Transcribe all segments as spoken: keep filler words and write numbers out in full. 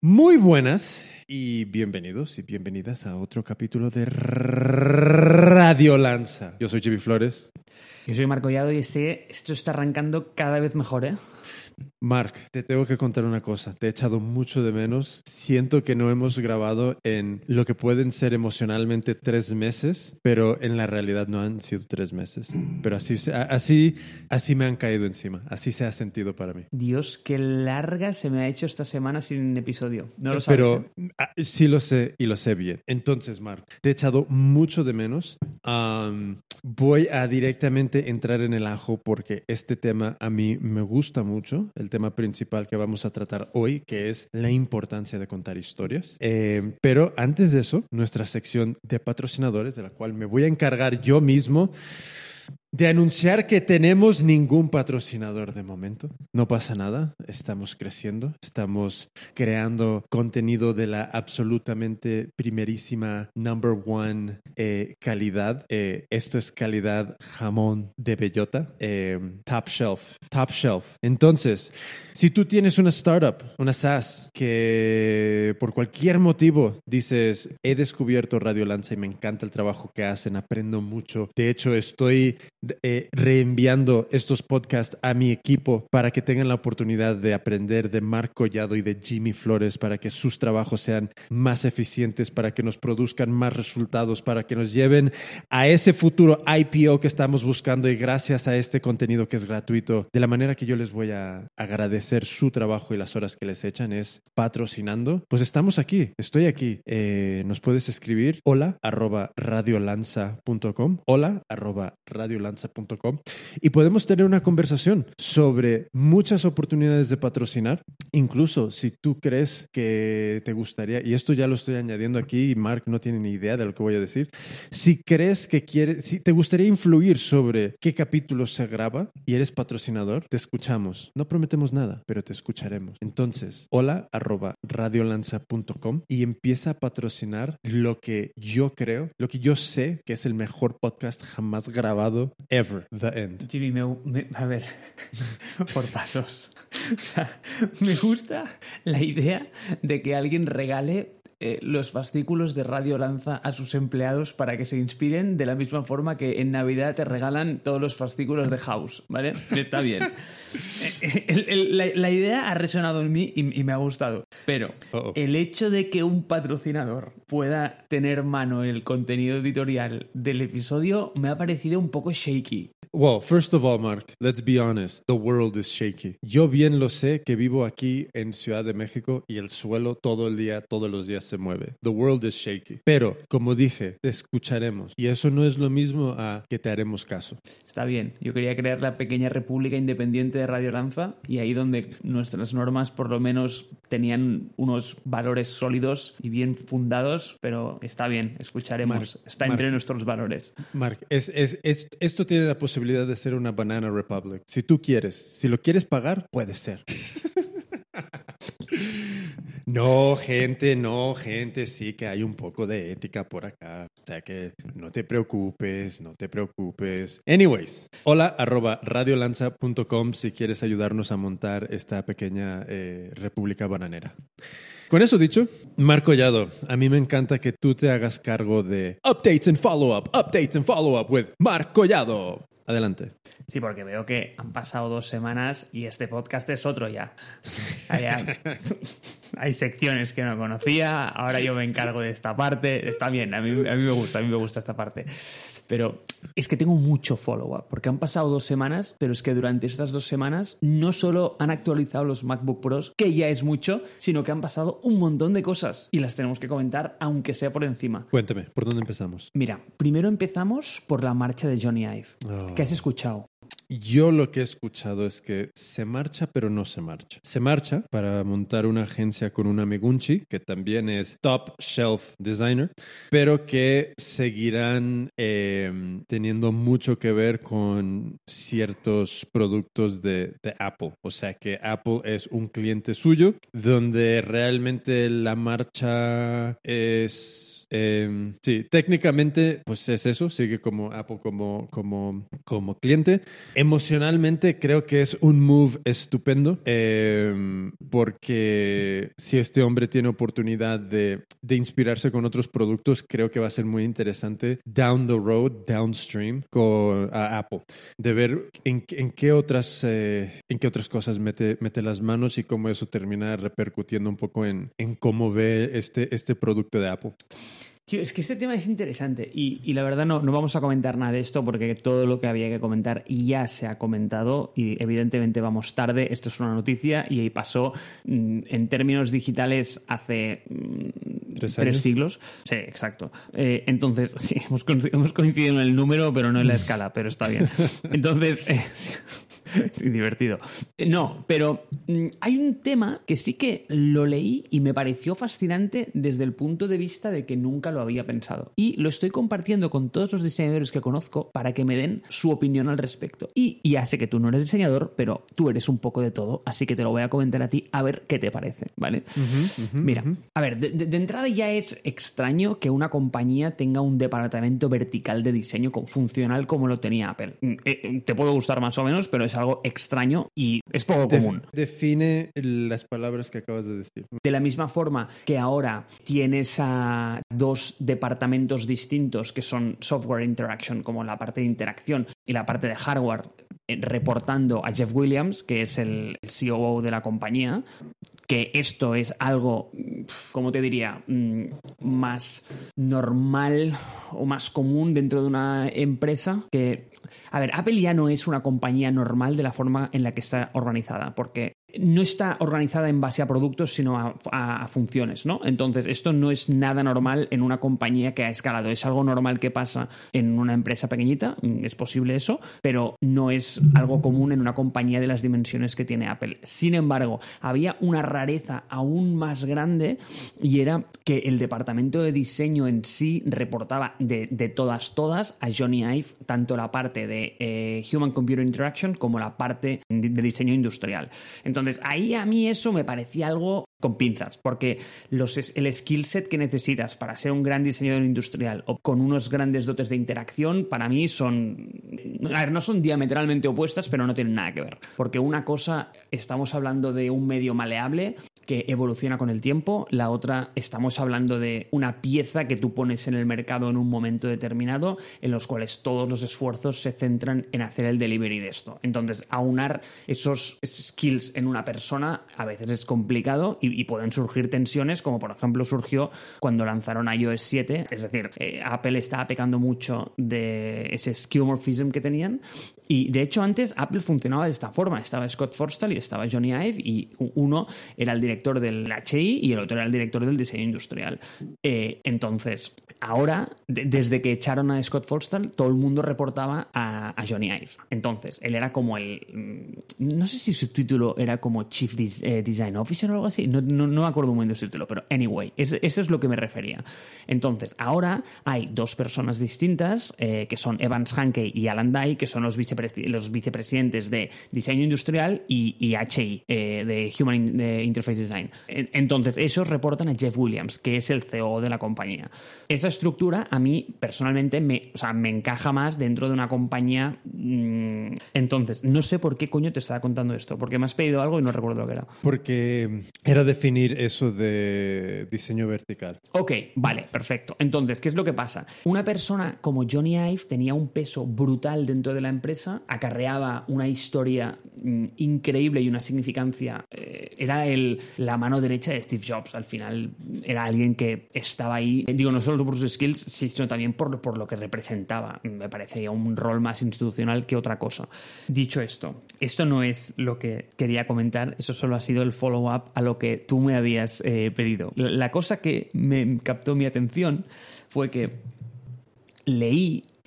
Muy buenas y bienvenidos y bienvenidas a otro capítulo de Radio Lanza. Yo soy Jimmy Flores. Yo soy Marc Collado y este, esto está arrancando cada vez mejor, ¿eh? Marc, te tengo que contar una cosa. Te he echado mucho de menos. Siento que no hemos grabado en lo que pueden ser emocionalmente tres meses, pero en la realidad no han sido tres meses. Pero así, así, así me han caído encima. Así se ha sentido para mí. Dios, qué larga se me ha hecho esta semana sin episodio. No lo sabes, Pero ¿eh? sí lo sé y lo sé bien. Entonces, Marc, te he echado mucho de menos. Um, voy a directamente entrar en el ajo porque este tema a mí me gusta mucho. El tema principal que vamos a tratar hoy, que es la importancia de contar historias. Eh, pero antes de eso, nuestra sección de patrocinadores, de la cual me voy a encargar yo mismo, de anunciar que tenemos ningún patrocinador de momento. No pasa nada, estamos creciendo, estamos creando contenido de la absolutamente primerísima number one eh, calidad. Eh, esto es calidad jamón de bellota, eh, top shelf, top shelf. Entonces, si tú tienes una startup, una SaaS, que por cualquier motivo dices, he descubierto Radio Lanza y me encanta el trabajo que hacen, aprendo mucho. De hecho, estoy Eh, reenviando estos podcasts a mi equipo para que tengan la oportunidad de aprender de Marc Collado y de Jimmy Flores, para que sus trabajos sean más eficientes, para que nos produzcan más resultados, para que nos lleven a ese futuro I P O que estamos buscando, y gracias a este contenido que es gratuito, de la manera que yo les voy a agradecer su trabajo y las horas que les echan es patrocinando. Pues estamos aquí, estoy aquí. Eh, nos puedes escribir hola arroba radiolanza punto com, hola arroba radiolanza punto com, y podemos tener una conversación sobre muchas oportunidades de patrocinar. Incluso si tú crees que te gustaría, y esto ya lo estoy añadiendo aquí y Marc no tiene ni idea de lo que voy a decir, si crees que quieres, si te gustaría influir sobre qué capítulo se graba y eres patrocinador, te escuchamos. No prometemos nada, pero te escucharemos. Entonces, hola arroba radiolanza punto com y empieza a patrocinar lo que yo creo, lo que yo sé que es el mejor podcast jamás grabado ever, The End. Jimmy, me, me, a ver, por pasos. O sea, me gusta la idea de que alguien regale eh, los fascículos de Radio Lanza a sus empleados para que se inspiren, de la misma forma que en Navidad te regalan todos los fascículos de House, ¿vale? Está bien. El, el, la, la idea ha resonado en mí y, y me ha gustado. Pero Uh-oh. el hecho de que un patrocinador pueda tener mano en el contenido editorial del episodio me ha parecido un poco shaky. Well, first of all, Marc, let's be honest. The world is shaky. Yo bien lo sé que vivo aquí en Ciudad de México y el suelo todo el día, todos los días se mueve. The world is shaky. Pero, como dije, te escucharemos. Y eso no es lo mismo a que te haremos caso. Está bien. Yo quería crear la pequeña república independiente de Radio Lanza, y ahí donde nuestras normas por lo menos tenían unos valores sólidos y bien fundados, pero está bien, escucharemos. Marc, está Marc, entre nuestros valores. Marc, es, es, es, esto tiene la posibilidad de ser una Banana Republic. Si tú quieres, si lo quieres pagar, puede ser. No, gente, no, gente, sí que hay un poco de ética por acá. O sea que no te preocupes, no te preocupes. Anyways, hola arroba radiolanza punto com si quieres ayudarnos a montar esta pequeña eh, república bananera. Con eso dicho, Marc Collado, a mí me encanta que tú te hagas cargo de Updates and Follow-Up, Updates and Follow-Up with Marc Collado. Adelante. Sí, porque veo que han pasado dos semanas y este podcast es otro ya. Hay, hay secciones que no conocía, ahora yo me encargo de esta parte. Está bien, a mí, a mí me gusta, a mí me gusta esta parte. Pero es que tengo mucho follow-up, porque han pasado dos semanas, pero es que durante estas dos semanas no solo han actualizado los MacBook Pros, que ya es mucho, sino que han pasado un montón de cosas y las tenemos que comentar, aunque sea por encima. Cuéntame, ¿por dónde empezamos? Mira, primero empezamos por la marcha de Jony Ive. Oh. ¿Qué has escuchado? Yo lo que he escuchado es que se marcha, pero no se marcha. Se marcha para montar una agencia con una Megunchi, que también es top shelf designer, pero que seguirán eh, teniendo mucho que ver con ciertos productos de, de Apple. O sea que Apple es un cliente suyo, donde realmente la marcha es Eh, sí, técnicamente, pues es eso, sigue como Apple como, como, como cliente. Emocionalmente creo que es un move estupendo, eh, porque si este hombre tiene oportunidad de, de inspirarse con otros productos, creo que va a ser muy interesante down the road, downstream, con a Apple, de ver en, en qué otras, eh, en qué otras cosas mete, mete las manos y cómo eso termina repercutiendo un poco en, en cómo ve este, este producto de Apple. Tío, es que este tema es interesante y, y la verdad no, no vamos a comentar nada de esto porque todo lo que había que comentar ya se ha comentado y evidentemente vamos tarde. Esto es una noticia y pasó mmm, en términos digitales hace mmm, ¿Tres, tres siglos. Sí, exacto. Eh, entonces, sí, hemos, hemos coincidido en el número, pero no en la escala, pero está bien. Entonces... Eh, sí, divertido. No, pero mmm, hay un tema que sí que lo leí y me pareció fascinante desde el punto de vista de que nunca lo había pensado. Y lo estoy compartiendo con todos los diseñadores que conozco para que me den su opinión al respecto. Y, y ya sé que tú no eres diseñador, pero tú eres un poco de todo, así que te lo voy a comentar a ti a ver qué te parece, ¿vale? Uh-huh, uh-huh, Mira, uh-huh. a ver, de, de entrada ya es extraño que una compañía tenga un departamento vertical de diseño funcional como lo tenía Apple. Eh, te puede gustar más o menos, pero es algo extraño y es poco Def- común. Define las palabras que acabas de decir. De la misma forma que ahora tienes a dos departamentos distintos que son software interaction, como la parte de interacción y la parte de hardware, reportando a Jeff Williams, que es el C O O de la compañía, que esto es algo, ¿cómo te diría?, más normal o más común dentro de una empresa. Que, a ver, Apple ya no es una compañía normal de la forma en la que está organizada, porque no está organizada en base a productos, sino a, a, a funciones, ¿no? Entonces, esto no es nada normal en una compañía que ha escalado. Es algo normal que pasa en una empresa pequeñita, es posible eso, pero no es algo común en una compañía de las dimensiones que tiene Apple. Sin embargo, había una rareza aún más grande y era que el departamento de diseño en sí reportaba de, de todas, todas a Johnny Ive, tanto la parte de eh, Human Computer Interaction como la parte de, de diseño industrial. Entonces, Entonces, ahí a mí eso me parecía algo con pinzas, porque los, el skill set que necesitas para ser un gran diseñador industrial o con unos grandes dotes de interacción, para mí son... A ver, no son diametralmente opuestas, pero no tienen nada que ver. Porque una cosa, estamos hablando de un medio maleable que evoluciona con el tiempo, la otra estamos hablando de una pieza que tú pones en el mercado en un momento determinado, en los cuales todos los esfuerzos se centran en hacer el delivery de esto. Entonces, aunar esos skills en una persona a veces es complicado y, y pueden surgir tensiones, como por ejemplo surgió cuando lanzaron iOS siete. Es decir, eh, Apple estaba pecando mucho de ese skeuomorphism que tenían, y de hecho antes Apple funcionaba de esta forma. Estaba Scott Forstall y estaba Johnny Ive, y uno era el director del H I y el otro era el director del diseño industrial. Eh, entonces, ahora, de, desde que echaron a Scott Forstall, todo el mundo reportaba a, a Johnny Ive. Entonces, él era como el... No sé si su título era como Chief Dis, eh, Design Officer o algo así. No, no, no me acuerdo muy bien de su título, pero anyway, es, eso es lo que me refería. Entonces, ahora hay dos personas distintas, eh, que son Evans Hankey y Alan Dye, que son los, vicepre los vicepresidentes de diseño industrial y, y H I, eh, de Human de Interface Design. Entonces, esos reportan a Jeff Williams, que es el C E O de la compañía. Esa estructura a mí personalmente me, o sea, me encaja más dentro de una compañía. Mmm... Entonces, no sé por qué coño te estaba contando esto, porque me has pedido algo y no recuerdo lo que era. Porque era definir eso de diseño vertical. Ok, vale, perfecto. Entonces, ¿qué es lo que pasa? Una persona como Johnny Ive tenía un peso brutal dentro de la empresa, acarreaba una historia mmm, increíble y una significancia. Eh, era el, la mano derecha de Steve Jobs. Al final era alguien que estaba ahí, digo, no solo por sus skills, sino también por, por lo que representaba. Me parecía un rol más institucional que otra cosa. Dicho esto, esto no es lo que quería comentar, eso solo ha sido el follow-up a lo que tú me habías eh, pedido. La, la cosa que me captó mi atención fue que leí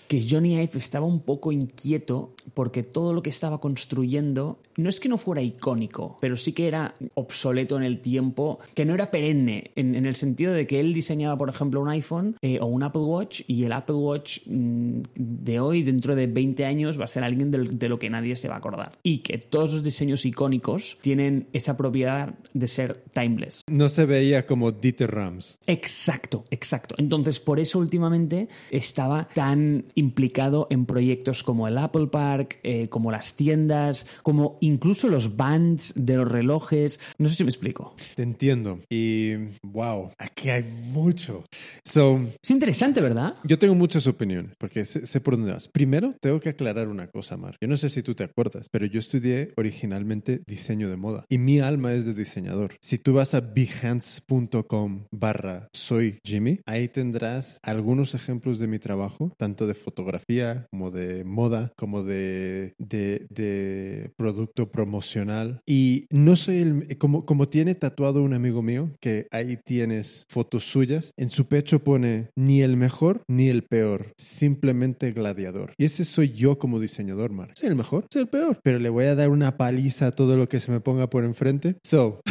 que Johnny Ive estaba un poco inquieto porque todo lo que estaba construyendo no es que no fuera icónico, pero sí que era obsoleto en el tiempo, que no era perenne, en, en el sentido de que él diseñaba, por ejemplo, un iPhone eh, o un Apple Watch, y el Apple Watch mmm, de hoy, dentro de veinte años, va a ser alguien de, de lo que nadie se va a acordar. Y que todos los diseños icónicos tienen esa propiedad de ser timeless. No se veía como Dieter Rams. Exacto, exacto. Entonces, por eso últimamente estaba tan implicado en proyectos como el Apple Park, eh, como las tiendas, como incluso los bands de los relojes. No sé si me explico. Te entiendo. Y wow, aquí hay mucho. So, es interesante, ¿verdad? Yo tengo muchas opiniones porque sé, sé por dónde vas. Primero, tengo que aclarar una cosa, Mar. Yo no sé si tú te acuerdas, pero yo estudié originalmente diseño de moda y mi alma es de diseñador. Si tú vas a behance.com barra soy Jimmy, ahí tendrás algunos ejemplos de mi trabajo, tanto de fotografía como de moda, como de, de, de producto promocional. Y no soy el... Como, como tiene tatuado un amigo mío, que ahí tienes fotos suyas, en su pecho pone ni el mejor ni el peor, simplemente gladiador. Y ese soy yo como diseñador, Mar. Soy el mejor, soy el peor, pero le voy a dar una paliza a todo lo que se me ponga por enfrente. So...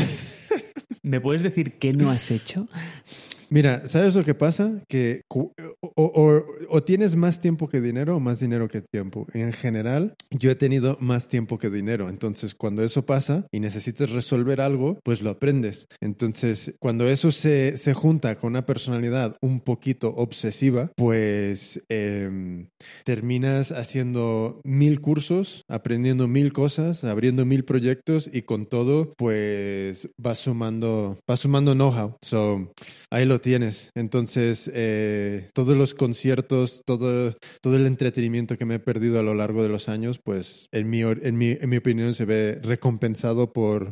¿Me puedes decir qué no has hecho? Mira, ¿sabes lo que pasa? Que o, o, o tienes más tiempo que dinero o más dinero que tiempo. En general, yo he tenido más tiempo que dinero. Entonces, cuando eso pasa y necesitas resolver algo, pues lo aprendes. Entonces, cuando eso se, se junta con una personalidad un poquito obsesiva, pues eh, terminas haciendo mil cursos, aprendiendo mil cosas, abriendo mil proyectos y con todo, pues vas sumando, vas sumando know-how. So, ahí lo tienes. Entonces, eh, todos los conciertos, todo, todo el entretenimiento que me he perdido a lo largo de los años, pues en mi, en mi, en mi opinión se ve recompensado por,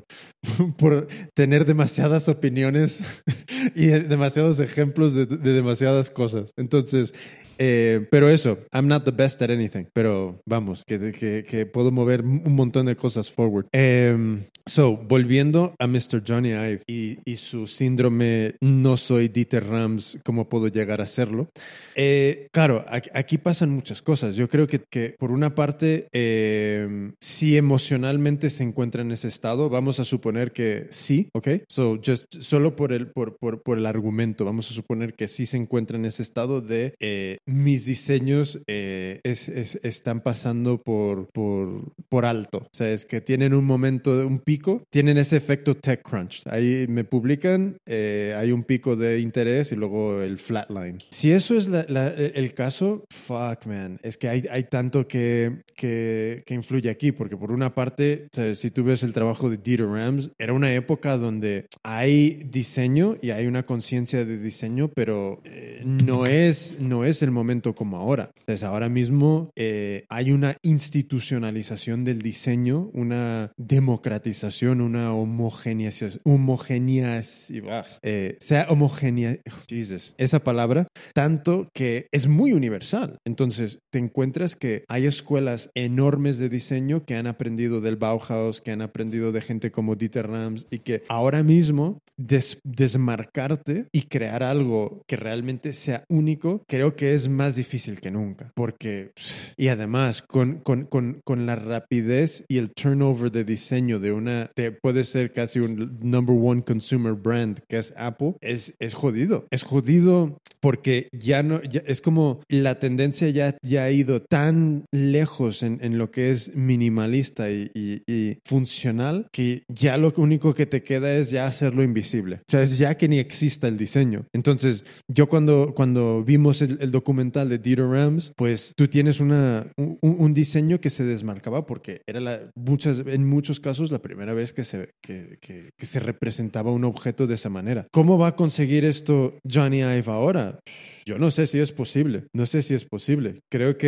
por tener demasiadas opiniones y demasiados ejemplos de, de demasiadas cosas. Entonces, Eh, pero eso, I'm not the best at anything, pero vamos, que, que, que puedo mover un montón de cosas forward. Um, so, volviendo a mister Johnny Ive y, y su síndrome no soy Dieter Rams, ¿cómo puedo llegar a serlo? Eh, claro, aquí, aquí pasan muchas cosas. Yo creo que, que por una parte, eh, si emocionalmente se encuentra en ese estado, vamos a suponer que sí, ¿ok? So, just, solo por el, por, por, por el argumento, vamos a suponer que sí se encuentra en ese estado de eh, mis diseños eh, es, es, están pasando por, por, por alto. O sea, es que tienen un momento, un pico, tienen ese efecto TechCrunch. Ahí me publican, eh, hay un pico de interés y luego el flatline. Si eso es la, la, el caso, fuck, man. Es que hay, hay tanto que, que, que influye aquí, porque por una parte, o sea, si tú ves el trabajo de Dieter Rams, era una época donde hay diseño y hay una conciencia de diseño, pero eh, no es, no es el momento como ahora. Entonces, ahora mismo eh, hay una institucionalización del diseño, una democratización, una homogeneización, homogeneas, eh, sea homogénea, oh, Jesus, esa palabra, tanto que es muy universal. Entonces, te encuentras que hay escuelas enormes de diseño que han aprendido del Bauhaus, que han aprendido de gente como Dieter Rams y que ahora mismo des- desmarcarte y crear algo que realmente sea único, creo que es más difícil que nunca, porque y además con, con, con, con la rapidez y el turnover de diseño de una, de, puede ser casi un number one consumer brand que es Apple, es, es jodido, es jodido porque ya no, ya, es como la tendencia ya, ya ha ido tan lejos en, en lo que es minimalista y, y, y funcional que ya lo único que te queda es ya hacerlo invisible, o sea, es ya que ni exista el diseño. Entonces yo cuando, cuando vimos el, el documental de Dieter Rams, pues tú tienes una, un, un diseño que se desmarcaba porque era la, muchas, en muchos casos la primera vez que se, que, que, que se representaba un objeto de esa manera. ¿Cómo va a conseguir esto Johnny Ive ahora? Yo no sé si es posible, no sé si es posible. Creo que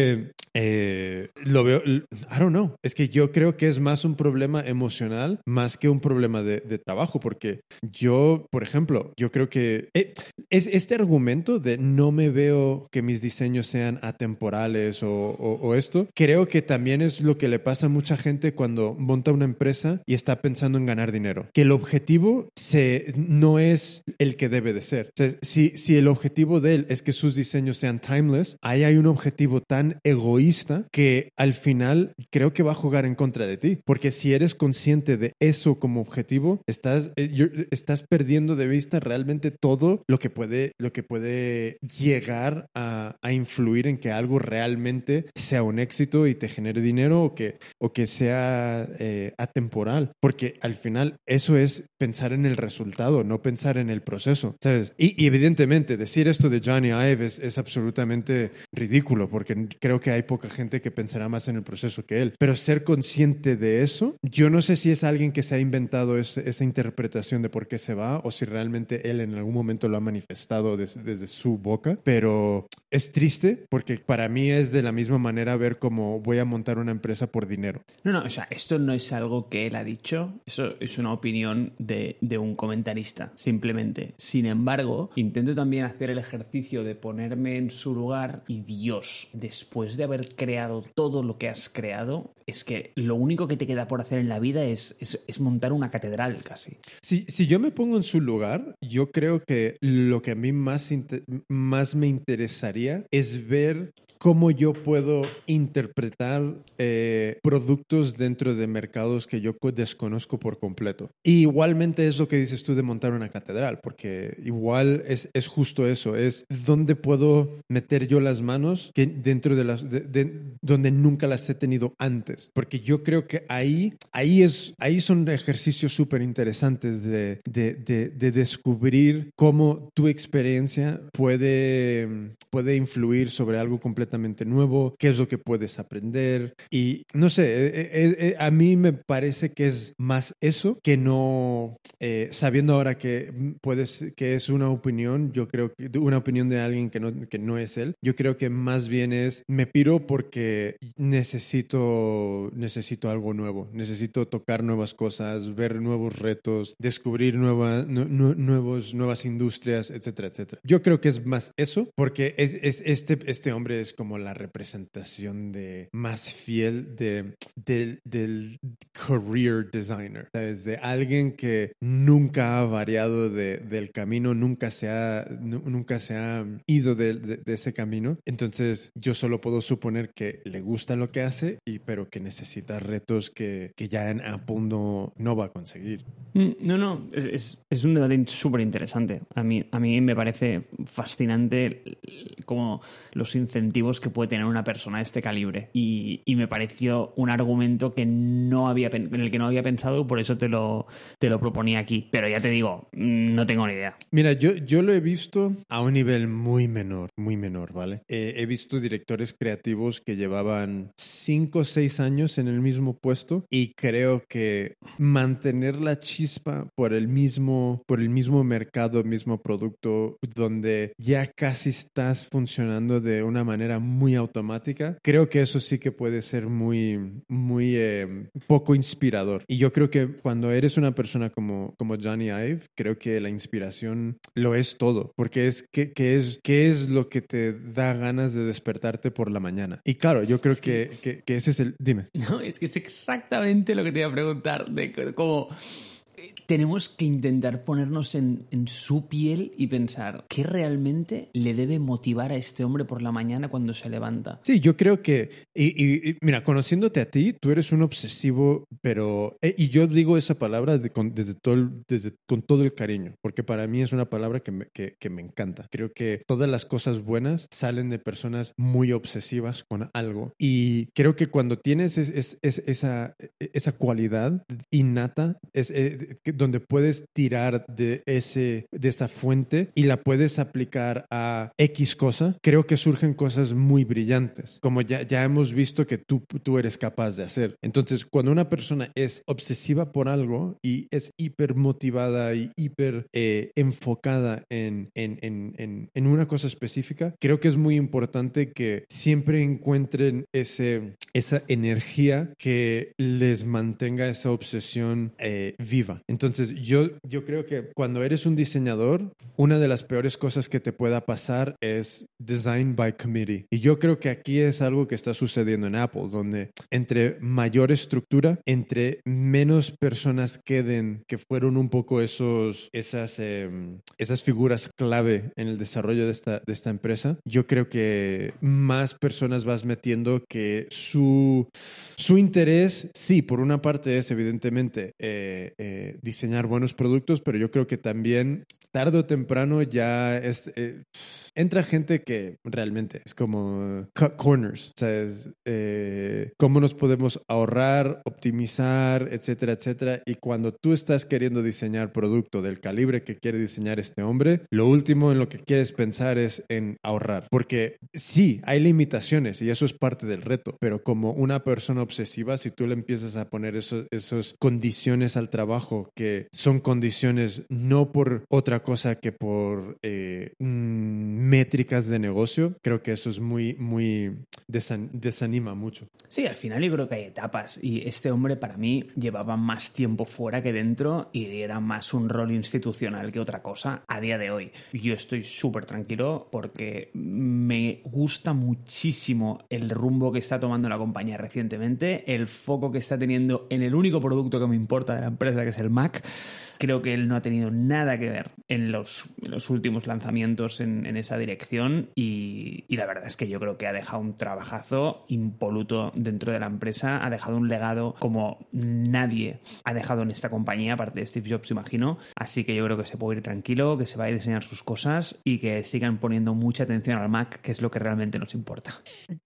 eh, lo veo, I don't know, es que yo creo que es más un problema emocional más que un problema de, de trabajo, porque yo, por ejemplo, yo creo que eh, es este argumento de no me veo que mis diseños sean atemporales o, o, o esto, creo que también es lo que le pasa a mucha gente cuando monta una empresa y está pensando en ganar dinero, que el objetivo se, no es el que debe de ser. O sea, si, si el objetivo de él es que sus diseños sean timeless, ahí hay un objetivo tan egoísta que al final creo que va a jugar en contra de ti, porque si eres consciente de eso como objetivo, estás, eh, estás perdiendo de vista realmente todo lo que puede, lo que puede llegar a, a influir en que algo realmente sea un éxito y te genere dinero o que, o que sea eh, atemporal, porque al final eso es pensar en el resultado, no pensar en el proceso, ¿sabes? Y, y evidentemente decir esto de Johnny Ive es, es absolutamente ridículo, porque creo que hay poca gente que pensará más en el proceso que él, pero ser consciente de eso, yo no sé si es alguien que se ha inventado ese, esa interpretación de por qué se va o si realmente él en algún momento lo ha manifestado des, desde su boca, pero es triste porque para mí es de la misma manera ver cómo voy a montar una empresa por dinero. No, no, o sea, esto no es algo que él ha dicho, eso es una opinión de, de un comentarista, simplemente. Sin embargo, intento también hacer el ejercicio de ponerme en su lugar y Dios, después de haber creado todo lo que has creado, es que lo único que te queda por hacer en la vida es, es, es montar una catedral casi. Si, si yo me pongo en su lugar, yo creo que lo que a mí más, más me interesaría es ver cómo yo puedo interpretar eh, productos dentro de mercados que yo desconozco por completo. Y igualmente es lo que dices tú de montar una catedral, porque igual es, es justo eso, es dónde puedo meter yo las manos que dentro de las de, de, donde nunca las he tenido antes, porque yo creo que ahí, ahí, es, ahí son ejercicios súper interesantes de, de, de, de descubrir cómo tu experiencia puede, puede influir sobre algo completamente nuevo, qué es lo que puedes aprender y no sé, eh, eh, eh, a mí me parece que es más eso que no, eh, sabiendo ahora que puedes, que es una opinión, yo creo que una opinión de alguien que no, que no es él, yo creo que más bien es, me piro porque necesito, necesito algo nuevo, necesito tocar nuevas cosas, ver nuevos retos, descubrir nueva, nu, nu, nuevos, nuevas industrias, etcétera, etcétera. Yo creo que es más eso, porque es, es, este, este hombre es como la representación de más fiel de, de, del career designer, ¿sabes? De alguien que nunca ha variado de, del camino, nunca se ha, nunca se ha ido de, de, de ese camino. Entonces yo solo puedo suponer que le gusta lo que hace, y, pero que necesita retos que, que ya en Apple no, no va a conseguir. No, no, es, es, es un debate súper interesante. A mí, a mí me parece fascinante como los incentivos que puede tener una persona de este calibre. Y, y me pareció un argumento que no había, en el que no había pensado, por eso te lo, te lo proponía aquí. Pero ya te digo, no tengo ni idea. Mira, yo, yo lo he visto a un nivel muy menor, muy menor, ¿vale? Eh, he visto directores creativos que llevaban cinco o seis años en el mismo puesto, y creo que mantener la chispa por el mismo, por el mismo mercado, mismo producto, donde ya casi estás funcionando de una manera muy automática, creo que eso sí que puede ser muy, muy eh, poco inspirador. Y yo creo que cuando eres una persona como, como Johnny Ive, creo que la inspiración lo es todo, porque es que, que es, que es lo que te da ganas de despertarte por la mañana. Y claro, yo creo es que, que, que, que ese es el... Dime. No, es que es exactamente lo que te iba a preguntar, de cómo... Tenemos que intentar ponernos en, en su piel y pensar qué realmente le debe motivar a este hombre por la mañana cuando se levanta. Sí, yo creo que, y, y, y mira, conociéndote a ti, tú eres un obsesivo, pero, eh, y yo digo esa palabra de, con, desde todo el, desde, con todo el cariño, porque para mí es una palabra que me, que, que me encanta. Creo que todas las cosas buenas salen de personas muy obsesivas con algo, y creo que cuando tienes es, es, es, esa, esa cualidad innata, es, es, que, donde puedes tirar de, ese, de esa fuente y la puedes aplicar a X cosa, creo que surgen cosas muy brillantes, como ya, ya hemos visto que tú, tú eres capaz de hacer. Entonces, cuando una persona es obsesiva por algo y es hiper motivada y hiper eh, enfocada en, en, en, en, en una cosa específica, creo que es muy importante que siempre encuentren ese, esa energía que les mantenga esa obsesión eh, viva. Entonces, yo, yo creo que cuando eres un diseñador, una de las peores cosas que te pueda pasar es design by committee. Y yo creo que aquí es algo que está sucediendo en Apple, donde entre mayor estructura, entre menos personas queden que fueron un poco esos, esas, eh, esas figuras clave en el desarrollo de esta, de esta empresa, yo creo que más personas vas metiendo que su, su interés, sí, por una parte es evidentemente eh, eh, diseñar buenos productos, pero yo creo que también tarde o temprano ya es, eh, entra gente que realmente es como cut corners, o sea, es, eh, cómo nos podemos ahorrar, optimizar, etcétera, etcétera. Y cuando tú estás queriendo diseñar producto del calibre que quiere diseñar este hombre, lo último en lo que quieres pensar es en ahorrar, porque sí, hay limitaciones y eso es parte del reto, pero como una persona obsesiva, si tú le empiezas a poner esos, esos condiciones al trabajo que son condiciones no por otra cosa que por eh, mmm, métricas de negocio, creo que eso es muy, muy desan- desanima mucho. Sí, al final yo creo que hay etapas y este hombre para mí llevaba más tiempo fuera que dentro y era más un rol institucional que otra cosa a día de hoy. Yo estoy súper tranquilo porque me gusta muchísimo el rumbo que está tomando la compañía recientemente, el foco que está teniendo en el único producto que me importa de la empresa, que es el Mac. Creo que él no ha tenido nada que ver en los, en los últimos lanzamientos en, en esa dirección y, y la verdad es que yo creo que ha dejado un trabajazo impoluto dentro de la empresa, ha dejado un legado como nadie ha dejado en esta compañía, aparte de Steve Jobs, imagino. Así que yo creo que se puede ir tranquilo, que se va a diseñar sus cosas y que sigan poniendo mucha atención al Mac, que es lo que realmente nos importa.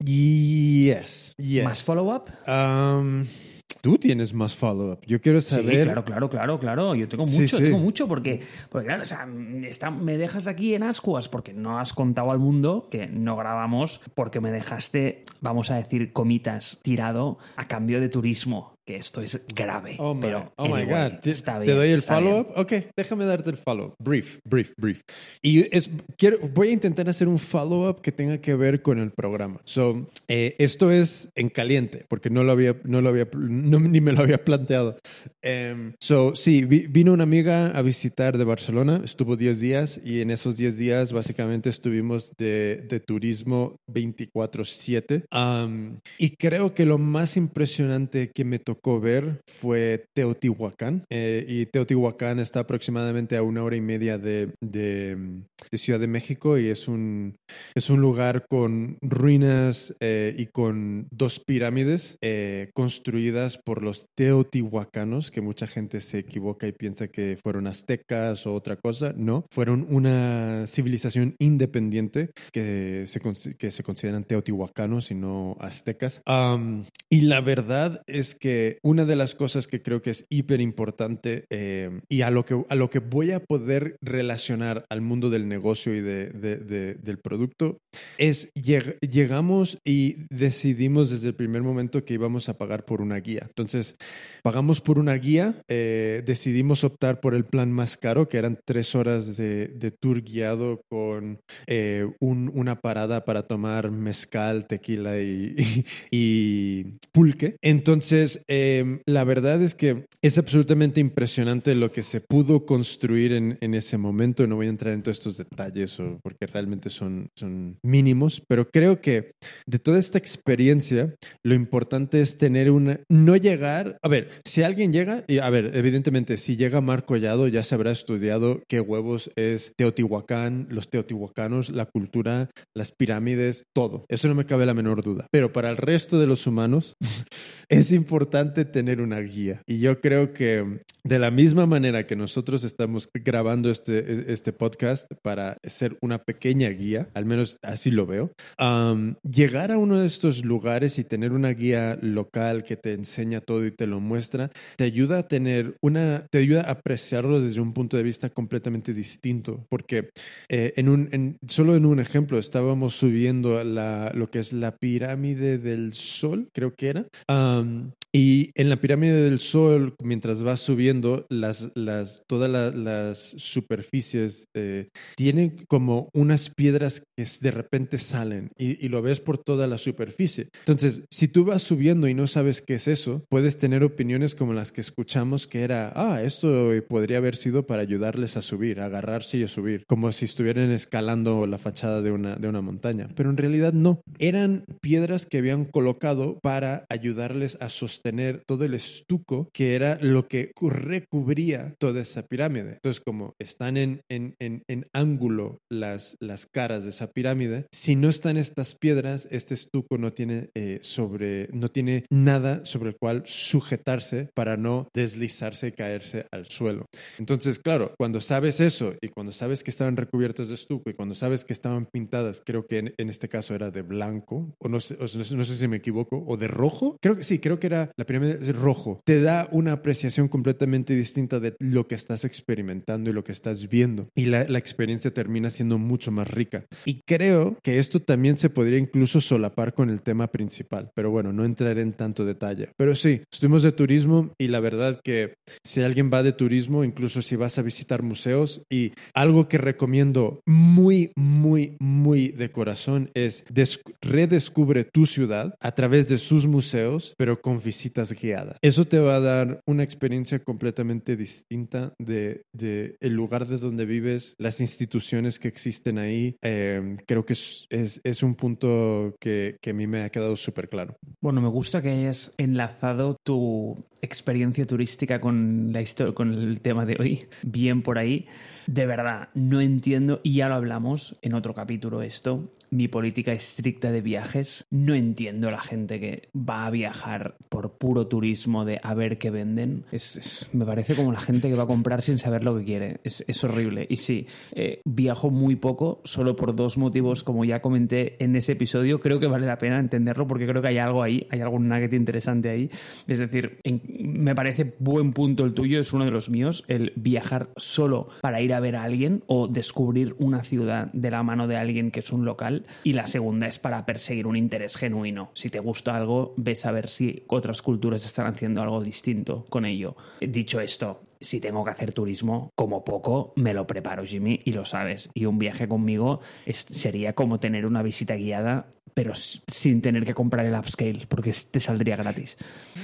Yes, yes. ¿Más follow-up? Um... Tú tienes más follow-up. Yo quiero saber... Sí, claro, claro, claro, claro. Yo tengo mucho, sí, sí. tengo mucho porque, porque claro, o sea, está, me dejas aquí en ascuas porque no has contado al mundo que no grabamos porque me dejaste, vamos a decir, comitas, tirado a cambio de turismo. Que esto es grave. Oh my, pero oh my anyway, God. ¿Te, está bien, ¿Te doy el está follow-up? bien. Ok, déjame darte el follow-up. Brief, brief, brief. Y es, quiero, voy a intentar hacer un follow-up que tenga que ver con el programa. So, eh, esto es en caliente, porque no lo había, no lo había, no, ni me lo había planteado. Um, so, sí, vi, vino una amiga a visitar de Barcelona, estuvo diez días y en esos diez días básicamente estuvimos de, de turismo veinticuatro siete. Um, y creo que lo más impresionante que me tocó tocó ver fue Teotihuacán eh, y Teotihuacán está aproximadamente a una hora y media de, de, de Ciudad de México y es un, es un lugar con ruinas eh, y con dos pirámides eh, construidas por los teotihuacanos, que mucha gente se equivoca y piensa que fueron aztecas o otra cosa. No, fueron una civilización independiente que se, que se consideran teotihuacanos y no aztecas. Um, y la verdad es que una de las cosas que creo que es hiper importante eh, y a lo, que, a lo que voy a poder relacionar al mundo del negocio y de, de, de, del producto es lleg- llegamos y decidimos desde el primer momento que íbamos a pagar por una guía. Entonces, pagamos por una guía, eh, decidimos optar por el plan más caro, que eran tres horas de, de tour guiado con eh, un, una parada para tomar mezcal, tequila y, y, y pulque. Entonces, Eh, la verdad es que es absolutamente impresionante lo que se pudo construir en, en ese momento. No voy a entrar en todos estos detalles o, porque realmente son, son mínimos, pero creo que de toda esta experiencia lo importante es tener una... No llegar... A ver, si alguien llega... Y a ver, evidentemente, si llega Marc Collado ya se habrá estudiado qué huevos es Teotihuacán, los teotihuacanos, la cultura, las pirámides, todo. Eso no me cabe la menor duda. Pero para el resto de los humanos es importante tener una guía. Y yo creo que de la misma manera que nosotros estamos grabando este, este podcast para ser una pequeña guía, al menos así lo veo, um, llegar a uno de estos lugares y tener una guía local que te enseña todo y te lo muestra, te ayuda a tener una, te ayuda a apreciarlo desde un punto de vista completamente distinto, porque eh, en un, en, solo en un ejemplo estábamos subiendo la, lo que es la pirámide del Sol, creo que era, um, y en la pirámide del Sol, mientras vas subiendo, las, las, todas la, las superficies eh, tienen como unas piedras que de repente salen y, y lo ves por toda la superficie. Entonces, si tú vas subiendo y no sabes qué es eso, puedes tener opiniones como las que escuchamos, que era, ah, esto podría haber sido para ayudarles a subir, a agarrarse y a subir, como si estuvieran escalando la fachada de una, de una montaña. Pero en realidad no. Eran piedras que habían colocado para ayudarles a sostener tener todo el estuco que era lo que recubría toda esa pirámide. Entonces, como están en, en, en, en ángulo las, las caras de esa pirámide, si no están estas piedras, este estuco no tiene, eh, sobre, no tiene nada sobre el cual sujetarse para no deslizarse y caerse al suelo. Entonces, claro, cuando sabes eso y cuando sabes que estaban recubiertas de estuco y cuando sabes que estaban pintadas, creo que en, en este caso era de blanco, o no sé, o no sé, no sé si me equivoco, o de rojo, creo que sí, creo que era la pirámide es rojo, te da una apreciación completamente distinta de lo que estás experimentando y lo que estás viendo. Y la, la experiencia termina siendo mucho más rica. Y creo que esto también se podría incluso solapar con el tema principal. Pero bueno, no entraré en tanto detalle. Pero sí, estuvimos de turismo y la verdad que si alguien va de turismo, incluso si vas a visitar museos, y algo que recomiendo muy, muy, muy de corazón es des- redescubre tu ciudad a través de sus museos, pero con visitas guiadas. Eso te va a dar una experiencia completamente distinta de, de el lugar de donde vives, las instituciones que existen ahí. Eh, creo que es, es, es un punto que, que a mí me ha quedado súper claro. Bueno, me gusta que hayas enlazado tu experiencia turística con la historia, con el tema de hoy. Bien por ahí. De verdad, no entiendo, y ya lo hablamos en otro capítulo esto, mi política estricta de viajes. No entiendo la gente que va a viajar por puro turismo de a ver qué venden. Es, es, me parece como la gente que va a comprar sin saber lo que quiere. Es, es horrible. Y sí, eh, viajo muy poco, solo por dos motivos, como ya comenté en ese episodio. Creo que vale la pena entenderlo porque creo que hay algo ahí, hay algún nugget interesante ahí. Es decir, en, me parece buen punto el tuyo, es uno de los míos, el viajar solo para ir a ver a alguien o descubrir una ciudad de la mano de alguien que es un local. Y la segunda es para perseguir un interés genuino. Si te gusta algo, ves a ver si otras culturas están haciendo algo distinto con ello. Dicho esto, si tengo que hacer turismo, como poco, me lo preparo, Jimmy, y lo sabes. Y un viaje conmigo es, sería como tener una visita guiada, pero sin tener que comprar el upscale, porque te saldría gratis.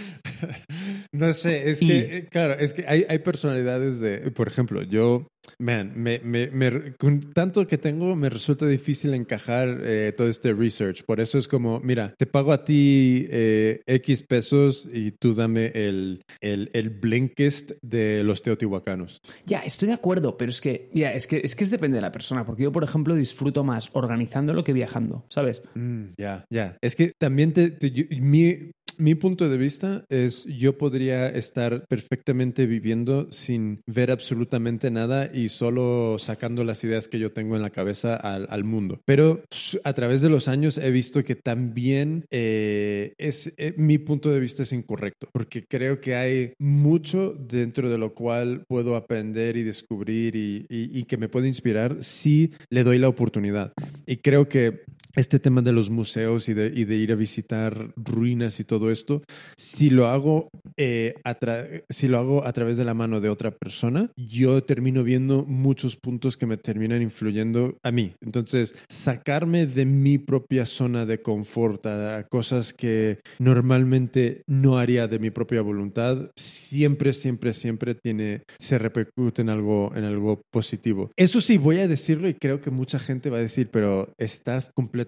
No sé, es y... que, claro, es que hay, hay personalidades de, por ejemplo, yo, man, me, me, me, con tanto que tengo, me resulta difícil encajar eh, todo este research. Por eso es como, mira, te pago a ti eh, X pesos y tú dame el, el, el Blinkist de los teotihuacanos. Ya, estoy de acuerdo, pero es que, ya, es que, es que es depende de la persona, porque yo, por ejemplo, disfruto más organizándolo que viajando, ¿sabes? Mm, ya, ya. Es que también te, te yo, mi... Mi punto de vista es yo podría estar perfectamente viviendo sin ver absolutamente nada y solo sacando las ideas que yo tengo en la cabeza al, al mundo. Pero a través de los años he visto que también eh, es, eh, mi punto de vista es incorrecto, porque creo que hay mucho dentro de lo cual puedo aprender y descubrir y, y, y que me puede inspirar si le doy la oportunidad. Y creo que este tema de los museos y de, y de ir a visitar ruinas y todo esto, si lo hago eh, a tra- si lo hago a través de la mano de otra persona, yo termino viendo muchos puntos que me terminan influyendo a mí. Entonces, sacarme de mi propia zona de confort a cosas que normalmente no haría de mi propia voluntad, siempre, siempre, siempre tiene, se repercute en algo, en algo positivo. Eso sí, voy a decirlo y creo que mucha gente va a decir, pero estás completamente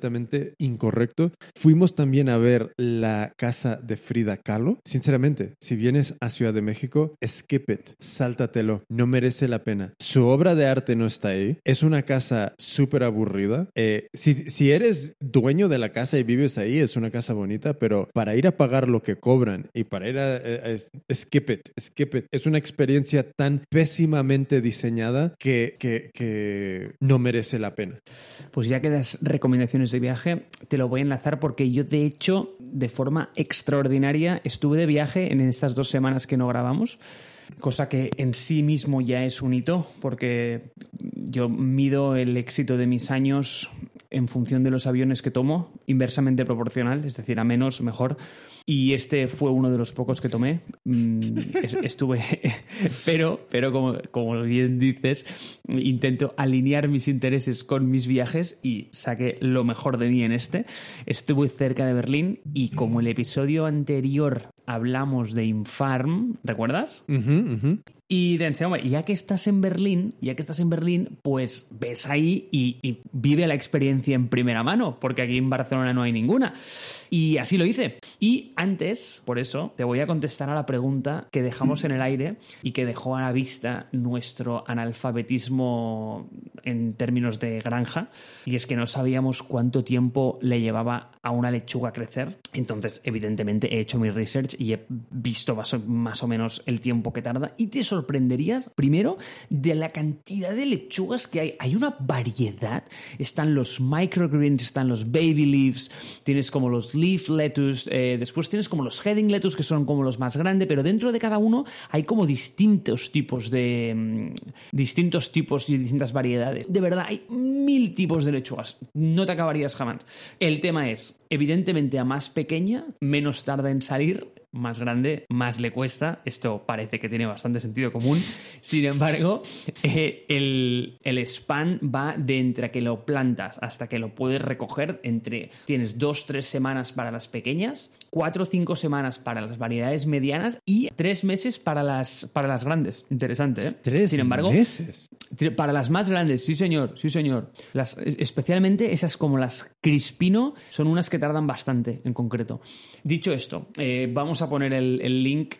completamente incorrecto. Fuimos también a ver la casa de Frida Kahlo. Sinceramente, si vienes a Ciudad de México, skip it, sáltatelo, no merece la pena. Su obra de arte no está ahí. Es una casa súper aburrida. Eh, si, si eres dueño de la casa y vives ahí, es una casa bonita, pero para ir a pagar lo que cobran y para ir a... a, a skip it, skip it. Es una experiencia tan pésimamente diseñada que, que, que no merece la pena. Pues ya que das recomendaciones de viaje, te lo voy a enlazar porque yo, de hecho, de forma extraordinaria, estuve de viaje en estas dos semanas que no grabamos, cosa que en sí mismo ya es un hito, porque yo mido el éxito de mis años en función de los aviones que tomo, inversamente proporcional, es decir, a menos, mejor. Y este fue uno de los pocos que tomé. Mm, estuve, pero, pero como, como bien dices, intento alinear mis intereses con mis viajes y saqué lo mejor de mí en este. Estuve cerca de Berlín y como el episodio anterior hablamos de Infarm, ¿recuerdas? Uh-huh, uh-huh. Y pensé, hombre, ya que estás en Berlín, ya que estás en Berlín, pues ves ahí y, y vive la experiencia en primera mano, porque aquí en Barcelona no hay ninguna. Y así lo hice. Y antes, por eso, te voy a contestar a la pregunta que dejamos en el aire y que dejó a la vista nuestro analfabetismo en términos de granja. Y es que no sabíamos cuánto tiempo le llevaba a una lechuga crecer. Entonces, evidentemente, he hecho mi research y he visto más o, más o menos el tiempo que tarda. Y te sorprenderías, primero, de la cantidad de lechugas que hay. Hay una variedad. Están los microgreens, están los baby leaves, tienes como los leaf lettuce, eh, después tienes como los heading lettuce, que son como los más grandes, pero dentro de cada uno hay como distintos tipos de... Mmm, distintos tipos y distintas variedades. De verdad, hay mil tipos de lechugas. No te acabarías jamás. El tema es, evidentemente, a más pequeña, menos tarda en salir. Más grande, más le cuesta. Esto parece que tiene bastante sentido común. Sin embargo, eh, el, el span va de entre que lo plantas hasta que lo puedes recoger. Entre tienes dos, tres semanas para las pequeñas, cuatro o cinco semanas para las variedades medianas y tres meses para las, para las grandes. Interesante, ¿eh? ¿Tres Sin embargo, meses? Para las más grandes, sí señor, sí señor. Las, especialmente esas como las Crispino son unas que tardan bastante en concreto. Dicho esto, eh, vamos a poner el, el link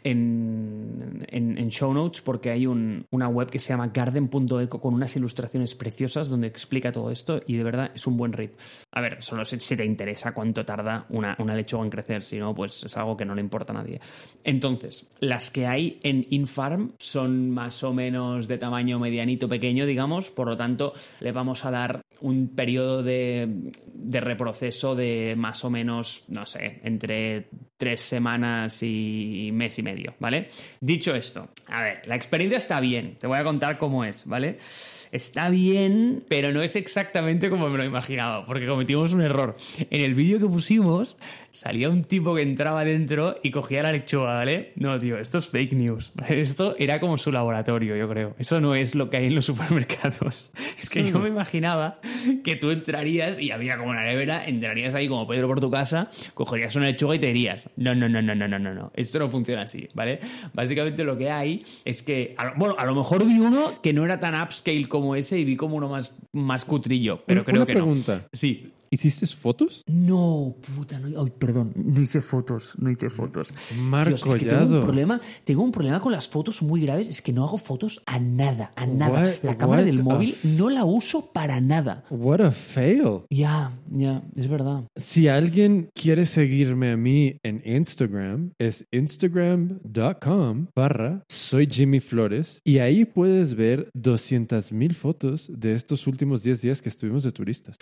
en, en, en show notes porque hay un, una web que se llama garden punto eco con unas ilustraciones preciosas donde explica todo esto y de verdad es un buen read. A ver, solo si, si te interesa cuánto tarda una, una lechuga en crecer, si no, pues es algo que no le importa a nadie. Entonces, las que hay en Infarm son más o menos de tamaño medianito pequeño, digamos, por lo tanto, le vamos a dar un periodo de, de reproceso de más o menos, no sé, entre tres semanas y mes y medio, ¿vale? Dicho esto, a ver, la experiencia está bien, te voy a contar cómo es, ¿vale? Está bien, pero no es exactamente como me lo imaginaba, porque cometimos un error. En el vídeo que pusimos, salía un tipo que entraba dentro y cogía la lechuga, ¿vale? No, tío, esto es fake news. Esto era como su laboratorio, yo creo. Eso no es lo que hay en los supermercados. Es que yo me imaginaba que tú entrarías y había como una nevera, entrarías ahí como Pedro por tu casa, cogerías una lechuga y te irías. No, no, no, no, no, no, no, no. Esto no funciona así, ¿vale? Básicamente lo que hay es que, a lo, bueno, a lo mejor vi uno que no era tan upscale como ese y vi como uno más, más cutrillo, pero una, creo una que pregunta. no. Sí. ¿Hiciste fotos? No, puta, no. Ay, perdón, no hice fotos, no hice fotos. Marco Dios, es que tengo un problema, tengo un problema con las fotos muy graves, es que no hago fotos a nada, a nada. What, la cámara what del móvil a... no la uso para nada. What a fail. Ya, ya, es verdad. Si alguien quiere seguirme a mí en Instagram, es instagram.com barra soy Jimmy Flores y ahí puedes ver doscientas mil fotos de estos últimos diez días que estuvimos de turistas.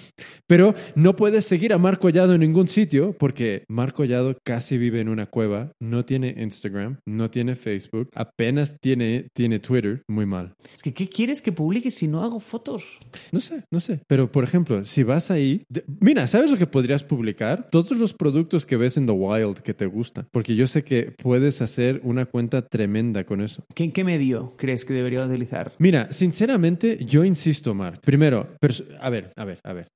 Pero no puedes seguir a Marc Collado en ningún sitio porque Marc Collado casi vive en una cueva, no tiene Instagram, no tiene Facebook, apenas tiene, tiene Twitter, muy mal. Es que, ¿qué quieres que publique si no hago fotos? No sé, no sé. Pero, por ejemplo, si vas ahí... De, mira, ¿sabes lo que podrías publicar? Todos los productos que ves en The Wild que te gustan. Porque yo sé que puedes hacer una cuenta tremenda con eso. ¿Qué, qué medio crees que debería utilizar? Mira, sinceramente, yo insisto, Marc. Primero, a ver, a ver, a ver. Deja,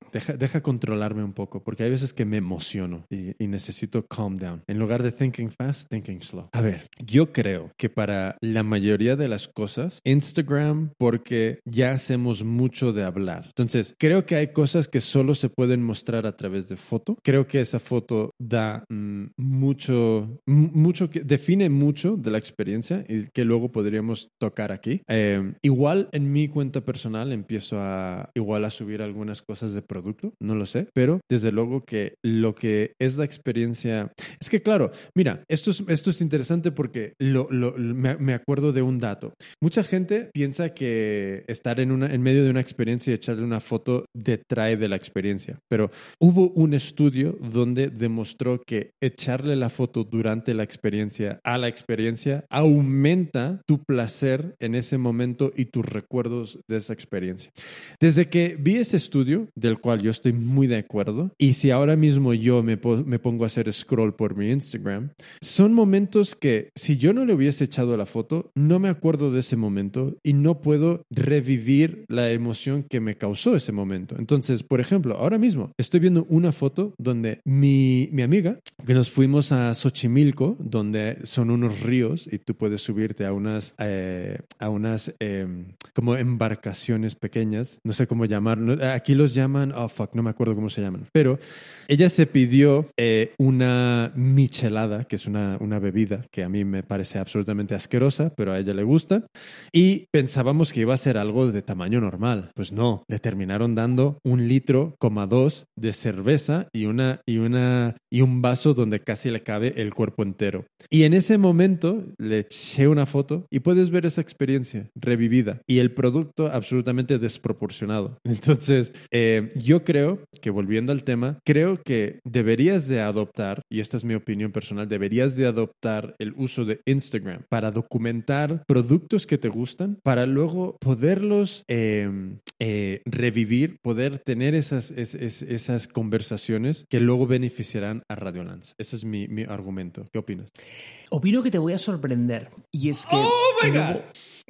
deja controlarme un poco, porque hay veces que me emociono y, y necesito calm down. En lugar de thinking fast, thinking slow. A ver, yo creo que para la mayoría de las cosas, Instagram, porque ya hacemos mucho de hablar. Entonces, creo que hay cosas que solo se pueden mostrar a través de foto. Creo que esa foto da mmm, mucho, m- mucho que define mucho de la experiencia y que luego podríamos tocar aquí. Eh, igual en mi cuenta personal empiezo a igual a subir algunas cosas de producto, no lo sé, pero desde luego que lo que es la experiencia es que claro, mira, esto es, esto es interesante porque lo, lo, me, me acuerdo de un dato. Mucha gente piensa que estar en, una, en medio de una experiencia y echarle una foto detrae de la experiencia, pero hubo un estudio donde demostró que echarle la foto durante la experiencia a la experiencia aumenta tu placer en ese momento y tus recuerdos de esa experiencia. Desde que vi ese estudio, del cual yo estoy muy de acuerdo, y si ahora mismo yo me, po- me pongo a hacer scroll por mi Instagram, son momentos que si yo no le hubiese echado la foto, no me acuerdo de ese momento y no puedo revivir la emoción que me causó ese momento. Entonces, por ejemplo, ahora mismo estoy viendo una foto donde mi, mi amiga, que nos fuimos a Xochimilco, donde son unos ríos y tú puedes subirte a unas, eh, a unas eh, como embarcaciones pequeñas, no sé cómo llamarlo, aquí los llaman, oh fuck, no me acuerdo cómo se llaman, pero ella se pidió eh, una michelada, que es una, una bebida que a mí me parece absolutamente asquerosa, pero a ella le gusta, y pensábamos que iba a ser algo de tamaño normal. Pues no, le terminaron dando un litro, coma dos de cerveza y, una, y, una, y un vaso donde casi le cabe el cuerpo entero. Y en ese momento le eché una foto y puedes ver esa experiencia revivida y el producto absolutamente desproporcionado. Entonces, eh, yo creo que volviendo al tema, creo que deberías de adoptar, y esta es mi opinión personal, deberías de adoptar el uso de Instagram para documentar productos que te gustan, para luego poderlos eh, eh, revivir, poder tener esas, es, es, esas conversaciones que luego beneficiarán a Radiolanza. Ese es mi, mi argumento. ¿Qué opinas? Opino que te voy a sorprender. Y es que... ¡Oh, my God! luego...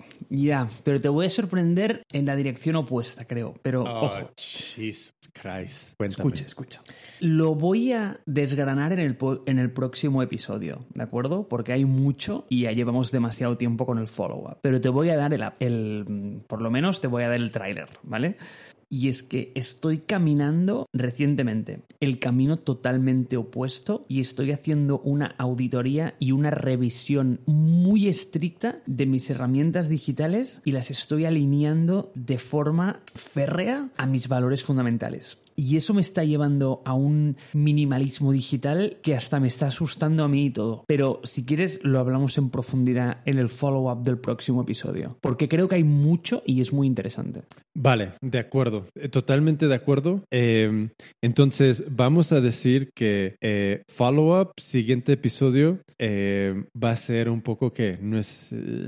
Ya, pero te voy a sorprender en la dirección opuesta, creo. Pero, oh, ojo. Jesus Christ. Cuéntame. Escucha, escucha. Lo voy a desgranar en el, po- en el próximo episodio, ¿de acuerdo? Porque hay mucho y ya llevamos demasiado tiempo con el follow-up. Pero te voy a dar el, el... Por lo menos te voy a dar el tráiler, ¿vale? Y es que estoy caminando recientemente el camino totalmente opuesto y estoy haciendo una auditoría y una revisión muy estricta de mis herramientas digitales y las estoy alineando de forma férrea a mis valores fundamentales. Y eso me está llevando a un minimalismo digital que hasta me está asustando a mí y todo. Pero si quieres lo hablamos en profundidad en el follow-up del próximo episodio. Porque creo que hay mucho y es muy interesante. Vale, de acuerdo. Totalmente de acuerdo. Eh, entonces, vamos a decir que eh, follow-up, siguiente episodio, eh, va a ser un poco que no es eh,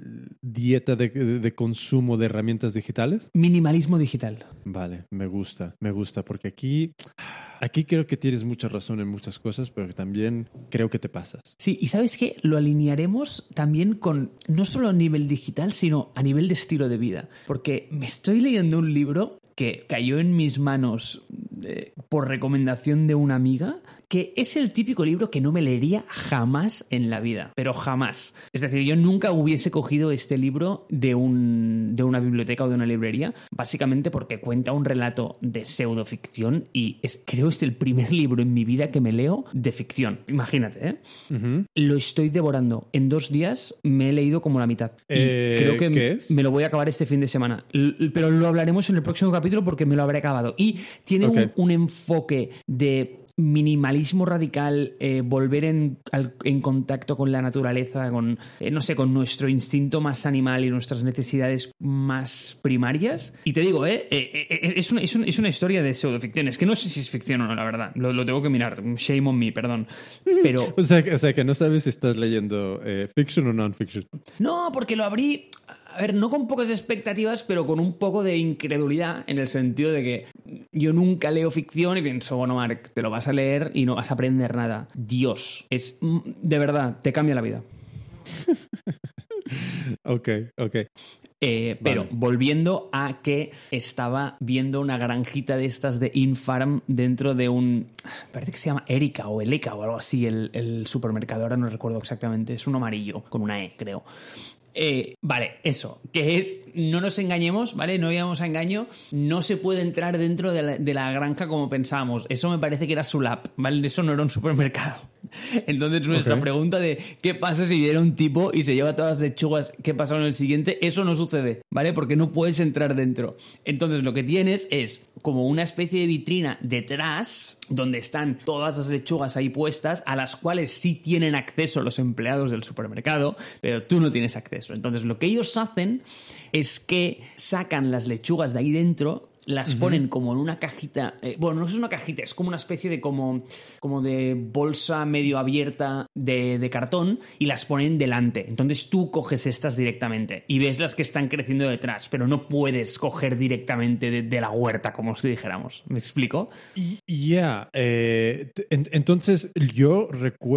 dieta de, de, de consumo de herramientas digitales. Minimalismo digital. Vale, me gusta, me gusta. Porque aquí, aquí creo que tienes mucha razón en muchas cosas, pero también creo que te pasas. Sí, y ¿sabes qué? Lo alinearemos también con, no solo a nivel digital, sino a nivel de estilo de vida. Porque me estoy leyendo un libro que cayó en mis manos eh, por recomendación de una amiga, que es el típico libro que no me leería jamás en la vida, pero jamás. Es decir, yo nunca hubiese cogido este libro de, un, de una biblioteca o de una librería, básicamente porque cuenta un relato de pseudoficción y es, creo que es el primer libro en mi vida que me leo de ficción. Imagínate, ¿eh? Uh-huh. Lo estoy devorando. En dos días me he leído como la mitad. Eh, y creo que ¿qué es? Me lo voy a acabar este fin de semana. L- pero lo hablaremos en el próximo capítulo porque me lo habré acabado. Y tiene okay. un, un enfoque de minimalismo radical, eh, volver en, al, en contacto con la naturaleza, con, eh, no sé, con nuestro instinto más animal y nuestras necesidades más primarias. Y te digo, eh, eh, eh es, una, es, una, es una historia de pseudoficción. Es que no sé si es ficción o no, la verdad. Lo, lo tengo que mirar. Shame on me, perdón. Pero... o, sea, o sea, que no sabes si estás leyendo eh, fiction o non-fiction. No, porque lo abrí... A ver, no con pocas expectativas, pero con un poco de incredulidad, en el sentido de que yo nunca leo ficción y pienso, bueno, Marc, te lo vas a leer y no vas a aprender nada. Dios, es de verdad, te cambia la vida. Ok, ok. Eh, pero Vale. volviendo a que estaba viendo una granjita de estas de Infarm dentro de un... Parece que se llama Erika o Eleca o algo así, el, el supermercado, ahora no recuerdo exactamente, es un amarillo, con una E, creo. Eh, vale, eso, que es, no nos engañemos, ¿vale? No íbamos a engaño, no se puede entrar dentro de la, de la granja como pensábamos. Eso me parece que era su lab, ¿vale? Eso no era un supermercado. Entonces nuestra Ok. pregunta de ¿qué pasa si viene un tipo y se lleva todas las lechugas? ¿Qué pasa en el siguiente? Eso no sucede, ¿vale? Porque no puedes entrar dentro. Entonces lo que tienes es como una especie de vitrina detrás donde están todas las lechugas ahí puestas, a las cuales sí tienen acceso los empleados del supermercado, pero tú no tienes acceso. Entonces lo que ellos hacen es que sacan las lechugas de ahí dentro, las uh-huh. ponen como en una cajita, eh, bueno, no es una cajita, es como una especie de como, como de bolsa medio abierta de, de cartón y las ponen delante. Entonces tú coges estas directamente y ves las que están creciendo detrás, pero no puedes coger directamente de, de la huerta, como si dijéramos. ¿Me explico? Ya, yeah, eh, en, entonces yo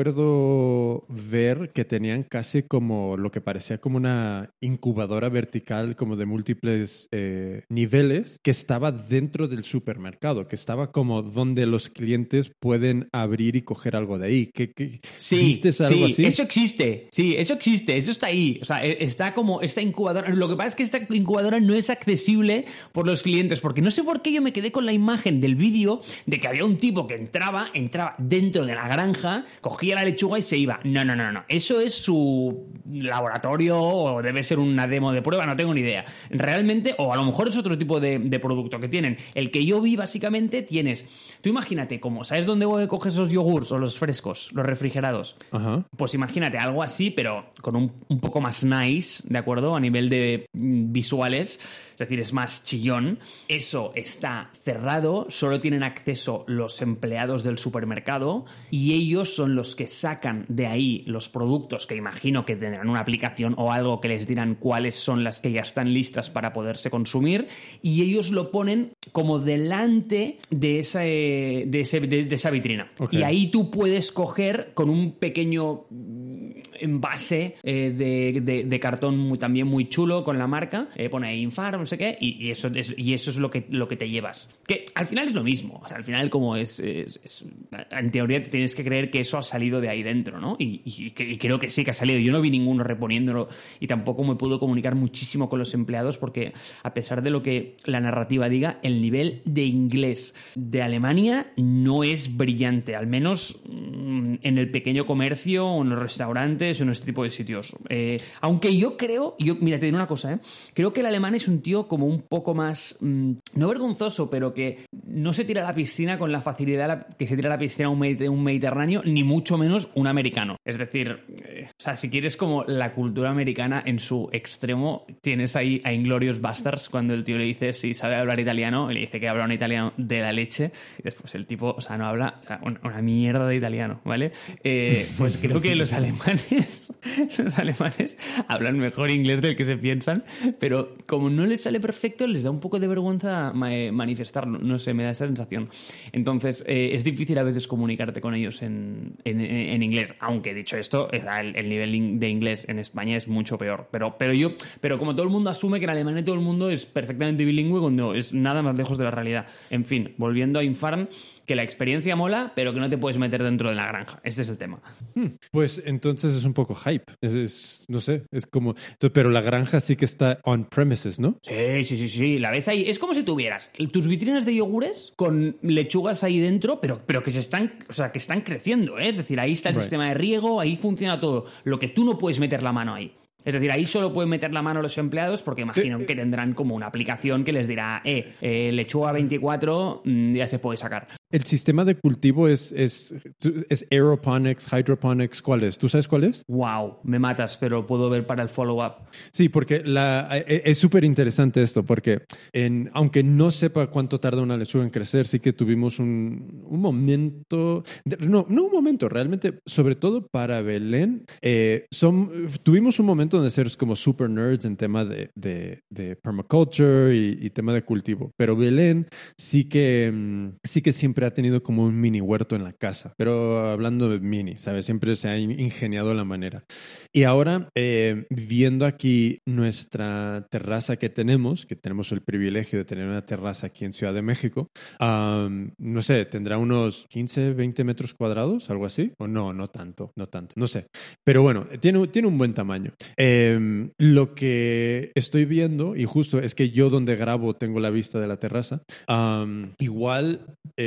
recuerdo ver que tenían casi como lo que parecía como una incubadora vertical, como de múltiples eh, niveles, que estaba dentro del supermercado, que estaba como donde los clientes pueden abrir y coger algo de ahí. ¿Qué, qué, sí, ¿Viste algo sí, así? Eso existe. Sí, eso existe. Eso está ahí. O sea, está como esta incubadora. Lo que pasa es que esta incubadora no es accesible por los clientes, porque no sé por qué yo me quedé con la imagen del vídeo de que había un tipo que entraba, entraba dentro de la granja, cogía la lechuga y se iba. No, no, no, no. Eso es su laboratorio o debe ser una demo de prueba, no tengo ni idea. Realmente, o a lo mejor es otro tipo de, de producto que tienen. El que yo vi, básicamente, tienes... Tú imagínate como, ¿sabes dónde coges esos yogurts o los frescos, los refrigerados? Ajá. Pues imagínate algo así, pero con un, un poco más nice, ¿de acuerdo? A nivel de mm, visuales, es decir, es más chillón. Eso está cerrado, solo tienen acceso los empleados del supermercado y ellos son los que sacan de ahí los productos que imagino que tendrán una aplicación o algo que les dirán cuáles son las que ya están listas para poderse consumir y ellos lo ponen como delante de, ese, de, ese, de, de esa vitrina. Okay. Y ahí tú puedes coger con un pequeño envase eh, de, de, de cartón muy, también muy chulo con la marca, eh, pone ahí Infarm, no sé qué, y, y, eso, es, y eso es lo que, lo que te llevas. Que al final es lo mismo, o sea, al final como es, es, es en teoría te tienes que creer que eso ha salido de ahí dentro, ¿no? Y, y, y creo que sí que ha salido. Yo no vi ninguno reponiéndolo y tampoco me puedo comunicar muchísimo con los empleados porque a pesar de lo que la narrativa diga, el nivel de inglés de Alemania no es brillante, al menos mmm, en el pequeño comercio o en los restaurantes o en este tipo de sitios. Eh, aunque yo creo, yo, mira, te diré una cosa, ¿eh? Creo que el alemán es un tío como un poco más, mmm, no vergonzoso, pero que no se tira a la piscina con la facilidad que se tira a la piscina un, mediter- un mediterráneo, ni mucho menos un americano. Es decir, eh, o sea, si quieres como la cultura americana en su extremo, tienes ahí a Inglourious Basterds cuando el tío le dice si sabe hablar italiano y le dice que habla un italiano de la leche y después el tipo, o sea, no habla, o sea, una mierda de italiano, ¿vale? Eh, pues creo que los alemanes los alemanes hablan mejor inglés del que se piensan, pero como no les sale perfecto, les da un poco de vergüenza manifestarlo, no sé, me da esta sensación. Entonces, eh, es difícil a veces comunicarte con ellos en, en, en inglés, aunque dicho esto, el, el nivel de inglés en España es mucho peor, pero, pero yo, pero como todo el mundo asume que en Alemania todo el mundo es perfectamente bilingüe, cuando es nada más lejos de la realidad. En fin, volviendo a Infarm, que la experiencia mola, pero que no te puedes meter dentro de la granja. Este es el tema. Pues entonces es un poco hype. Es, es no sé, es como... Pero la granja sí que está on premises, ¿no? Sí, sí, sí, sí. La ves ahí. Es como si tuvieras tus vitrinas de yogures con lechugas ahí dentro, pero, pero que se están, o sea, que están creciendo, ¿eh? Es decir, ahí está el right. sistema de riego, ahí funciona todo. Lo que tú no puedes meter la mano ahí. Es decir, ahí solo pueden meter la mano los empleados porque imagino que tendrán como una aplicación que les dirá, eh, eh lechuga veinticuatro, ya se puede sacar. El sistema de cultivo es, es, es aeroponics, hydroponics, ¿cuál es? ¿Tú sabes cuál es? Wow, me matas, pero puedo ver para el follow-up. Sí, porque la, es súper interesante esto, porque en, aunque no sepa cuánto tarda una lechuga en crecer, sí que tuvimos un, un momento, no, no un momento, realmente, sobre todo para Belén, eh, son, tuvimos un momento donde ser como super nerds en tema de, de, de permaculture y, y tema de cultivo, pero Belén sí que, sí que siempre siempre ha tenido como un mini huerto en la casa, pero hablando de mini, ¿sabes? Siempre se ha ingeniado la manera. Y ahora, eh, viendo aquí nuestra terraza que tenemos, que tenemos el privilegio de tener una terraza aquí en Ciudad de México, um, no sé, tendrá unos quince, veinte metros cuadrados, algo así, o no, no tanto, no tanto, no sé. Pero bueno, tiene, tiene un buen tamaño. Eh, lo que estoy viendo, y justo es que yo donde grabo tengo la vista de la terraza, um, igual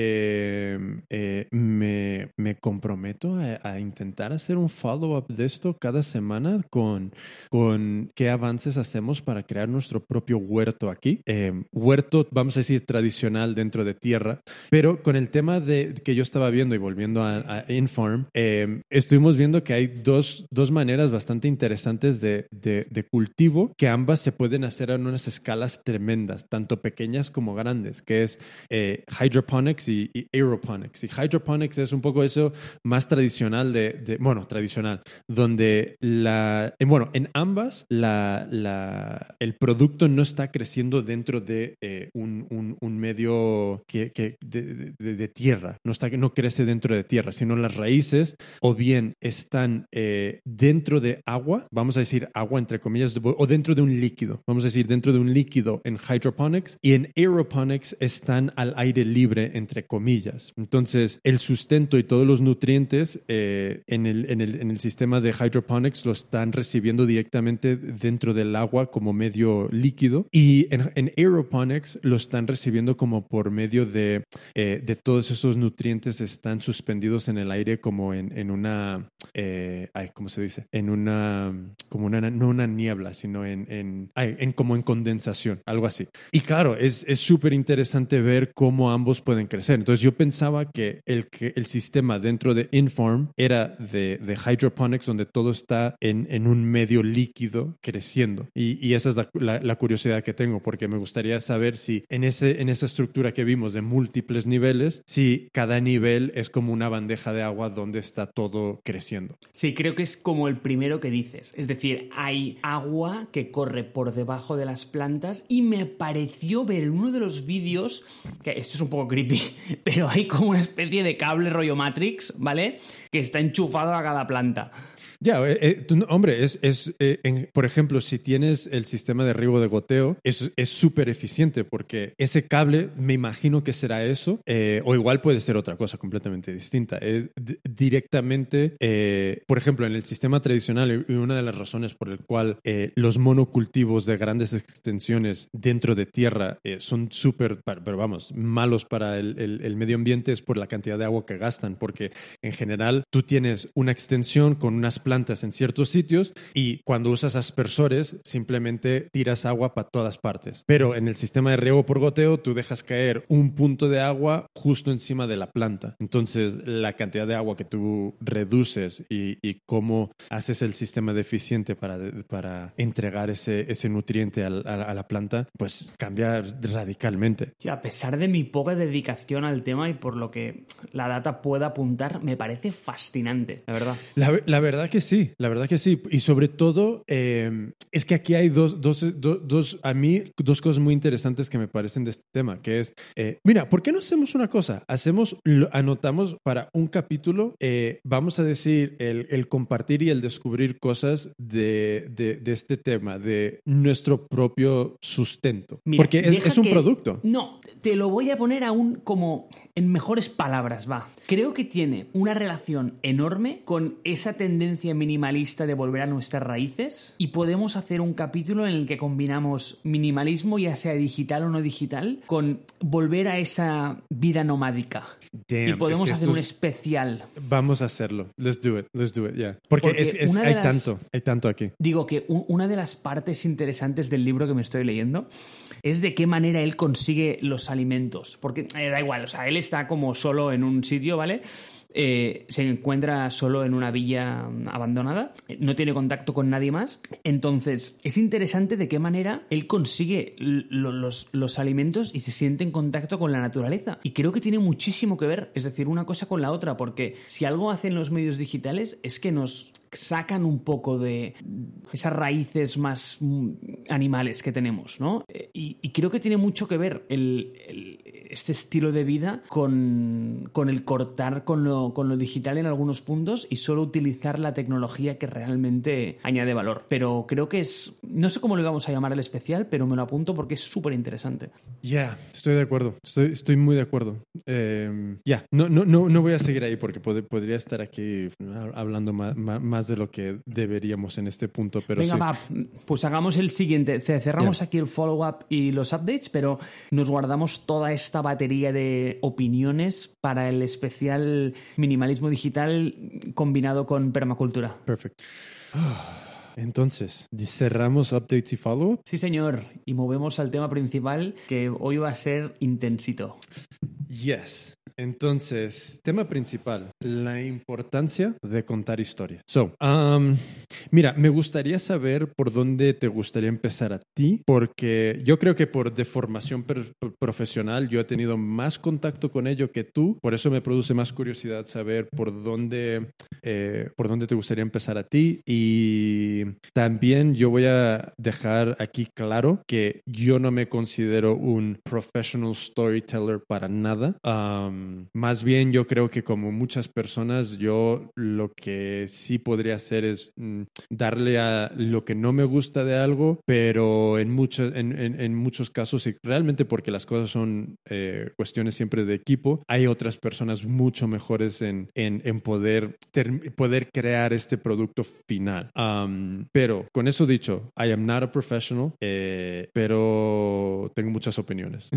eh, eh, me, me comprometo a, a intentar hacer un follow-up de esto cada semana con, con qué avances hacemos para crear nuestro propio huerto aquí. Eh, huerto, vamos a decir, tradicional dentro de tierra, pero con el tema de que yo estaba viendo y volviendo a, a Inform, eh, estuvimos viendo que hay dos, dos maneras bastante interesantes de, de, de cultivo, que ambas se pueden hacer en unas escalas tremendas, tanto pequeñas como grandes, que es eh, hydroponics y, y aeroponics. Y hydroponics es un poco eso más tradicional de, de bueno, tradicional, donde la, eh, bueno, en ambas la, la, el producto no está creciendo dentro de eh, un, un, un medio que, que de, de, de tierra, no, está, no crece dentro de tierra, sino las raíces o bien están eh, dentro de agua, vamos a decir agua entre comillas, o dentro de un líquido, vamos a decir dentro de un líquido en hydroponics, y en aeroponics están al aire libre entre comillas. Entonces el sustento y todos los nutrientes eh, en, el, en, el, en el sistema de hydroponics lo están recibiendo directamente dentro del agua como medio líquido, y en, en aeroponics lo están recibiendo como por medio de, eh, de todos esos nutrientes están suspendidos en el aire como en, en una eh, ay, ¿cómo se dice? En una como una, no una niebla, sino en, en, ay, en como en condensación, algo así. Y claro, es es súper interesante ver cómo ambos pueden crecer. Entonces yo pensaba que el, que el sistema dentro de Inform era de, de hydroponics, donde todo está en, en un medio líquido creciendo. Y, y esa es la, la, la curiosidad que tengo, porque me gustaría saber si en, ese, en esa estructura que vimos de múltiples niveles, si cada nivel es como una bandeja de agua donde está todo creciendo. Sí, creo que es como el primero que dices. Es decir, hay agua que corre por debajo de las plantas, y me pareció ver en uno de los vídeos, que esto es un poco creepy, pero hay como una especie de cable rollo Matrix, ¿vale? Que está enchufado a cada planta. Ya, yeah, eh, eh, tú, hombre, es, es eh, en, por ejemplo, si tienes el sistema de riego de goteo, es súper eficiente, porque ese cable, me imagino que será eso, eh, o igual puede ser otra cosa completamente distinta. Es d- directamente, eh, por ejemplo, en el sistema tradicional, y una de las razones por el cual eh, los monocultivos de grandes extensiones dentro de tierra eh, son súper, pero vamos, malos para el, el, el medio ambiente, es por la cantidad de agua que gastan, porque en general tú tienes una extensión con unas plantas en ciertos sitios, y cuando usas aspersores simplemente tiras agua para todas partes. Pero en el sistema de riego por goteo tú dejas caer un punto de agua justo encima de la planta. Entonces la cantidad de agua que tú reduces y, y cómo haces el sistema de eficiente para, para entregar ese, ese nutriente a, a, a la planta, pues cambia radicalmente. Sí, a pesar de mi poca dedicación al tema y por lo que la data pueda apuntar, me parece fascinante, la verdad. La, la verdad que sí, la verdad que sí. Y sobre todo, eh, es que aquí hay dos, dos, dos, dos, a mí, dos cosas muy interesantes que me parecen de este tema, que es, eh, mira, ¿por qué no hacemos una cosa? Hacemos, lo, anotamos para un capítulo, eh, vamos a decir, el, el compartir y el descubrir cosas de, de, de este tema, de nuestro propio sustento. Mira, porque es, es un que, producto. No, te lo voy a poner aún como en mejores palabras, va. Creo que tiene una relación enorme con esa tendencia minimalista de volver a nuestras raíces, y podemos hacer un capítulo en el que combinamos minimalismo, ya sea digital o no digital, con volver a esa vida nomádica. Damn, y podemos es que hacer un especial. Vamos a hacerlo. Let's do it. Let's do it, yeah. Porque, Porque es, es, hay las, tanto, hay tanto aquí. Digo que un, una de las partes interesantes del libro que me estoy leyendo es de qué manera él consigue los alimentos. Porque eh, da igual, o sea, él está como solo en un sitio, ¿vale? Eh, se encuentra solo en una villa abandonada, no tiene contacto con nadie más. Entonces es interesante de qué manera él consigue lo, los, los alimentos y se siente en contacto con la naturaleza, y creo que tiene muchísimo que ver, es decir, una cosa con la otra, porque si algo hacen los medios digitales es que nos sacan un poco de esas raíces más animales que tenemos, ¿no? Y, y creo que tiene mucho que ver el, el este estilo de vida con, con el cortar con lo, con lo digital en algunos puntos y solo utilizar la tecnología que realmente añade valor. Pero creo que es, no sé cómo le vamos a llamar el especial, pero me lo apunto porque es súper interesante. Ya, yeah, estoy de acuerdo, estoy, estoy muy de acuerdo. Eh, ya, yeah. no, no, no, no voy a seguir ahí porque pod- podría estar aquí hablando más, más de lo que deberíamos en este punto. Pero Venga, sí. va, pues hagamos el siguiente. Cerramos yeah. aquí el follow-up y los updates, pero nos guardamos toda esta batería de opiniones para el especial minimalismo digital combinado con permacultura. Perfecto. Entonces, ¿cerramos updates y follow-up? Sí, señor. Y movemos al tema principal, que hoy va a ser intensito. Yes. Entonces, tema principal, la importancia de contar historias. So, um, mira, me gustaría saber por dónde te gustaría empezar a ti, porque yo creo que por deformación per- profesional yo he tenido más contacto con ello que tú, por eso me produce más curiosidad saber por dónde, eh, por dónde te gustaría empezar a ti. Y también yo voy a dejar aquí claro que yo no me considero un professional storyteller para nada. Um, Más bien yo creo que como muchas personas yo lo que sí podría hacer es mm, darle a lo que no me gusta de algo, pero en, muchos en, en, en muchos casos, y realmente porque las cosas son eh, cuestiones siempre de equipo, hay otras personas mucho mejores en, en, en poder, ter, poder crear este producto final. Um, pero con eso dicho, I am not a professional, eh, pero tengo muchas opiniones.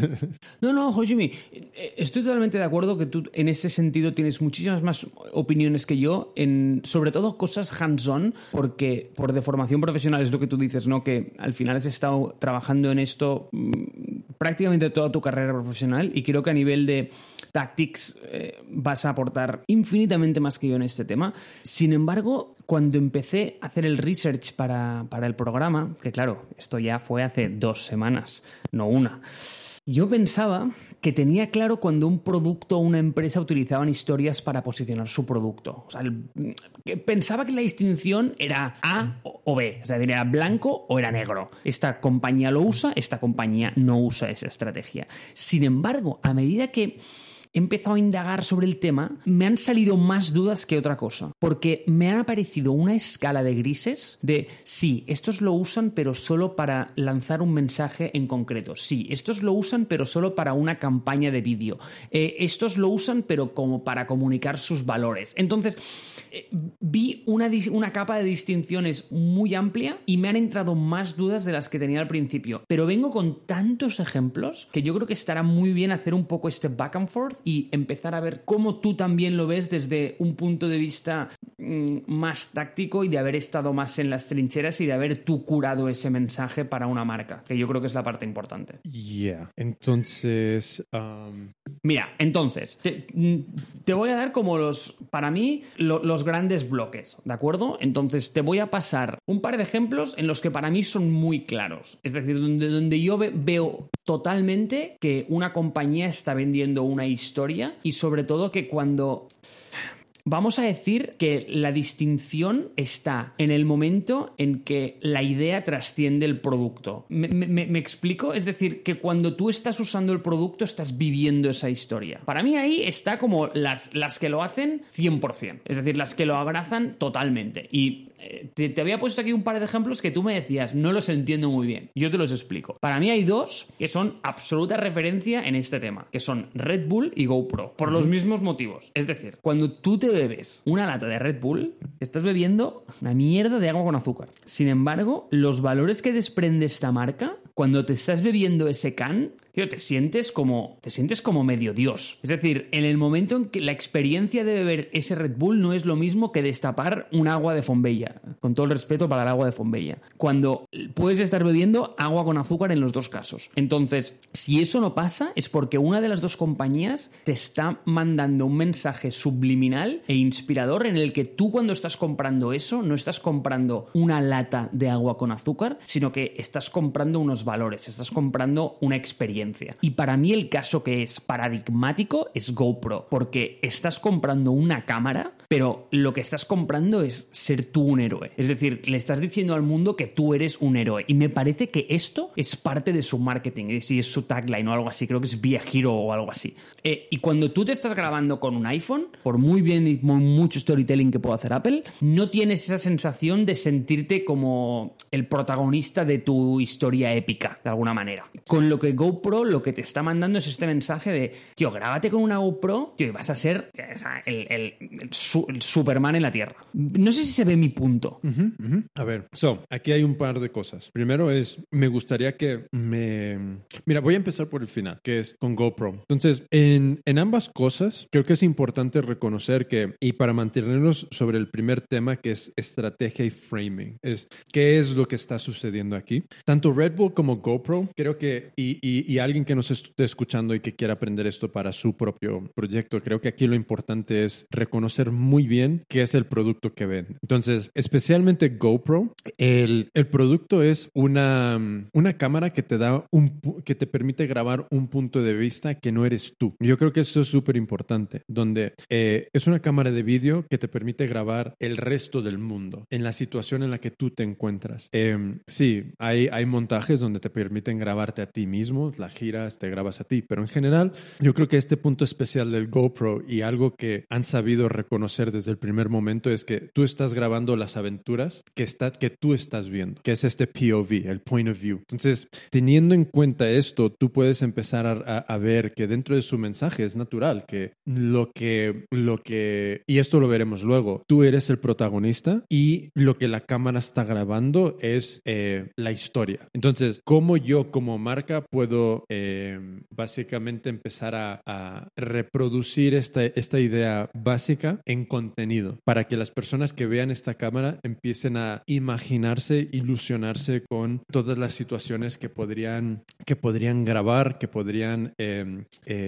No, no, Hojimi, estoy totalmente de acuerdo que tú en ese sentido tienes muchísimas más opiniones que yo, en sobre todo cosas hands-on, porque por deformación profesional es lo que tú dices, ¿no? Que al final has estado trabajando en esto mmm, prácticamente toda tu carrera profesional y creo que a nivel de tactics eh, vas a aportar infinitamente más que yo en este tema. Sin embargo, cuando empecé a hacer el research para, para el programa, que claro, esto ya fue hace dos semanas, no una, yo pensaba que tenía claro cuando un producto o una empresa utilizaban historias para posicionar su producto. O sea, el, pensaba que la distinción era A o B. O sea, era blanco o era negro. Esta compañía lo usa, esta compañía no usa esa estrategia. Sin embargo, a medida que he empezado a indagar sobre el tema, me han salido más dudas que otra cosa, porque me han aparecido una escala de grises de sí, estos lo usan pero solo para lanzar un mensaje en concreto, sí, estos lo usan pero solo para una campaña de vídeo, eh, estos lo usan pero como para comunicar sus valores. Entonces, eh, vi una, una capa de distinciones muy amplia y me han entrado más dudas de las que tenía al principio, pero vengo con tantos ejemplos que yo creo que estará muy bien hacer un poco este back and forth y empezar a ver cómo tú también lo ves desde un punto de vista mmm, más táctico y de haber estado más en las trincheras y de haber tú curado ese mensaje para una marca, que yo creo que es la parte importante. Yeah. Entonces... Um... Mira, entonces, te, te voy a dar como los, para mí, lo, los grandes bloques, ¿de acuerdo? Entonces, te voy a pasar un par de ejemplos en los que para mí son muy claros. Es decir, donde, donde yo ve, veo totalmente que una compañía está vendiendo una historia y sobre todo que cuando... Vamos a decir que la distinción está en el momento en que la idea trasciende el producto. ¿Me, me, me explico? Es decir, que cuando tú estás usando el producto estás viviendo esa historia. Para mí ahí está como las, las que lo hacen cien por ciento. Es decir, las que lo abrazan totalmente. Y eh, te, te había puesto aquí un par de ejemplos que tú me decías, no los entiendo muy bien. Yo te los explico. Para mí hay dos que son absoluta referencia en este tema, que son Red Bull y GoPro, por los mismos motivos. Es decir, cuando tú te bebes una lata de Red Bull, estás bebiendo una mierda de agua con azúcar. Sin embargo, los valores que desprende esta marca, cuando te estás bebiendo ese can, tío, te sientes como te sientes como medio Dios. Es decir, en el momento en que la experiencia de beber ese Red Bull no es lo mismo que destapar un agua de Fonbella, con todo el respeto para el agua de Fonbella, cuando puedes estar bebiendo agua con azúcar en los dos casos. Entonces, si eso no pasa, es porque una de las dos compañías te está mandando un mensaje subliminal e inspirador en el que tú, cuando estás comprando eso, no estás comprando una lata de agua con azúcar, sino que estás comprando unos unos valores, estás comprando una experiencia. Y para mí el caso que es paradigmático es GoPro, porque estás comprando una cámara, pero lo que estás comprando es ser tú un héroe. Es decir, le estás diciendo al mundo que tú eres un héroe. Y me parece que esto es parte de su marketing, si es su tagline o algo así, creo que es Be a Hero o algo así. Eh, y cuando tú te estás grabando con un iPhone, por muy bien y muy, mucho storytelling que pueda hacer Apple, no tienes esa sensación de sentirte como el protagonista de tu historia épica, de alguna manera. Con lo que GoPro lo que te está mandando es este mensaje de, tío, grábate con una GoPro, tío, y vas a ser o sea, el, el, el, su, el Superman en la Tierra. No sé si se ve mi punto. Uh-huh, uh-huh. A ver, so, aquí hay un par de cosas. Primero es, me gustaría que me... Mira, voy a empezar por el final, que es con GoPro. Entonces, en, en ambas cosas, creo que es importante reconocer que, y para mantenernos sobre el primer tema, que es estrategia y framing, es qué es lo que está sucediendo aquí. Tanto Red Bull como GoPro, creo que, y, y, y alguien que nos esté escuchando y que quiera aprender esto para su propio proyecto, creo que aquí lo importante es reconocer muy bien qué es el producto que vende. Entonces, especialmente GoPro, el, el producto es una, una cámara que te da un, que te permite grabar un punto de vista que no eres tú. Yo creo que eso es súper importante, donde eh, es una cámara de vídeo que te permite grabar el resto del mundo en la situación en la que tú te encuentras. Eh, sí, hay, hay montajes donde te permiten grabarte a ti mismo, la giras, te grabas a ti, pero en general yo creo que este punto especial del GoPro y algo que han sabido reconocer desde el primer momento es que tú estás grabando las aventuras que, está, que tú estás viendo, que es este P O V, el point of view. Entonces, teniendo en cuenta esto, tú puedes empezar a, a, a ver que dentro de su mensaje es natural, que lo que, lo que, y esto lo veremos luego, tú eres el protagonista y lo que la cámara está grabando es eh, la historia. Entonces, ¿cómo yo como marca puedo eh, básicamente empezar a, a reproducir esta, esta idea básica en contenido para que las personas que vean esta cámara empiecen a imaginarse, ilusionarse con todas las situaciones que podrían, que podrían grabar, que podrían eh,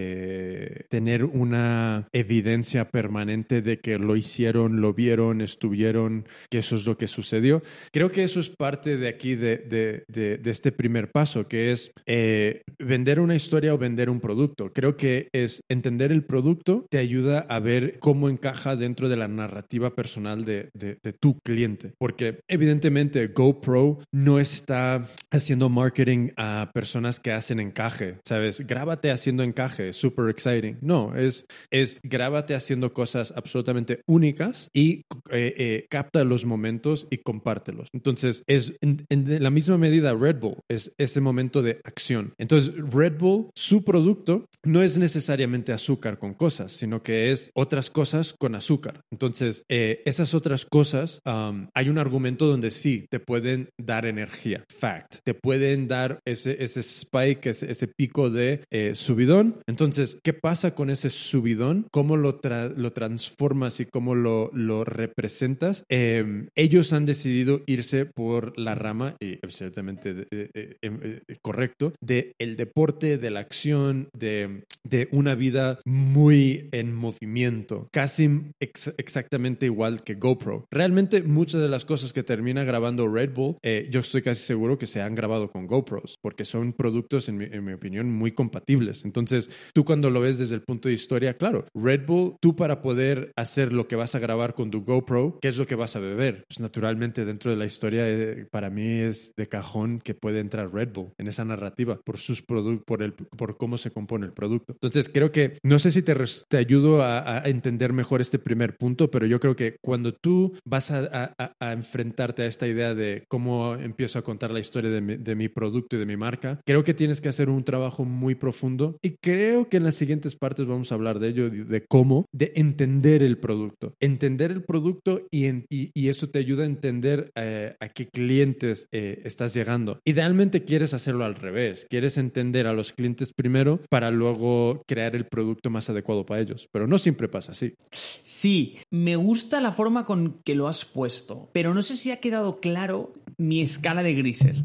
eh, tener una evidencia permanente de que lo hicieron, lo vieron, estuvieron, que eso es lo que sucedió. Creo que eso es parte de aquí, de, de, de, de este primer paso, que es eh, vender una historia o vender un producto. Creo que es entender el producto, te ayuda a ver cómo encaja dentro de la narrativa personal de, de, de tu cliente. Porque evidentemente GoPro no está haciendo marketing a personas que hacen encaje, ¿sabes? Grábate haciendo encaje, super exciting. No, es, es grábate haciendo cosas absolutamente únicas y eh, eh, capta los momentos y compártelos. Entonces, es en, en la misma medida Red Bull, es ese momento de acción. Entonces, Red Bull, su producto no es necesariamente azúcar con cosas, sino que es otras cosas con azúcar. Entonces, eh, esas otras cosas, um, hay un argumento donde sí, te pueden dar energía, fact. Te pueden dar ese, ese spike, ese, ese pico de eh, subidón. Entonces, ¿qué pasa con ese subidón? ¿Cómo lo, tra- lo transformas y cómo lo, lo representas? Eh, ellos han decidido irse por la rama, y absolutamente eh, eh, eh, correcto, de el deporte, de la acción, de, de una vida muy en movimiento, casi ex- exactamente igual que GoPro. Realmente muchas de las cosas que termina grabando Red Bull, eh, yo estoy casi seguro que se han grabado con GoPros, porque son productos, en mi, en mi opinión, muy compatibles. Entonces, tú cuando lo ves desde el punto de historia, claro, Red Bull, tú para poder hacer lo que vas a grabar con tu GoPro, ¿qué es lo que vas a beber? Pues naturalmente dentro de la historia, eh, para mí es de cajón que puede entrar Red Bull en esa narrativa por sus productos, por, el, por cómo se compone el producto. Entonces, creo que, no sé si te, te ayudo a, a entender mejor este primer punto, pero yo creo que cuando tú vas a, a, a enfrentarte a esta idea de cómo empiezo a contar la historia de mi, de mi producto y de mi marca, creo que tienes que hacer un trabajo muy profundo y creo que en las siguientes partes vamos a hablar de ello, de, de cómo, de entender el producto. Entender el producto y, en, y, y eso te ayuda a entender eh, a qué clientes eh, estás llegando. Idealmente quieres hacerlo al revés, quieres entender a los clientes primero para luego crear el producto más adecuado para ellos, pero no siempre pasa así. Sí, me gusta la forma con que lo has puesto, pero no sé si ha quedado claro mi escala de grises.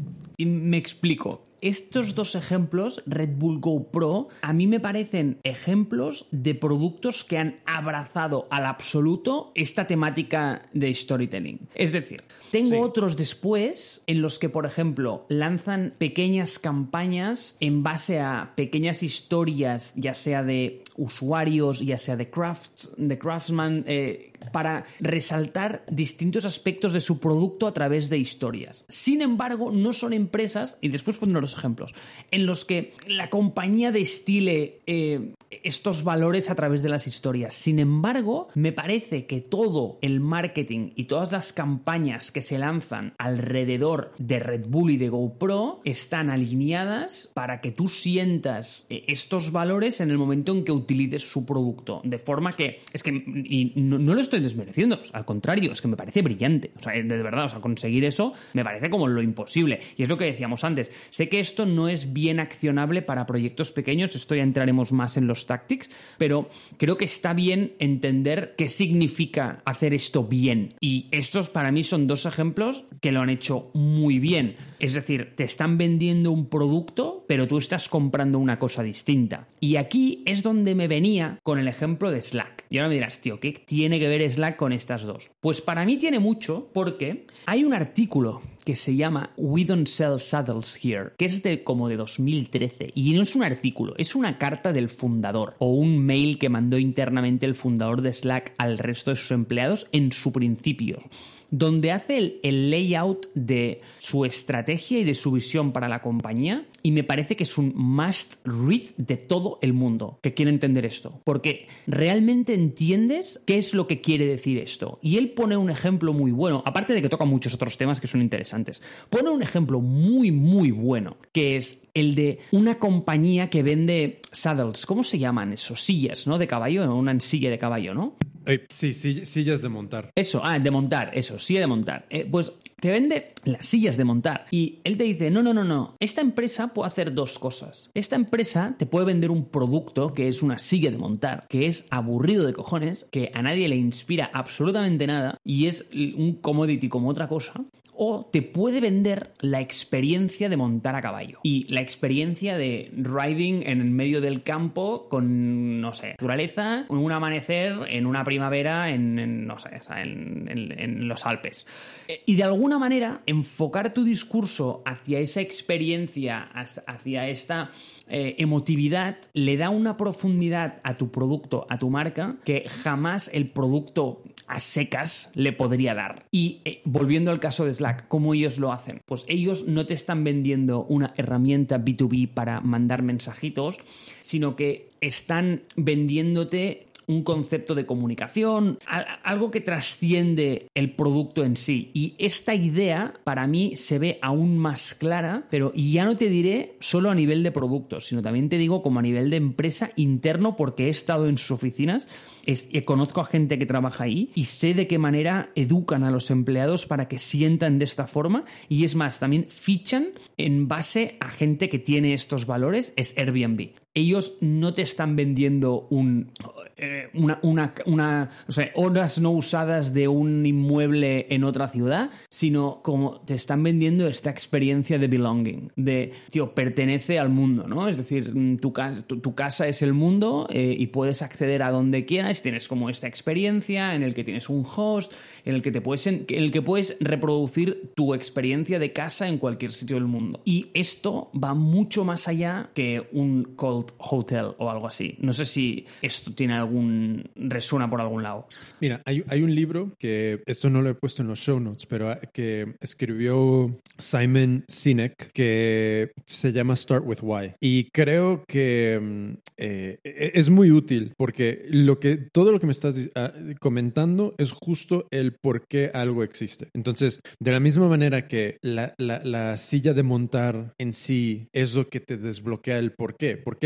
Y me explico. Estos dos ejemplos, Red Bull GoPro, a mí me parecen ejemplos de productos que han abrazado al absoluto esta temática de storytelling. Es decir, tengo sí. otros después en los que, por ejemplo, lanzan pequeñas campañas en base a pequeñas historias, ya sea de usuarios, ya sea de, crafts, de craftsman, eh, para resaltar distintos aspectos de su producto a través de historias. Sin embargo, no son empresas, y después pondré los ejemplos, en los que la compañía destile eh, estos valores a través de las historias. Sin embargo, me parece que todo el marketing y todas las campañas que se lanzan alrededor de Red Bull y de GoPro están alineadas para que tú sientas eh, estos valores en el momento en que utilices su producto. De forma que, es que, y no, no lo estoy desmereciendo, o sea, al contrario, es que me parece brillante. O sea, de, de verdad, o sea, conseguir eso me parece como lo imposible. Y es lo que decíamos antes. Sé que esto no es bien accionable para proyectos pequeños, esto ya entraremos más en los tactics, pero creo que está bien entender qué significa hacer esto bien. Y estos para mí son dos ejemplos que lo han hecho muy bien. Es decir, te están vendiendo un producto, pero tú estás comprando una cosa distinta. Y aquí es donde me venía con el ejemplo de Slack. Y ahora me dirás, tío, ¿qué tiene que ver Slack con estas dos? Pues para mí tiene mucho, porque hay un artículo que se llama We Don't Sell Saddles Here, que es de como de dos mil trece, y no es un artículo, es una carta del fundador o un mail que mandó internamente el fundador de Slack al resto de sus empleados en su principio, donde hace el, el layout de su estrategia y de su visión para la compañía, y me parece que es un must read de todo el mundo que quiere entender esto, porque realmente entiendes qué es lo que quiere decir esto. Y él pone un ejemplo muy bueno, aparte de que toca muchos otros temas que son interesantes, pone un ejemplo muy muy bueno, que es el de una compañía que vende saddles. ¿Cómo se llaman esos? Sillas, ¿no? De caballo, una silla de caballo, ¿no? Eh, sí, sí, sillas de montar. Eso, ah, de montar, eso, silla de montar. Eh, pues te vende las sillas de montar y él te dice, no, no, no, no, esta empresa puede hacer dos cosas. Esta empresa te puede vender un producto que es una silla de montar, que es aburrido de cojones, que a nadie le inspira absolutamente nada y es un commodity como otra cosa. O te puede vender la experiencia de montar a caballo y la experiencia de riding en el medio del campo con, no sé, naturaleza, un amanecer en una primavera en, en no sé, en, en, en los Alpes. Y de alguna manera enfocar tu discurso hacia esa experiencia, hacia esta eh, emotividad, le da una profundidad a tu producto, a tu marca, que jamás el producto a secas le podría dar. Y eh, volviendo al caso de Slack, ¿cómo ellos lo hacen? Pues ellos no te están vendiendo una herramienta B dos B para mandar mensajitos, sino que están vendiéndote un concepto de comunicación, algo que trasciende el producto en sí. Y esta idea, para mí, se ve aún más clara, pero ya no te diré solo a nivel de productos, sino también te digo como a nivel de empresa interno, porque he estado en sus oficinas, es, conozco a gente que trabaja ahí y sé de qué manera educan a los empleados para que sientan de esta forma. Y es más, también fichan en base a gente que tiene estos valores, es Airbnb. Ellos no te están vendiendo un, eh, una, una, una, o sea, horas no usadas de un inmueble en otra ciudad, sino como te están vendiendo esta experiencia de belonging, de, tío, pertenece al mundo, ¿no? Es decir, tu, casa, tu, tu casa es el mundo eh, y puedes acceder a donde quieras, tienes como esta experiencia en el que tienes un host, en el que, te puedes, en el que puedes reproducir tu experiencia de casa en cualquier sitio del mundo. Y esto va mucho más allá que un cold hotel o algo así. No sé si esto tiene algún... resuena por algún lado. Mira, hay, hay un libro que, esto no lo he puesto en los show notes, pero que escribió Simon Sinek, que se llama Start with Why. Y creo que eh, es muy útil porque lo que, todo lo que me estás uh, comentando es justo el por qué algo existe. Entonces, de la misma manera que la, la, la silla de montar en sí es lo que te desbloquea el por qué. ¿Por qué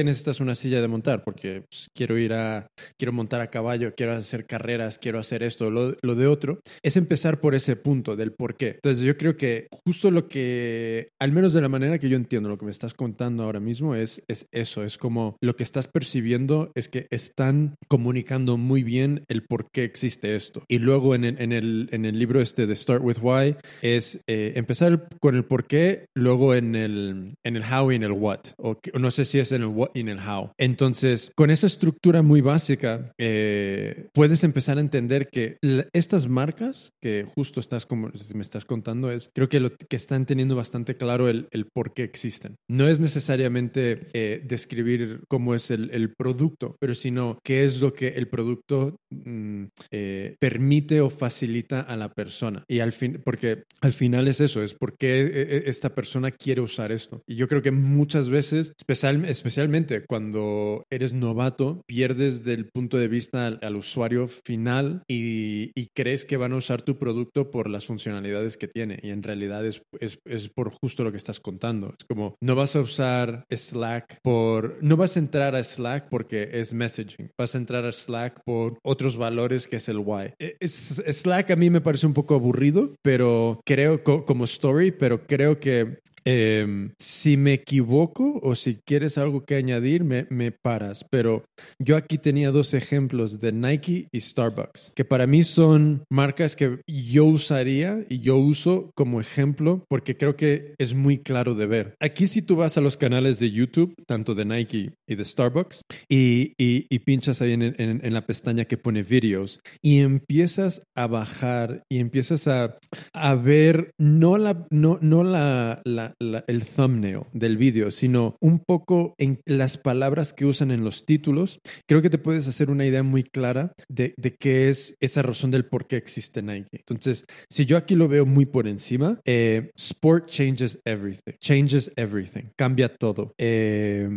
necesitas una silla de montar? Porque pues, quiero ir a, quiero montar a caballo, quiero hacer carreras, quiero hacer esto, lo, lo de otro. Es empezar por ese punto del por qué. Entonces yo creo que justo lo que, al menos de la manera que yo entiendo lo que me estás contando ahora mismo, es, es eso, es como lo que estás percibiendo es que están comunicando muy bien el por qué existe esto. Y luego en el, en el, en el libro este de Start With Why es eh, empezar el, con el por qué, luego en el, en el how y en el what. O que, no sé si es en el what y en el how. Entonces, con esa estructura muy básica, eh, puedes empezar a entender que la, estas marcas que justo estás como me estás contando es, creo que lo que están teniendo bastante claro el, el por qué existen. No es necesariamente eh, describir cómo es el, el producto, pero sino qué es lo que el producto mm, eh, permite o facilita a la persona. Y al fin, porque al final es eso, es por qué esta persona quiere usar esto. Y yo creo que muchas veces, especial, especialmente cuando eres novato, pierdes del punto de vista al, al usuario final y, y crees que van a usar tu producto por las funcionalidades que tiene. Y en realidad es, es, es por justo lo que estás contando. Es como, no vas a usar Slack por... No vas a entrar a Slack porque es messaging. Vas a entrar a Slack por otros valores que es el why. Es, Slack a mí me parece un poco aburrido, pero creo, co- como story, pero creo que Eh, si me equivoco o si quieres algo que añadir, me, me paras. Pero yo aquí tenía dos ejemplos de Nike y Starbucks, que para mí son marcas que yo usaría y yo uso como ejemplo porque creo que es muy claro de ver. Aquí si tú vas a los canales de YouTube, tanto de Nike y de Starbucks, y, y, y pinchas ahí en, en, en la pestaña que pone videos y empiezas a bajar y empiezas a, a ver no la, no, no la, la La, el thumbnail del vídeo, sino un poco en las palabras que usan en los títulos, creo que te puedes hacer una idea muy clara de, de qué es esa razón del por qué existe Nike. Entonces, si yo aquí lo veo muy por encima, eh, sport changes everything. Changes everything. Cambia todo. Eh,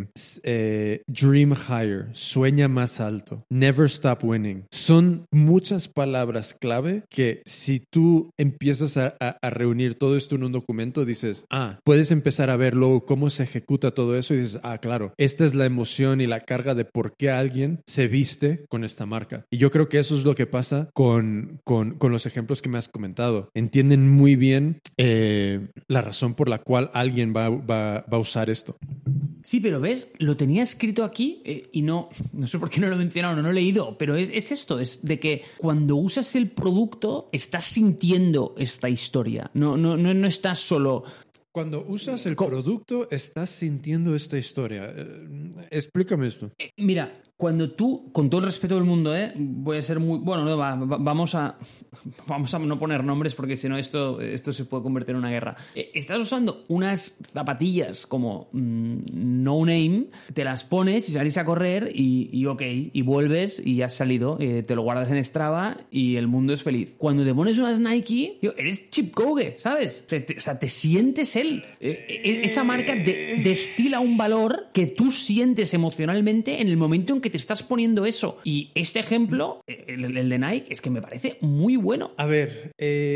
eh, dream higher. Sueña más alto. Never stop winning. Son muchas palabras clave que si tú empiezas a, a, a reunir todo esto en un documento, dices, ah, puedes empezar a ver luego cómo se ejecuta todo eso y dices, ah, claro, esta es la emoción y la carga de por qué alguien se viste con esta marca. Y yo creo que eso es lo que pasa con, con, con los ejemplos que me has comentado. Entienden muy bien eh, la razón por la cual alguien va, va, va a usar esto. Sí, pero ves, lo tenía escrito aquí eh, y no, no sé por qué no lo he mencionado, no lo he leído, pero es, es esto, es de que cuando usas el producto estás sintiendo esta historia, no, no, no, no estás solo... Cuando usas el producto, estás sintiendo esta historia. Eh, explícame esto. Eh, mira, cuando tú, con todo el respeto del mundo, ¿eh? Voy a ser muy... Bueno, no, va, va, vamos a vamos a no poner nombres porque si no esto, esto se puede convertir en una guerra. Eh, estás usando unas zapatillas como mmm, no name, te las pones y salís a correr y, y ok, y vuelves y ya has salido, eh, te lo guardas en Strava y el mundo es feliz. Cuando te pones unas Nike, tío, eres Chip Kauge, ¿sabes? Te, te, o sea, te sientes él. Eh, esa marca de, destila un valor que tú sientes emocionalmente en el momento en que te estás poniendo eso. Y este ejemplo, el, el de Nike, es que me parece muy bueno. A ver,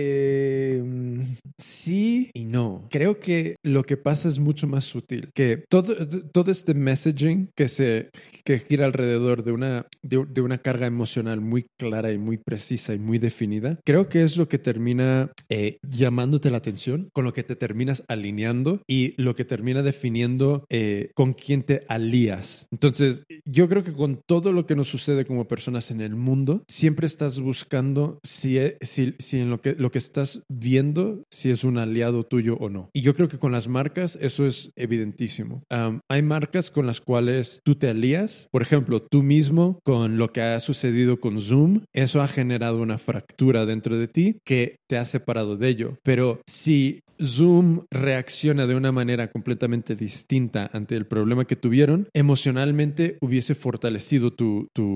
eh, sí y no. Creo que lo que pasa es mucho más sutil. Que todo, todo este messaging que se que gira alrededor de una, de, de una carga emocional muy clara y muy precisa y muy definida, creo que es lo que termina eh, llamándote la atención, con lo que te terminas alineando y lo que termina definiendo eh, con quién te alías. Entonces, yo creo que con todo lo que nos sucede como personas en el mundo, siempre estás buscando si, si, si en lo que, lo que estás viendo, si es un aliado tuyo o no. Y yo creo que con las marcas eso es evidentísimo. Um, hay marcas con las cuales tú te alías. Por ejemplo, tú mismo, con lo que ha sucedido con Zoom, eso ha generado una fractura dentro de ti que te ha separado de ello. Pero si Zoom reacciona de una manera completamente distinta ante el problema que tuvieron, emocionalmente hubiese fortalecido tu, tu,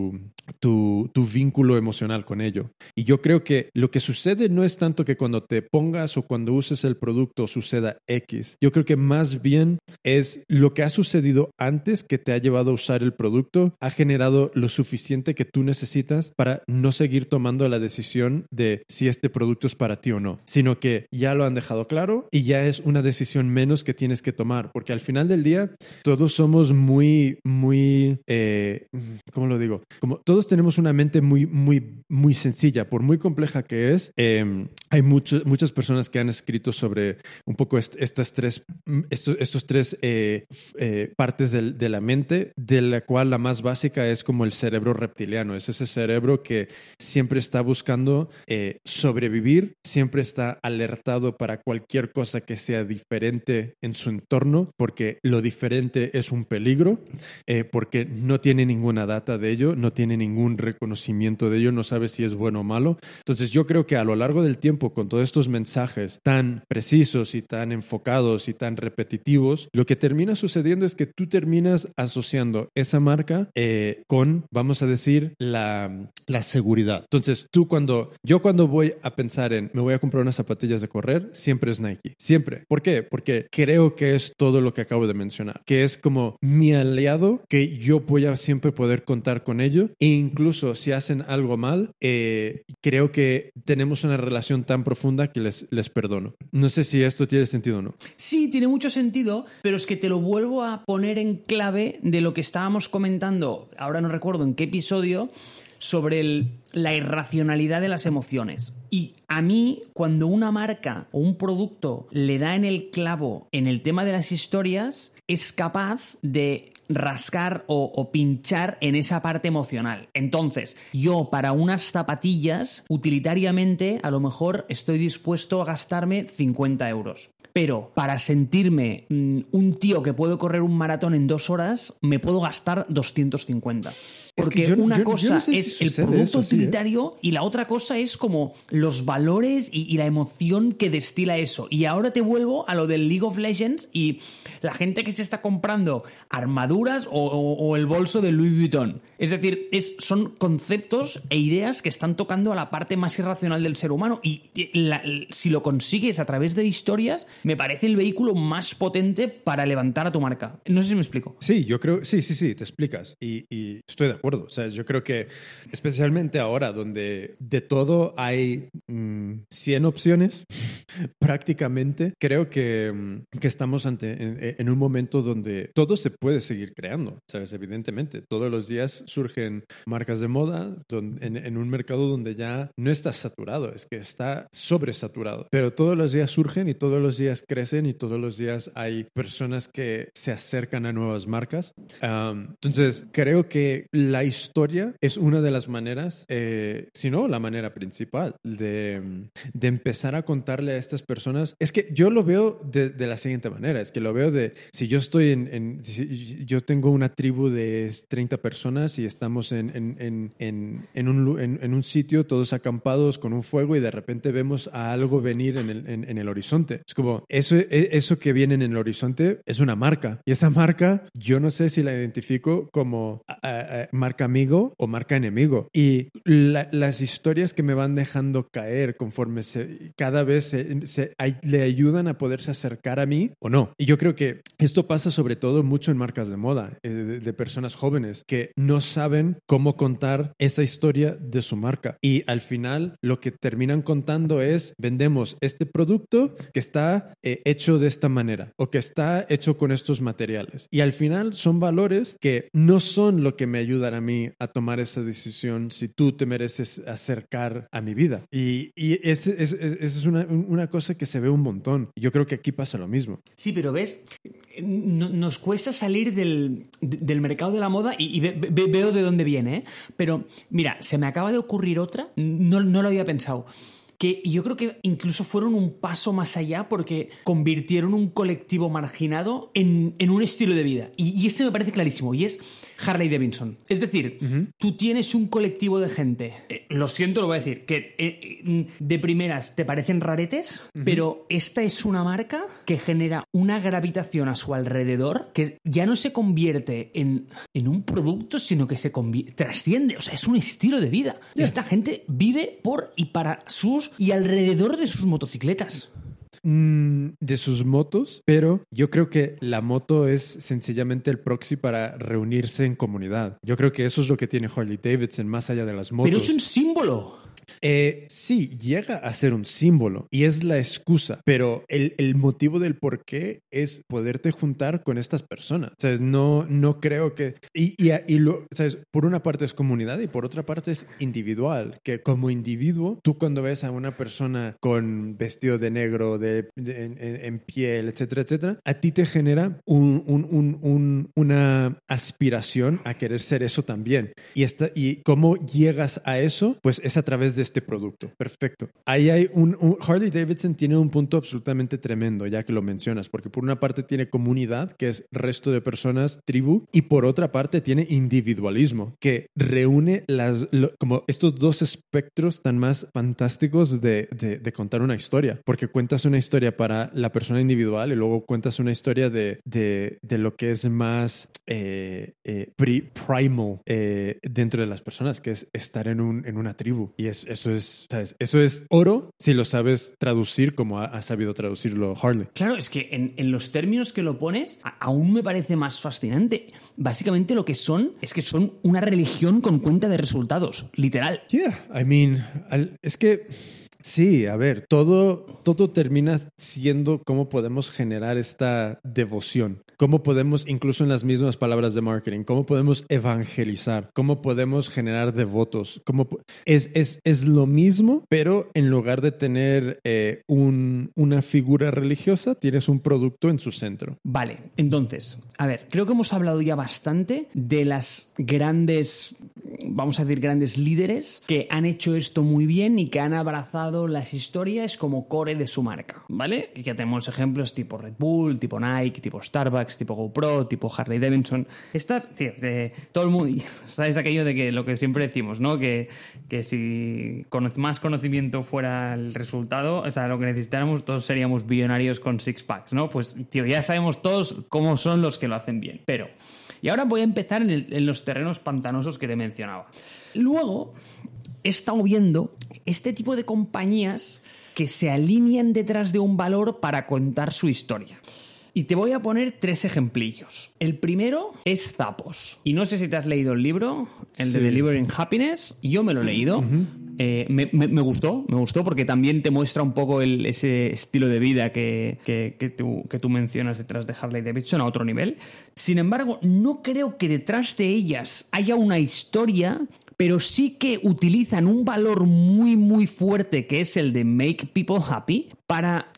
tu, tu vínculo emocional con ello. Y yo creo que lo que sucede no es tanto que cuando te pongas o cuando uses el producto suceda X. Yo creo que más bien es lo que ha sucedido antes que te ha llevado a usar el producto, ha generado lo suficiente que tú necesitas para no seguir tomando la decisión de si este producto es para ti o no, sino que ya lo han dejado claro y ya es una decisión menos que tienes que tomar, porque al final del día todos somos muy, muy, eh, ¿cómo lo digo? Como todos tenemos una mente muy, muy, muy sencilla, por muy compleja que es. Eh, hay mucho, muchas personas que han escrito sobre un poco est- estas tres, estos, estos tres eh, eh, partes del, de la mente, de la cual la más básica es como el cerebro reptiliano. Es ese cerebro que siempre está buscando eh, sobrevivir, siempre está alertado para cualquier cosa que sea diferente en su entorno, porque lo diferente es un peligro, eh, porque no tiene ninguna data de ello, no tiene ningún reconocimiento de ello, no sabe si es bueno o malo. Entonces yo creo que a lo largo del tiempo, con todos estos mensajes tan precisos y tan enfocados y tan repetitivos, lo que termina sucediendo es que tú terminas asociando esa marca eh, con, vamos a decir, la, la seguridad. Entonces tú cuando, yo cuando voy a pensar en me voy a comprar unas zapatillas de correr, siempre es Nike, siempre. ¿Por qué? Porque creo que es todo lo que acabo de mencionar, que es como mi aliado, que yo voy a siempre poder contar con ello, e incluso si hacen algo mal, eh, creo que tenemos una relación tan profunda que les, les perdono. No sé si esto tiene sentido o no. Sí, tiene mucho sentido, pero es que te lo vuelvo a poner en clave de lo que estábamos comentando, ahora no recuerdo en qué episodio, sobre el, la irracionalidad de las emociones. Y a mí, cuando una marca o un producto le da en el clavo en el tema de las historias, es capaz de rascar o, o pinchar en esa parte emocional. Entonces, yo para unas zapatillas, utilitariamente, a lo mejor estoy dispuesto a gastarme cincuenta euros. Pero para sentirme mmm, un tío que puede correr un maratón en dos horas, me puedo gastar doscientos cincuenta. Porque es que yo, una yo, cosa yo no sé es si el producto eso, utilitario sí, ¿eh? Y la otra cosa es como los valores y, y la emoción que destila eso. Y ahora te vuelvo a lo del League of Legends y la gente que se está comprando armaduras o, o, o el bolso de Louis Vuitton. Es decir, es, son conceptos e ideas que están tocando a la parte más irracional del ser humano. Y la, si lo consigues a través de historias, me parece el vehículo más potente para levantar a tu marca. No sé si me explico. Sí, yo creo, sí, sí, sí, te explicas. Y, y estoy de acuerdo. O sea, yo creo que especialmente ahora donde de todo hay mmm, cien opciones prácticamente, creo que, que estamos ante, en, en un momento donde todo se puede seguir creando, ¿sabes? Evidentemente, todos los días surgen marcas de moda donde, en, en un mercado donde ya no está saturado, es que está sobresaturado, pero todos los días surgen y todos los días crecen y todos los días hay personas que se acercan a nuevas marcas. Um, entonces, creo que la historia es una de las maneras, eh, si no la manera principal de, de empezar a contarle a estas personas. Es que yo lo veo de, de la siguiente manera, es que lo veo de, si yo estoy en, en si yo tengo una tribu de treinta personas y estamos en, en, en, en, en, un, en, en un sitio todos acampados con un fuego y de repente vemos a algo venir en el, en, en el horizonte. Es como, eso, eso que viene en el horizonte es una marca y esa marca yo no sé si la identifico como a, a, a marca amigo o marca enemigo, y la, las historias que me van dejando caer conforme se, cada vez se, se, hay, le ayudan a poderse acercar a mí o no. Y yo creo que esto pasa sobre todo mucho en marcas de moda, eh, de, de personas jóvenes que no saben cómo contar esa historia de su marca, y al final lo que terminan contando es vendemos este producto que está eh, hecho de esta manera o que está hecho con estos materiales, y al final son valores que no son lo que me ayudan a mí a tomar esa decisión si tú te mereces acercar a mi vida. Y, y esa es, es, es una, una cosa que se ve un montón. Yo creo que aquí pasa lo mismo. Sí, pero ves, no, nos cuesta salir del, del mercado de la moda y, y ve, ve, veo de dónde viene, ¿eh? Pero mira, se me acaba de ocurrir otra, no, no lo había pensado, que yo creo que incluso fueron un paso más allá porque convirtieron un colectivo marginado en, en un estilo de vida. Y, y esto me parece clarísimo, y es Harley Davidson. Es decir, uh-huh. tú tienes un colectivo de gente, eh, lo siento, lo voy a decir, que eh, de primeras te parecen raretes, uh-huh. pero esta es una marca que genera una gravitación a su alrededor que ya no se convierte en, en un producto, sino que se convierte, trasciende, o sea, es un estilo de vida. Yeah. Esta gente vive por y para sus y alrededor de sus motocicletas. De sus motos, pero yo creo que la moto es sencillamente el proxy para reunirse en comunidad. Yo creo que eso es lo que tiene Harley Davidson más allá de las motos. Pero es un símbolo. Eh, sí, llega a ser un símbolo y es la excusa, pero el, el motivo del por qué es poderte juntar con estas personas. ¿Sabes? No, no creo que... Y, y, y lo, ¿sabes? Por una parte es comunidad y por otra parte es individual, que como individuo, tú cuando ves a una persona con vestido de negro, de, de, en, en piel, etcétera, etcétera, a ti te genera un, un, un, un, una aspiración a querer ser eso también. Y, esta, y cómo llegas a eso, pues es a través de este producto. Perfecto. Ahí hay un, un... Harley Davidson tiene un punto absolutamente tremendo, ya que lo mencionas, porque por una parte tiene comunidad, que es resto de personas, tribu, y por otra parte tiene individualismo, que reúne las, lo, como estos dos espectros tan más fantásticos de, de, de contar una historia, porque cuentas una historia para la persona individual y luego cuentas una historia de, de, de lo que es más eh, eh, primal eh, dentro de las personas, que es estar en, un, en una tribu. Y es, eso es, ¿sabes? Eso es oro si lo sabes traducir como ha, ha sabido traducirlo Harley. Claro, es que en, en los términos que lo pones, a, aún me parece más fascinante. Básicamente lo que son es que son una religión con cuenta de resultados, literal. Yeah, I mean, al, es que... Sí, a ver, todo, todo termina siendo cómo podemos generar esta devoción, cómo podemos, incluso en las mismas palabras de marketing, cómo podemos evangelizar, cómo podemos generar devotos. Cómo, es, es, es lo mismo, pero en lugar de tener eh, un, una figura religiosa, tienes un producto en su centro. Vale, entonces, a ver, creo que hemos hablado ya bastante de las grandes, vamos a decir, grandes líderes que han hecho esto muy bien y que han abrazado las historias como core de su marca, ¿vale? Y que tenemos ejemplos tipo Red Bull, tipo Nike, tipo Starbucks, tipo GoPro, tipo Harley Davidson. Estas, tío, de todo el mundo, ¿sabes? Aquello de que lo que siempre decimos, ¿no? Que, que si cono- más conocimiento fuera el resultado, o sea, lo que necesitáramos, todos seríamos billonarios con six packs, ¿no? Pues, tío, ya sabemos todos cómo son los que lo hacen bien. Pero, y ahora voy a empezar en, el, en los terrenos pantanosos que te mencionaba. Luego he estado viendo este tipo de compañías que se alinean detrás de un valor para contar su historia. Y te voy a poner tres ejemplillos. El primero es Zappos. Y no sé si te has leído el libro, el sí. de Delivering Happiness. Yo me lo he leído. Uh-huh. Eh, me, me, me gustó, me gustó porque también te muestra un poco el, ese estilo de vida que, que, que, tú, que tú mencionas detrás de Harley Davidson a otro nivel. Sin embargo, no creo que detrás de ellas haya una historia, pero sí que utilizan un valor muy, muy fuerte que es el de make people happy para,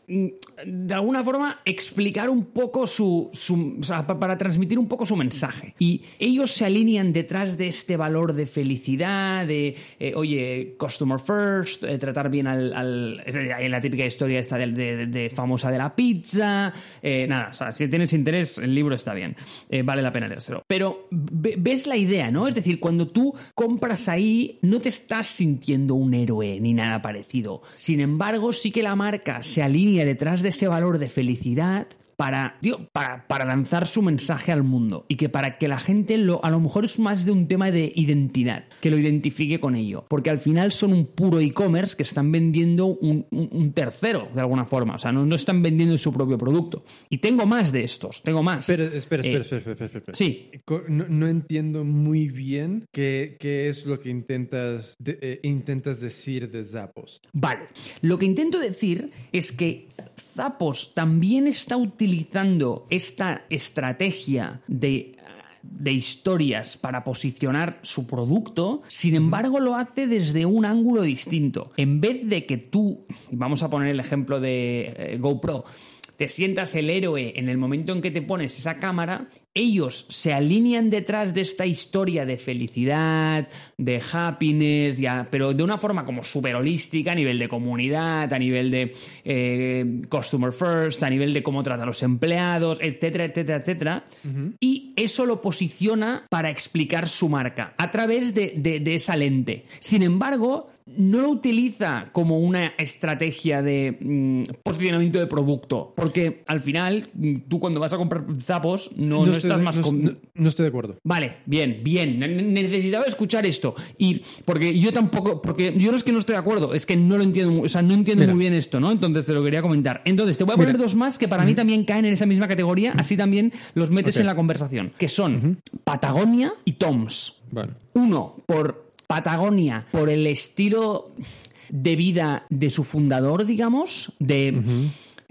de alguna forma, explicar un poco su... su o sea, para transmitir un poco su mensaje. Y ellos se alinean detrás de este valor de felicidad, de, eh, oye, customer first, eh, tratar bien al... al en la típica historia esta de, de, de famosa de la pizza, eh, nada, o sea, si tienes interés, el libro está bien, eh, vale la pena leérselo. Pero ves la idea, ¿no? Es decir, cuando tú compras ahí, no te estás sintiendo un héroe ni nada parecido. Sin embargo, sí que la marca se alinea detrás de ese valor de felicidad para, tío, para, para lanzar su mensaje al mundo y que para que la gente lo, a lo mejor es más de un tema de identidad, que lo identifique con ello, porque al final son un puro e-commerce que están vendiendo un, un, un tercero de alguna forma, o sea, no, no están vendiendo su propio producto. Y tengo más de estos, tengo más. Pero, espera, espera, eh, espera, espera, espera, espera. Sí. No, no entiendo muy bien qué, qué es lo que intentas, de, eh, intentas decir de Zappos. Vale, lo que intento decir es que Zappos también está utilizando utilizando esta estrategia de, de historias para posicionar su producto, sin embargo lo hace desde un ángulo distinto. En vez de que tú, vamos a poner el ejemplo de eh, GoPro, te sientas el héroe en el momento en que te pones esa cámara, ellos se alinean detrás de esta historia de felicidad, de happiness, ya, pero de una forma como súper holística, a nivel de comunidad, a nivel de eh, customer first, a nivel de cómo trata a los empleados, etcétera, etcétera, etcétera. Uh-huh. Y eso lo posiciona para explicar su marca a través de, de, de esa lente. Sin embargo, no lo utiliza como una estrategia de mmm, posicionamiento de producto, porque al final tú cuando vas a comprar Zappos no, no, no estás de, más no, con... no, no estoy de acuerdo. Vale, bien, bien. Necesitaba escuchar esto y porque yo tampoco, porque yo no es que no estoy de acuerdo, es que no lo entiendo, o sea, no entiendo Mira. muy bien esto, ¿no? Entonces te lo quería comentar. Entonces te voy a poner Mira. dos más que para uh-huh. mí también caen en esa misma categoría, así también los metes okay. en la conversación, que son uh-huh. Patagonia y Toms. Vale. Uno por Patagonia, por el estilo de vida de su fundador, digamos, de... Uh-huh.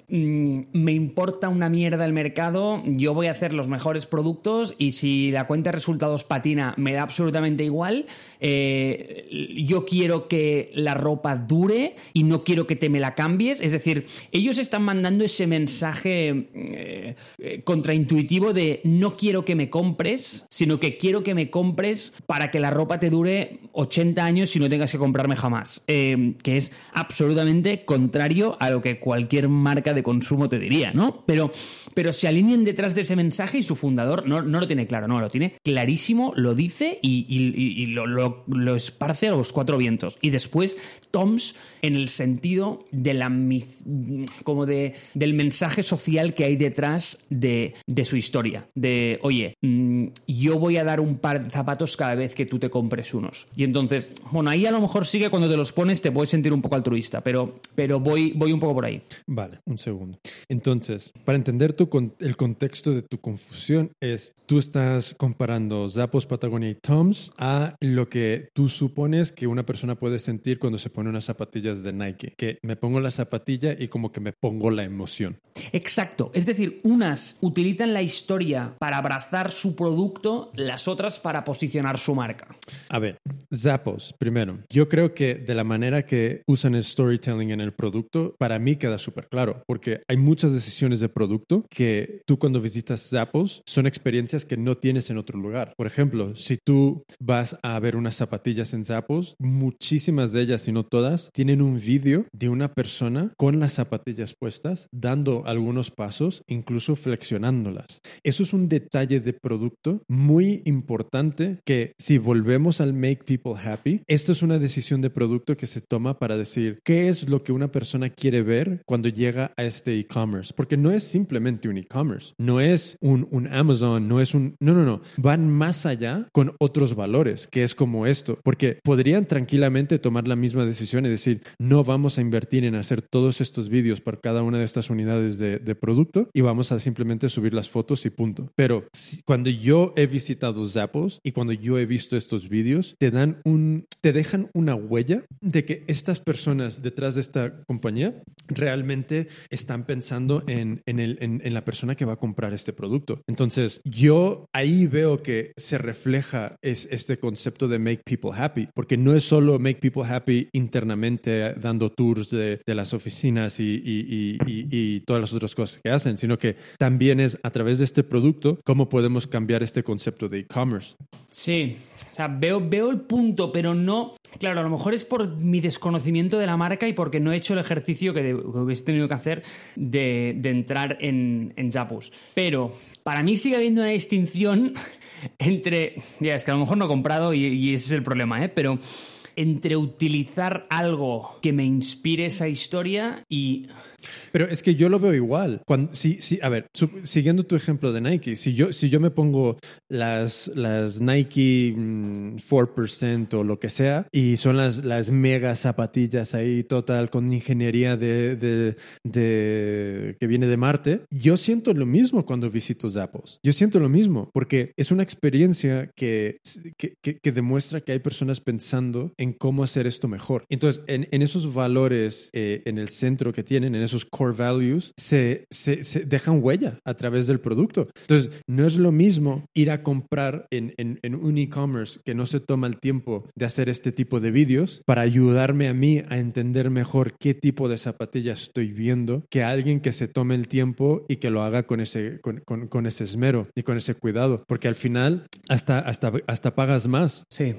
Me importa una mierda el mercado, yo voy a hacer los mejores productos y si la cuenta de resultados patina me da absolutamente igual, eh, yo quiero que la ropa dure y no quiero que te me la cambies. Es decir, ellos están mandando ese mensaje eh, eh, contraintuitivo de no quiero que me compres, sino que quiero que me compres para que la ropa te dure ochenta años y no tengas que comprarme jamás, eh, que es absolutamente contrario a lo que cualquier marca de consumo te diría, ¿no? Pero, pero se alinean detrás de ese mensaje y su fundador no, no lo tiene claro, no, lo tiene clarísimo, lo dice y, y, y lo, lo, lo esparce a los cuatro vientos. Y después Toms en el sentido de la como de, del mensaje social que hay detrás de, de su historia, de, oye, mmm, yo voy a dar un par de zapatos cada vez que tú te compres unos. Y entonces, bueno, ahí a lo mejor sí que cuando te los pones te puedes sentir un poco altruista, pero, pero voy, voy un poco por ahí. Vale, un segundo. Entonces, para entender tu, el contexto de tu confusión es, tú estás comparando Zappos, Patagonia y Toms a lo que tú supones que una persona puede sentir cuando se pone unas zapatillas de Nike, que me pongo la zapatilla y como que me pongo la emoción. Exacto, es decir, unas utilizan la historia para abrazar su producto, las otras para posicionar su marca. A ver, Zappos, primero, yo creo que de la manera que usan el storytelling en el producto, para mí queda súper claro, porque hay muchas decisiones de producto que tú cuando visitas Zappos son experiencias que no tienes en otro lugar. Por ejemplo, si tú vas a ver unas zapatillas en Zappos, muchísimas de ellas, si no todas, tienen un vídeo de una persona con las zapatillas puestas, dando algunos pasos, incluso flexionándolas. Eso es un detalle de producto muy importante que si volvemos al Make People Happy, esto es una decisión de producto que se toma para decir qué es lo que una persona quiere ver cuando llega a este e-commerce, porque no es simplemente un e-commerce, no es un, un Amazon, no es un... No, no, no. Van más allá con otros valores, que es como esto, porque podrían tranquilamente tomar la misma decisión y decir, no vamos a invertir en hacer todos estos vídeos para cada una de estas unidades de, de producto y vamos a simplemente subir las fotos y punto. Pero si, cuando yo he visitado Zappos y cuando yo he visto estos vídeos, te dan un... te dejan una huella de que estas personas detrás de esta compañía realmente están pensando en, en, el, en, en la persona que va a comprar este producto. Entonces, yo ahí veo que se refleja es, este concepto de make people happy, porque no es solo make people happy internamente dando tours de, de las oficinas y, y, y, y, y todas las otras cosas que hacen, sino que también es a través de este producto cómo podemos cambiar este concepto de e-commerce. Sí, o sea, veo, veo el punto, pero no... Claro, a lo mejor es por mi desconocimiento de la marca y porque no he hecho el ejercicio que, de, que hubiese tenido que hacer de, de entrar en, en Zappos. Pero para mí sigue habiendo una distinción entre... Ya, es que a lo mejor no he comprado y, y ese es el problema, ¿eh? Pero entre utilizar algo que me inspire esa historia y... Pero es que yo lo veo igual. Cuando, si, si, a ver, su, siguiendo tu ejemplo de Nike, si yo, si yo me pongo las, las Nike mmm, cuatro por ciento o lo que sea, y son las, las mega zapatillas ahí total con ingeniería de, de, de, que viene de Marte, yo siento lo mismo cuando visito Zappos. Yo siento lo mismo, porque es una experiencia que, que, que, que demuestra que hay personas pensando en cómo hacer esto mejor. Entonces, en, en esos valores, eh, en el centro que tienen, en esos core values se, se, se dejan huella a través del producto. Entonces, no es lo mismo ir a comprar en, en, en un e-commerce que no se toma el tiempo de hacer este tipo de vídeos para ayudarme a mí a entender mejor qué tipo de zapatillas estoy viendo, que alguien que se tome el tiempo y que lo haga con ese, con, con, con ese esmero y con ese cuidado, porque al final hasta, hasta, hasta pagas más. Sí.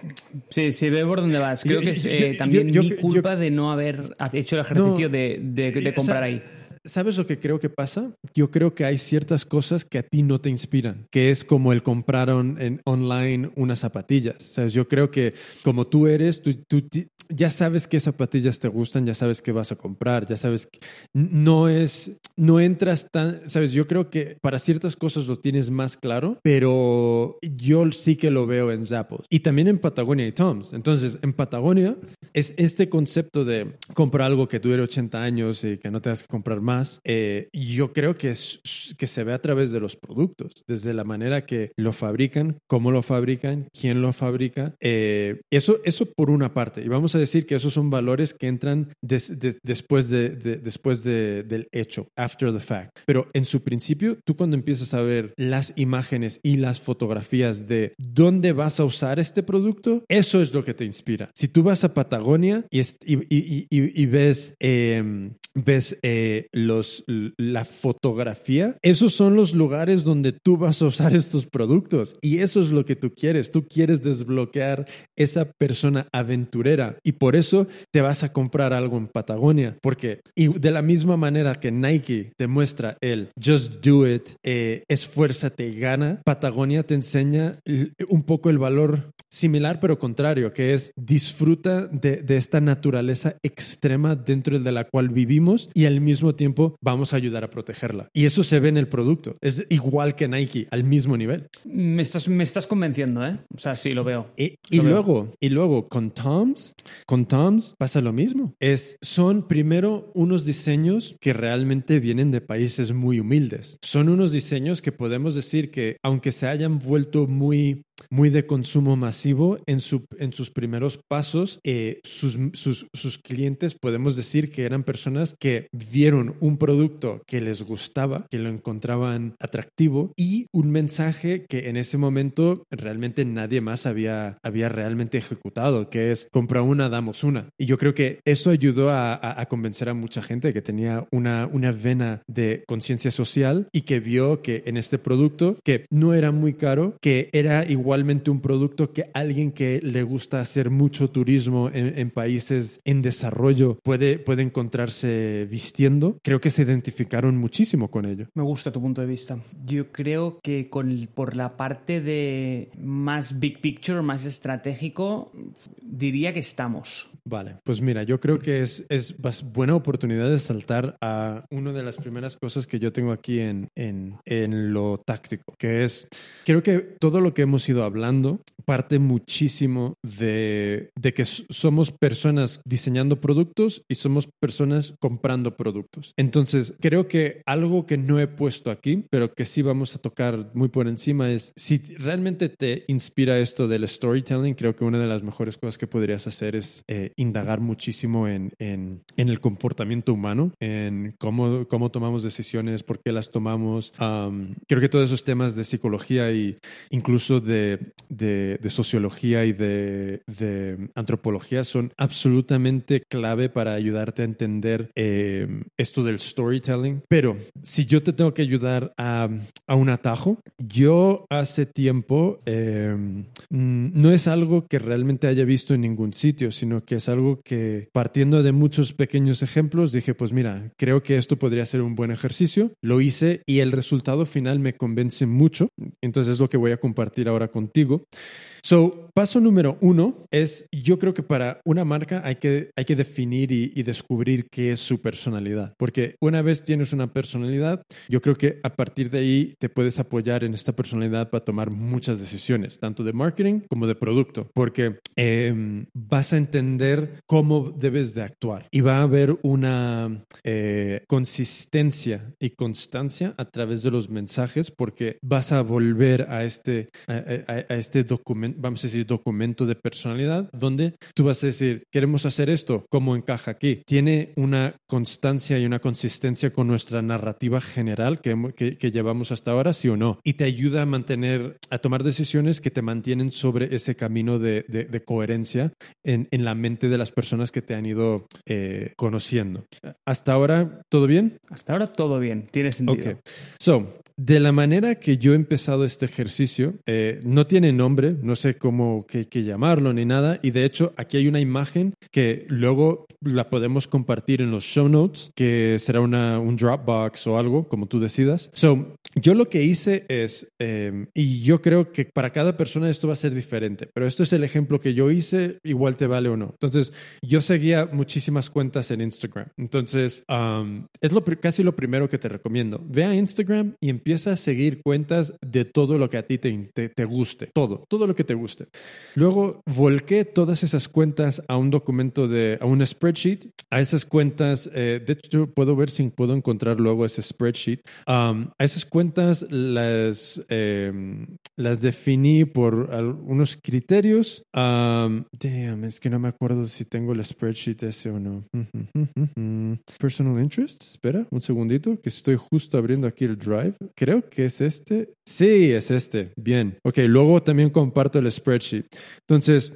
Sí, sí, veo por dónde vas. Creo que es eh, yo, también yo, yo, mi culpa yo, de no haber hecho el ejercicio no, de, de, de comprar ahí. ¿Sabes lo que creo que pasa? Yo creo que hay ciertas cosas que a ti no te inspiran, que es como el comprar on, en, online unas zapatillas. ¿Sabes? Yo creo que como tú eres, tú, tú ya sabes qué zapatillas te gustan, ya sabes qué vas a comprar, ya sabes que no es, no entras tan, ¿sabes? Yo creo que para ciertas cosas lo tienes más claro, pero yo sí que lo veo en Zappos y también en Patagonia y Toms. Entonces, en Patagonia es este concepto de comprar algo que dure ochenta años y que no tengas que comprar más. Eh, yo creo que, es, que se ve a través de los productos, desde la manera que lo fabrican, cómo lo fabrican, quién lo fabrica. Eh, eso, eso por una parte. Y vamos a decir que esos son valores que entran des, de, después, de, de, después de, del hecho, after the fact. Pero en su principio, tú cuando empiezas a ver las imágenes y las fotografías de dónde vas a usar este producto, eso es lo que te inspira. Si tú vas a Patagonia y, y, y, y, y ves... Eh, ves eh, los, la fotografía, esos son los lugares donde tú vas a usar estos productos y eso es lo que tú quieres. Tú quieres desbloquear esa persona aventurera y por eso te vas a comprar algo en Patagonia, porque y de la misma manera que Nike te muestra el just do it, eh, esfuérzate y gana, Patagonia te enseña un poco el valor similar pero contrario, que es disfruta de, de esta naturaleza extrema dentro de la cual vivimos y al mismo tiempo vamos a ayudar a protegerla. Y eso se ve en el producto. Es igual que Nike, al mismo nivel. Me estás, me estás convenciendo, ¿eh? O sea, sí, lo veo. Y, y lo luego, veo. y luego con Toms, con Toms pasa lo mismo. Es, son primero unos diseños que realmente vienen de países muy humildes. Son unos diseños que podemos decir que, aunque se hayan vuelto muy... muy de consumo masivo en, su, en sus primeros pasos, eh, sus, sus, sus clientes podemos decir que eran personas que vieron un producto que les gustaba, que lo encontraban atractivo y un mensaje que en ese momento realmente nadie más había, había realmente ejecutado, que es compra una, damos una. Y yo creo que eso ayudó a, a, a convencer a mucha gente que tenía una, una vena de conciencia social y que vio que en este producto, que no era muy caro, que era igual igualmente un producto que alguien que le gusta hacer mucho turismo en, en países en desarrollo puede, puede encontrarse vistiendo. Creo que se identificaron muchísimo con ello. Me gusta tu punto de vista. Yo creo que con, por la parte de más big picture, más estratégico, diría que estamos. Vale, pues mira, yo creo que es, es buena oportunidad de saltar a una de las primeras cosas que yo tengo aquí en, en, en lo táctico, que es, creo que todo lo que hemos ido hablando parte muchísimo de, de que somos personas diseñando productos y somos personas comprando productos. Entonces, creo que algo que no he puesto aquí, pero que sí vamos a tocar muy por encima es, si realmente te inspira esto del storytelling, creo que una de las mejores cosas que podrías hacer es eh, indagar muchísimo en, en, en el comportamiento humano, en cómo, cómo tomamos decisiones, por qué las tomamos. Um, creo que todos esos temas de psicología e incluso de, de, de sociología y de, de antropología son absolutamente clave para ayudarte a entender eh, esto del storytelling. Pero si yo te tengo que ayudar a, a un atajo, yo hace tiempo eh, no es algo que realmente haya visto en ningún sitio, sino que es algo que, partiendo de muchos pequeños ejemplos, dije, pues mira, creo que esto podría ser un buen ejercicio. Lo hice y el resultado final me convence mucho. Entonces es lo que voy a compartir ahora contigo. So, paso número uno es, yo creo que para una marca hay que, hay que definir y, y descubrir qué es su personalidad. Porque una vez tienes una personalidad, yo creo que a partir de ahí te puedes apoyar en esta personalidad para tomar muchas decisiones, tanto de marketing como de producto. Porque eh, vas a entender cómo debes de actuar y va a haber una eh, consistencia y constancia a través de los mensajes, porque vas a volver a este, a, a, a este documento vamos a decir, documento de personalidad, donde tú vas a decir, queremos hacer esto, ¿cómo encaja aquí? ¿Tiene una constancia y una consistencia con nuestra narrativa general que, que, que llevamos hasta ahora, sí o no? Y te ayuda a mantener, a tomar decisiones que te mantienen sobre ese camino de, de, de coherencia en, en la mente de las personas que te han ido eh, conociendo. ¿Hasta ahora todo bien? Hasta ahora todo bien, tiene sentido. Ok. So, de la manera que yo he empezado este ejercicio, eh, no tiene nombre, no sé cómo qué, qué llamarlo ni nada, y de hecho aquí hay una imagen que luego la podemos compartir en los show notes, que será una, un Dropbox o algo, como tú decidas. So, yo lo que hice es, eh, y yo creo que para cada persona esto va a ser diferente, pero esto es el ejemplo que yo hice, igual te vale o no. Entonces, yo seguía muchísimas cuentas en Instagram. Entonces, um, es lo, casi lo primero que te recomiendo. Ve a Instagram y empieza a seguir cuentas de todo lo que a ti te, te, te guste. Todo, todo lo que te guste. Luego, volqué todas esas cuentas a un documento de, a un spreadsheet. A esas cuentas, eh, de hecho, puedo ver si puedo encontrar luego ese spreadsheet. Um, a esas cuentas las, eh, las definí por algunos criterios. Um, damn, es que no me acuerdo si tengo el spreadsheet ese o no. Personal interests. Espera un segundito, que estoy justo abriendo aquí el Drive. Creo que es este. Sí, es este. Bien. Ok, luego también comparto el spreadsheet. Entonces,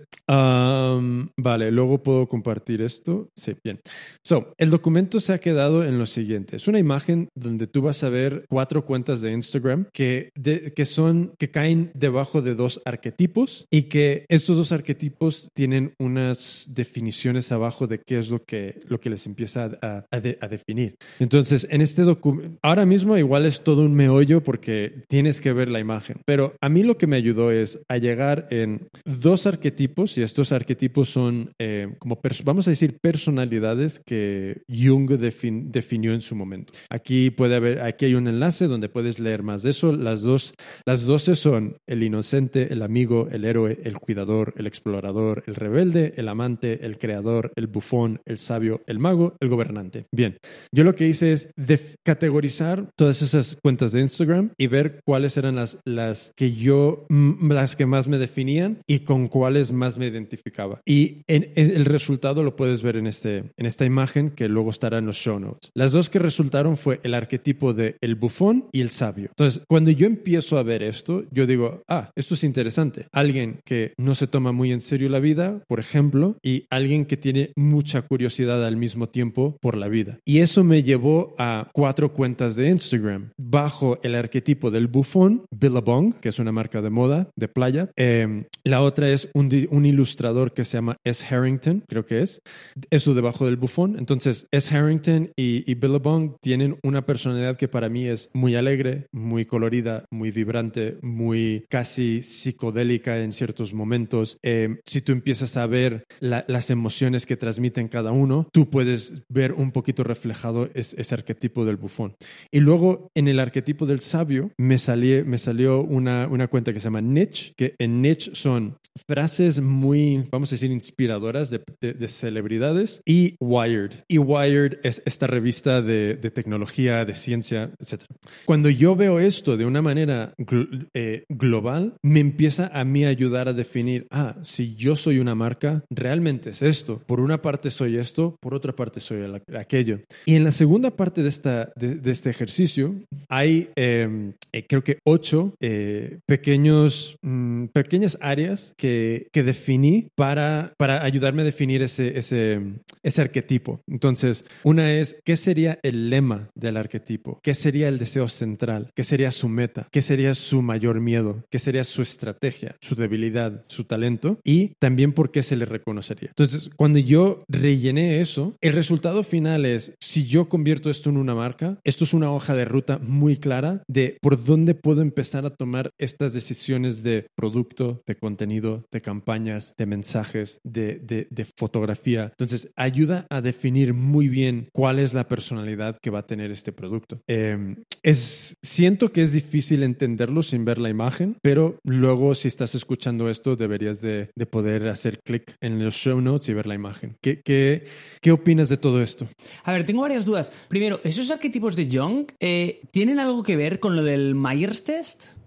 um, vale, luego puedo compartir esto. Sí, bien. So, el documento se ha quedado en lo siguiente. Es una imagen donde tú vas a ver cuatro cuentas de Instagram que, de, que son, que caen debajo de dos arquetipos y que estos dos arquetipos tienen unas definiciones abajo de qué es lo que, lo que les empieza a, a, de, a definir. Entonces, en este documento, ahora mismo igual es todo un meollo porque tienes que ver la imagen, pero a mí lo que me ayudó es a llegar en dos arquetipos, y estos arquetipos son eh, como, vamos a decir, personalidades que Jung defin, definió en su momento. Aquí puede haber, aquí hay un enlace donde puedes leer más de eso. Las dos, las doce son el inocente, el amigo, el héroe, el cuidador, el explorador, el rebelde, el amante, el creador, el bufón, el sabio, el mago, el gobernante. Bien, yo lo que hice es categorizar todas esas cuentas de Instagram y ver cuáles eran las, las que yo, las que más me definían y con cuáles más me identificaba. Y en, en el resultado lo puedes ver en, este, en esta imagen que luego estará en los show notes. Las dos que resultaron fue el arquetipo de el bufón y el sabio. Entonces, cuando yo empiezo a ver esto, yo digo, ah, esto es interesante. Alguien que no se toma muy en serio la vida, por ejemplo, y alguien que tiene mucha curiosidad al mismo tiempo por la vida. Y eso me llevó a cuatro cuentas de Instagram. Bajo el arquetipo del bufón, Billabong, que es una marca de moda, de playa. Eh, la otra es un, un ilustrador que se llama S. Harrington, creo que es. Eso debajo del bufón. Entonces, S. Harrington y, y Billabong tienen una personalidad que para mí es muy alegre, muy colorida, muy vibrante, muy casi psicodélica en ciertos momentos. Eh, si tú empiezas a ver la, las emociones que transmiten cada uno, tú puedes ver un poquito reflejado es, ese arquetipo del bufón. Y luego en el arquetipo del sabio me, salí, me salió una, una cuenta que se llama Niche, que en Niche son frases muy, vamos a decir, inspiradoras de, de, de celebridades, y Wired. Y Wired es esta revista de, de tecnología, de ciencia, etcétera. Cuando yo veo esto de una manera gl- eh, global, me empieza a mí a ayudar a definir, ah, si yo soy una marca, realmente es esto. Por una parte soy esto, por otra parte soy el, aquello. Y en la segunda parte de, esta, de, de este ejercicio hay, eh, eh, creo que ocho eh, pequeños, mm, pequeñas áreas que, que definí para, para ayudarme a definir ese, ese, ese arquetipo. Entonces, una es, ¿qué sería el lema del arquetipo? ¿Qué sería el deseo central? ¿Qué sería su meta? ¿Qué sería su mayor miedo? ¿Qué sería su estrategia, su debilidad, su talento? Y también por qué se le reconocería. Entonces, cuando yo rellené eso, el resultado final es, si yo convierto esto en una marca, esto es una hoja de ruta muy clara de por dónde puedo empezar a tomar estas decisiones de producto, de contenido, de campañas, de mensajes, de, de, de fotografía. Entonces, ayuda a definir muy bien cuál es la personalidad que va a tener este producto. Eh, es, siento que es difícil entenderlo sin ver la imagen, pero luego si estás escuchando esto deberías de, de poder hacer clic en los show notes y ver la imagen. ¿Qué, qué, qué opinas de todo esto? A ver, tengo varias dudas. Primero, ¿esos arquetipos de Jung eh, tienen algo que ver con lo del Myers Test?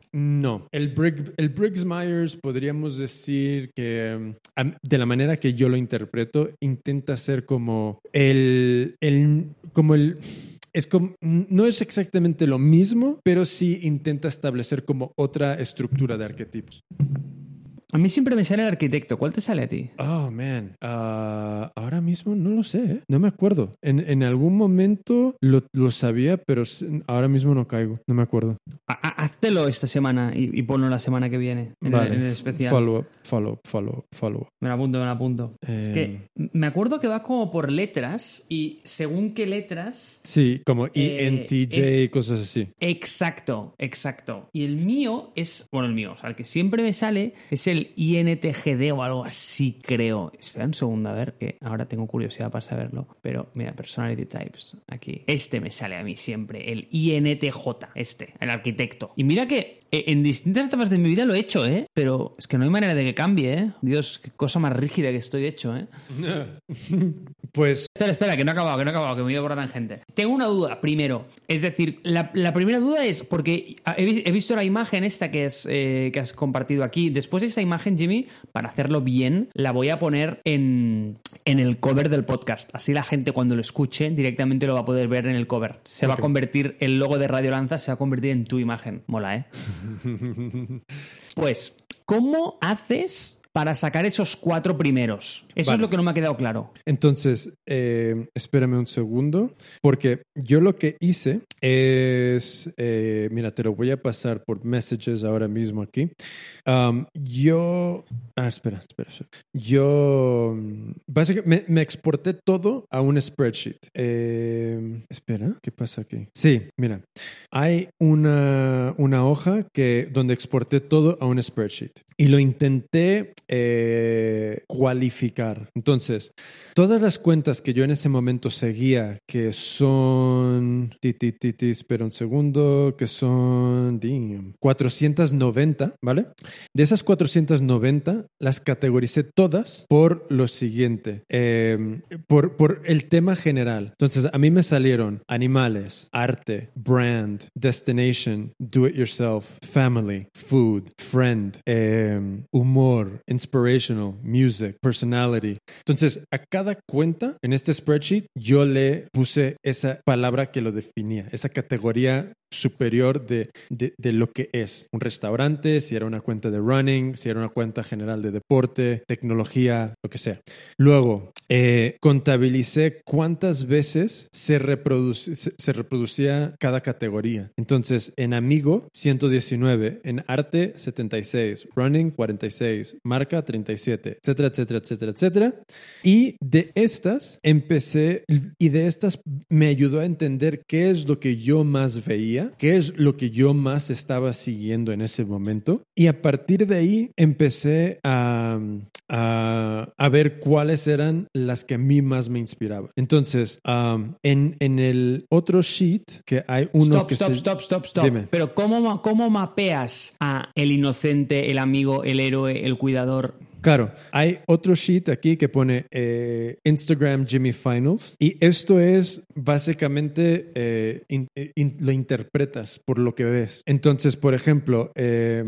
no. El, Brig, el Briggs-Myers podríamos decir que, um, de la manera que yo lo interpreto, intenta ser como el... el como el Es como, no es exactamente lo mismo, pero sí intenta establecer como otra estructura de arquetipos. A mí siempre me sale el arquitecto. ¿Cuál te sale a ti? Oh, man. Uh, ahora mismo no lo sé, ¿eh? No me acuerdo. En, en algún momento lo, lo sabía, pero ahora mismo no caigo. No me acuerdo. Háztelo esta semana y, y ponlo la semana que viene en, vale. el, en el especial. Follow up, follow up, follow up, follow up. Me lo apunto, me lo apunto. Eh... Es que me acuerdo que va como por letras y según qué letras... Sí, como E N T J y eh, cosas así. Exacto, exacto. Y el mío es... Bueno, el mío, o sea, el que siempre me sale es el I N T G D o algo así, creo. Espera un segundo, a ver, que ahora tengo curiosidad para saberlo. Pero mira, personality types, aquí. Este me sale a mí siempre, el I N T J, este, el arquitecto. Y mira que en distintas etapas de mi vida lo he hecho, ¿eh? Pero es que no hay manera de que cambie, ¿eh? Dios, qué cosa más rígida que estoy hecho, ¿eh? Pues... Espera, espera, que no he acabado, que no he acabado, que me voy a borrar en gente. Tengo una duda, primero. Es decir, la, la primera duda es, porque he, he visto la imagen esta que, es, eh, que has compartido aquí. Después de esa imagen, Jimmy, para hacerlo bien, la voy a poner en, en el cover del podcast. Así la gente cuando lo escuche directamente lo va a poder ver en el cover. Se okay. va a convertir, el logo de Radio Lanza se va a convertir en tu imagen. Mola, ¿eh? Pues, ¿cómo haces para sacar esos cuatro primeros? Eso vale. es lo que no me ha quedado claro. Entonces, eh, espérame un segundo, porque yo lo que hice es, eh, mira, te lo voy a pasar por messages ahora mismo aquí. Um, yo, ah, espera, espera, espera. Yo, básicamente, me, me exporté todo a un spreadsheet. Eh, espera, ¿qué pasa aquí? Sí, mira, hay una, una hoja que, donde exporté todo a un spreadsheet y lo intenté eh, cualificar. Entonces, todas las cuentas que yo en ese momento seguía, que son, ti, ti, ti, ti, espera un segundo, que son damn, cuatrocientos noventa, ¿vale? De esas cuatrocientos noventa, las categoricé todas por lo siguiente, eh, por, por el tema general. Entonces, a mí me salieron animales, arte, brand, destination, do it yourself, family, food, friend, eh, humor, inspirational, music, personality. Entonces, a cada cuenta en este spreadsheet, yo le puse esa palabra que lo definía, esa categoría superior de, de, de lo que es un restaurante, si era una cuenta de running, si era una cuenta general de deporte, tecnología, lo que sea. Luego, eh, contabilicé cuántas veces se, reproduc- se, se reproducía cada categoría. Entonces, en amigo, ciento diecinueve, en arte, setenta y seis, running, cuarenta y seis, marca, treinta y siete, etcétera, etcétera, etcétera, etcétera. Y de estas, empecé, y de estas me ayudó a entender qué es lo que yo más veía, qué es lo que yo más estaba siguiendo en ese momento. Y a partir de ahí empecé a, a, a ver cuáles eran las que a mí más me inspiraban. Entonces, um, en, en el otro sheet que hay uno stop, que stop, se... Stop, stop, stop, Dime. Pero ¿cómo, ¿cómo mapeas a el inocente, el amigo, el héroe, el cuidador? Claro, hay otro sheet aquí que pone eh, Instagram Jimmy Finals y esto es básicamente eh, in, in, lo interpretas por lo que ves. Entonces, por ejemplo, eh,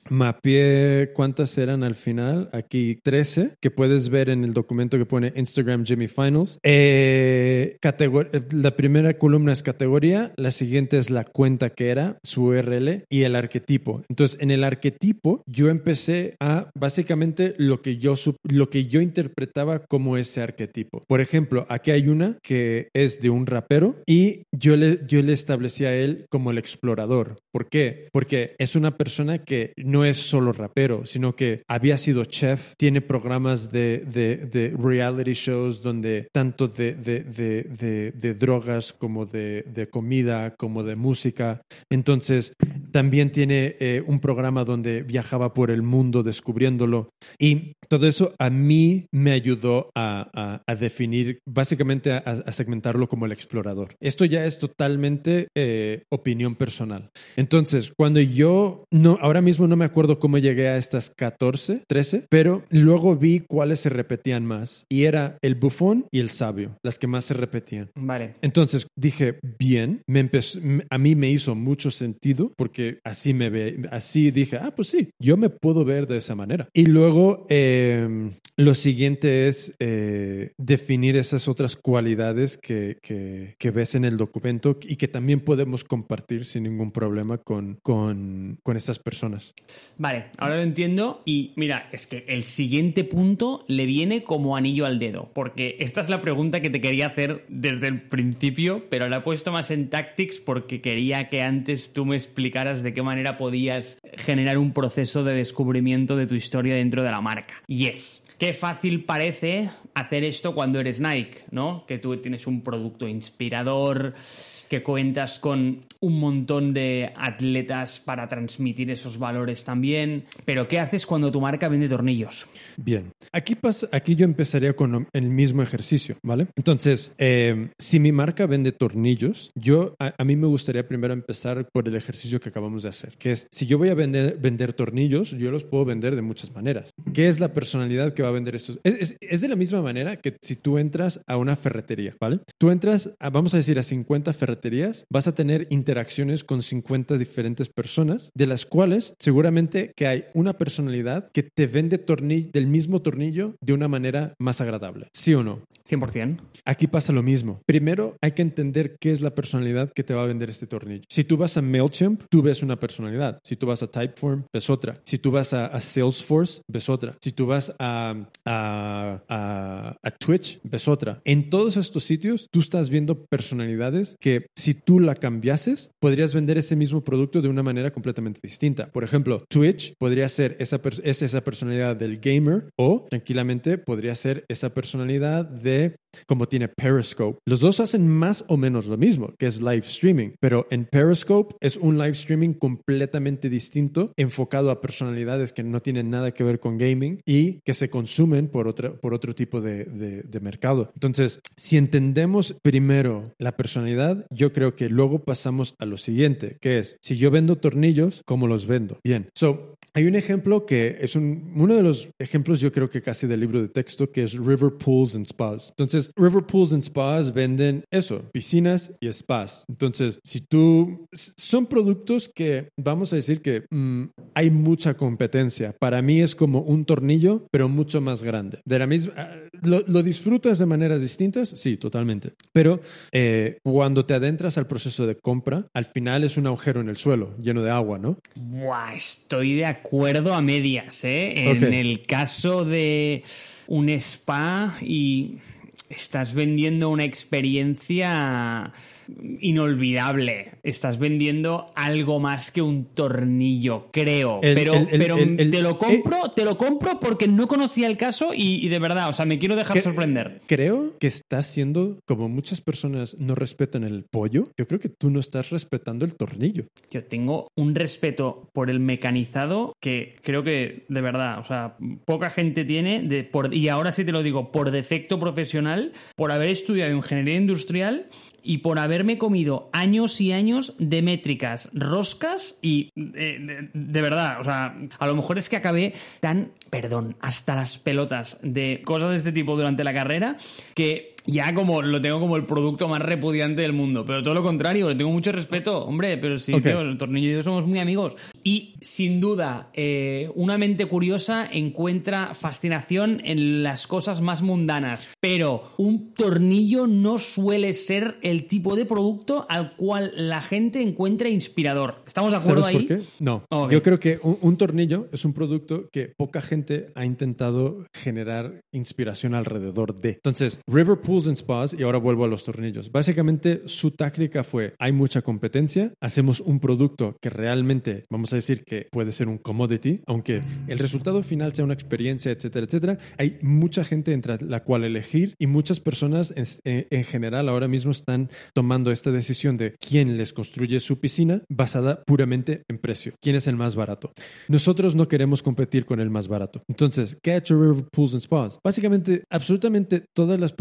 mapeé cuántas eran al final, aquí trece, que puedes ver en el documento que pone Instagram Jimmy Finals. Eh, categor- la primera columna es categoría, la siguiente es la cuenta que era, su U R L y el arquetipo. Entonces, en el arquetipo yo empecé a básicamente lo que yo lo que yo interpretaba como ese arquetipo. Por ejemplo, aquí hay una que es de un rapero y yo le, yo le establecí a él como el explorador. ¿Por qué? Porque es una persona que no es solo rapero, sino que había sido chef, tiene programas de, de, de reality shows donde tanto de, de, de, de, de drogas como de, de comida, como de música. Entonces, también tiene eh, un programa donde viajaba por el mundo descubriéndolo. Y todo eso a mí me ayudó a, a, a definir, básicamente a, a segmentarlo como el explorador. Esto ya es totalmente eh, opinión personal. Entonces, cuando yo, no, ahora mismo no me acuerdo cómo llegué a estas catorce, trece, pero luego vi cuáles se repetían más. Y era el bufón y el sabio, las que más se repetían. Vale. Entonces dije, bien, me empezó, a mí me hizo mucho sentido porque porque así me ve, así dije, ah, pues sí, yo me puedo ver de esa manera. Y luego eh, lo siguiente es eh, definir esas otras cualidades que, que, que ves en el documento y que también podemos compartir sin ningún problema con, con, con estas personas. Vale, ahora lo entiendo y mira, es que el siguiente punto le viene como anillo al dedo, porque esta es la pregunta que te quería hacer desde el principio, pero la he puesto más en Tactics porque quería que antes tú me explicaras de qué manera podías generar un proceso de descubrimiento de tu historia dentro de la marca. Y es... Qué fácil parece hacer esto cuando eres Nike, ¿no? Que tú tienes un producto inspirador, que cuentas con un montón de atletas para transmitir esos valores también. Pero ¿qué haces cuando tu marca vende tornillos? Bien, aquí, pasa, aquí yo empezaría con el mismo ejercicio, ¿vale? Entonces, eh, si mi marca vende tornillos, yo a, a mí me gustaría primero empezar por el ejercicio que acabamos de hacer, que es, si yo voy a vender, vender tornillos, yo los puedo vender de muchas maneras. ¿Qué es la personalidad que va a vender estos? Es, es, es de la misma manera que si tú entras a una ferretería, ¿vale? Tú entras, a, vamos a decir, a cincuenta ferreterías, vas a tener interacciones con cincuenta diferentes personas, de las cuales seguramente que hay una personalidad que te vende tornillo, del mismo tornillo de una manera más agradable. ¿Sí o no? cien por ciento. Aquí pasa lo mismo. Primero hay que entender qué es la personalidad que te va a vender este tornillo. Si tú vas a MailChimp, tú ves una personalidad. Si tú vas a Typeform, ves otra. Si tú vas a, a Salesforce, ves otra. Si tú vas a, a, a, a Twitch, ves otra. En todos estos sitios, tú estás viendo personalidades que si tú la cambiases, podrías vender ese mismo producto de una manera completamente distinta. Por ejemplo, Twitch podría ser esa, es esa personalidad del gamer o tranquilamente podría ser esa personalidad de como tiene Periscope. Los dos hacen más o menos lo mismo, que es live streaming, pero en Periscope es un live streaming completamente distinto, enfocado a personalidades que no tienen nada que ver con gaming y que se consumen por, otra, por otro tipo de, de, de mercado. Entonces, si entendemos primero la personalidad, yo creo que luego pasamos a lo siguiente, que es, si yo vendo tornillos, ¿cómo los vendo? Bien, so, hay un ejemplo que es un, uno de los ejemplos, yo creo que casi del libro de texto, que es River Pools and Spas. Entonces, River Pools and Spas venden eso, piscinas y spas. Entonces, si tú... Son productos que, vamos a decir que mmm, hay mucha competencia. Para mí es como un tornillo, pero mucho más grande. De la misma... ¿Lo, lo disfrutas de maneras distintas? Sí, totalmente. Pero eh, cuando te adentras al proceso de compra, al final es un agujero en el suelo, lleno de agua, ¿no? Buah, estoy de acuerdo a medias, ¿eh? En Okay. el caso de un spa y estás vendiendo una experiencia inolvidable. Estás vendiendo algo más que un tornillo, creo. El, pero el, el, pero el, el, te lo compro, eh, te lo compro porque no conocía el caso y, y de verdad, o sea, me quiero dejar que, sorprender. Creo que estás siendo, como muchas personas no respetan el pollo, yo creo que tú no estás respetando el tornillo. Yo tengo un respeto por el mecanizado que creo que, de verdad, o sea, poca gente tiene, de, por, y ahora sí te lo digo, por defecto profesional, por haber estudiado ingeniería industrial y por haberme comido años y años de métricas, roscas y eh, de, de verdad, o sea, a lo mejor es que acabé tan, perdón, hasta las pelotas de cosas de este tipo durante la carrera que ya como lo tengo como el producto más repudiante del mundo, pero todo lo contrario, le tengo mucho respeto, hombre, pero sí, Okay. tío, el tornillo y yo somos muy amigos. Y sin duda, eh, una mente curiosa encuentra fascinación en las cosas más mundanas, pero un tornillo no suele ser el tipo de producto al cual la gente encuentra inspirador. ¿Estamos de acuerdo ¿Sabes ahí? por qué? No. Okay. Yo creo que un, un tornillo es un producto que poca gente ha intentado generar inspiración alrededor de. Entonces, River Pools and Spas, y ahora vuelvo a los tornillos. Básicamente, su táctica fue, hay mucha competencia, hacemos un producto que realmente, vamos a decir que puede ser un commodity, aunque el resultado final sea una experiencia, etcétera, etcétera. Hay mucha gente entre la cual elegir y muchas personas en, en general ahora mismo están tomando esta decisión de quién les construye su piscina basada puramente en precio. ¿Quién es el más barato? Nosotros no queremos competir con el más barato. Entonces, ¿qué ha hecho River Pools and Spas? Básicamente, absolutamente todas las preguntas que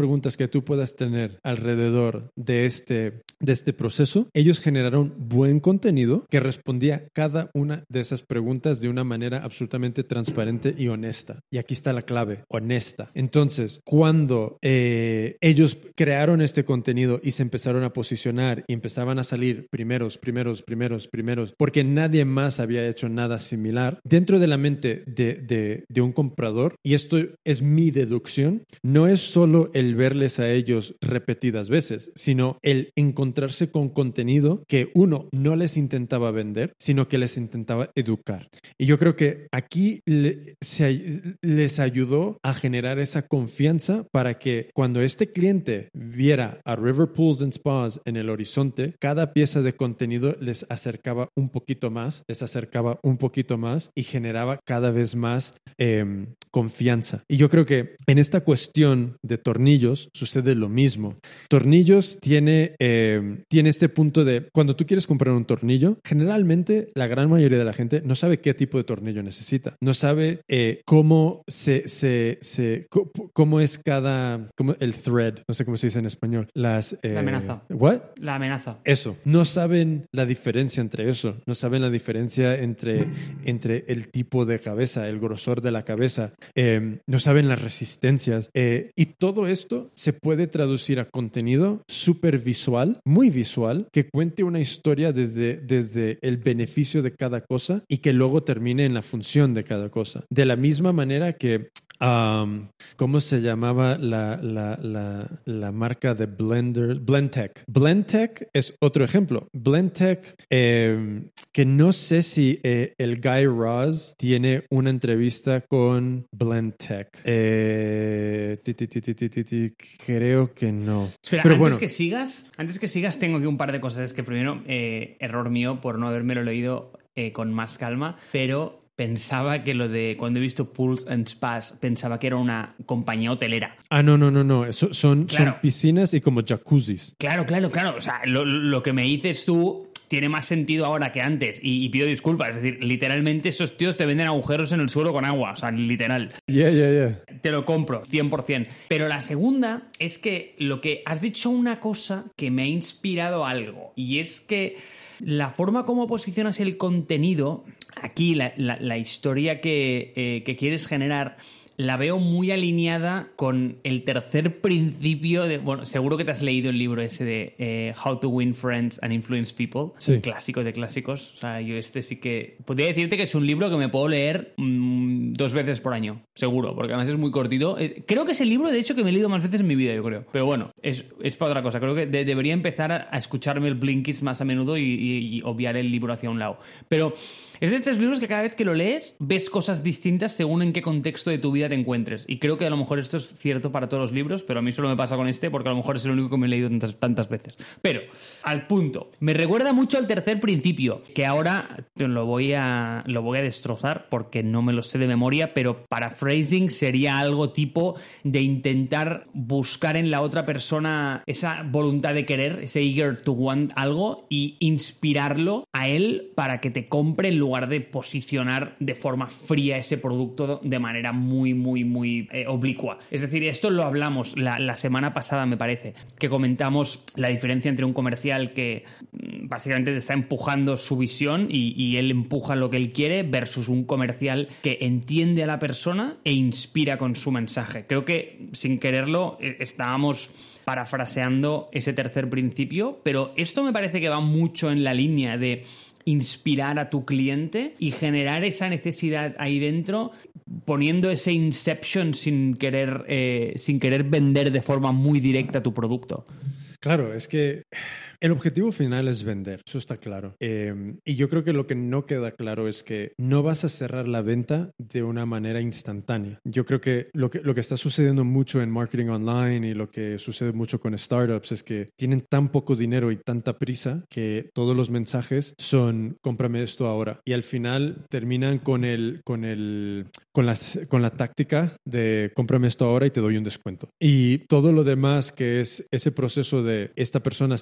que tú puedas tener alrededor de este, de este proceso, ellos generaron buen contenido que respondía a cada una de esas preguntas de una manera absolutamente transparente y honesta. Y aquí está la clave, honesta. Entonces, cuando eh, ellos crearon este contenido y se empezaron a posicionar y empezaban a salir primeros, primeros, primeros, primeros, porque nadie más había hecho nada similar, dentro de la mente de, de, de un comprador, y esto es mi deducción, no es solo el verles a ellos repetidas veces, sino el encontrarse con contenido que uno no les intentaba vender, sino que les intentaba educar. Y yo creo que aquí le, se, les ayudó a generar esa confianza para que cuando este cliente viera a River Pools and Spas en el horizonte, cada pieza de contenido les acercaba un poquito más, les acercaba un poquito más y generaba cada vez más eh, confianza. Y yo creo que en esta cuestión de tornillos sucede lo mismo. Tornillos tiene, eh, tiene este punto de cuando tú quieres comprar un tornillo, generalmente la gran mayoría de la gente no sabe qué tipo de tornillo necesita. No sabe eh, cómo se, se, se cómo es cada, cómo, el thread, no sé cómo se dice en español. Las, eh, la amenaza. ¿What? La amenaza. Eso. No saben la diferencia entre eso. No saben la diferencia entre, entre el tipo de cabeza, el grosor de la cabeza. Eh, no saben las resistencias. Eh, y todo esto se puede traducir a contenido súper visual, muy visual, que cuente una historia desde, desde el beneficio de cada cosa y que luego termine en la función de cada cosa. De la misma manera que Um, ¿cómo se llamaba la, la, la, la marca de blenders? Blendtec. Blendtec es otro ejemplo. Blendtec, eh, que no sé si eh, el Guy Raz tiene una entrevista con Blendtec. Eh, ti, ti, ti, ti, ti, ti, ti, creo que no. Espera, Pero antes bueno. que sigas, antes que sigas, tengo aquí un par de cosas. Es que primero, eh, error mío por no habérmelo leído eh, con más calma, pero pensaba que lo de cuando he visto Pools and Spas, pensaba que era una compañía hotelera. Ah, no, no, no, no. Eso, son, Claro. son piscinas y como jacuzzis. Claro, claro, claro. O sea, lo, lo que me dices tú tiene más sentido ahora que antes. Y, y pido disculpas. Es decir, literalmente esos tíos te venden agujeros en el suelo con agua. O sea, literal. Yeah, yeah, yeah. Te lo compro, cien por ciento. Pero la segunda es que lo que has dicho una cosa que me ha inspirado algo. Y es que la forma como posicionas el contenido, aquí la, la, la historia que, eh, que quieres generar, la veo muy alineada con el tercer principio de... Bueno, seguro que te has leído el libro ese de eh, How to Win Friends and Influence People. Sí. Un clásico de clásicos. O sea, yo este sí que... Podría decirte que es un libro que me puedo leer mmm, dos veces por año. Seguro, porque además es muy cortito. Es, creo que es el libro, de hecho, que me he leído más veces en mi vida, yo creo. Pero bueno, es, es para otra cosa. Creo que de, debería empezar a, a escucharme el Blinkist más a menudo y, y, y obviar el libro hacia un lado. Pero es de estos libros que cada vez que lo lees ves cosas distintas según en qué contexto de tu vida te encuentres. Y creo que a lo mejor esto es cierto para todos los libros, pero a mí solo me pasa con este porque a lo mejor es el único que me he leído tantas, tantas veces. Pero, al punto. Me recuerda mucho al tercer principio, que ahora lo voy a, lo voy a destrozar porque no me lo sé de memoria, pero paraphrasing sería algo tipo de intentar buscar en la otra persona esa voluntad de querer, ese eager to want algo y inspirarlo a él para que te compre en lugar de posicionar de forma fría ese producto de manera muy, muy, muy eh, oblicua. Es decir, esto lo hablamos la, la semana pasada, me parece, que comentamos la diferencia entre un comercial que mm, básicamente te está empujando su visión y, y él empuja lo que él quiere versus un comercial que entiende a la persona e inspira con su mensaje. Creo que sin quererlo eh, estábamos parafraseando ese tercer principio, pero esto me parece que va mucho en la línea de inspirar a tu cliente y generar esa necesidad ahí dentro, poniendo ese inception sin querer, eh, sin querer vender de forma muy directa tu producto. Claro, es que el objetivo final es vender, eso está claro. Eh, y yo creo que lo que no queda claro es que no vas a cerrar la venta de una manera instantánea. Yo creo que lo que, lo que está sucediendo mucho en marketing online y lo que sucede mucho con startups es que tienen tan poco dinero y tanta prisa que todos los mensajes son cómprame esto ahora. Y al final terminan con, el, con, el, con, las, con la táctica de cómprame esto ahora y te doy un descuento. Y todo lo demás que es ese proceso de esta persona está viendo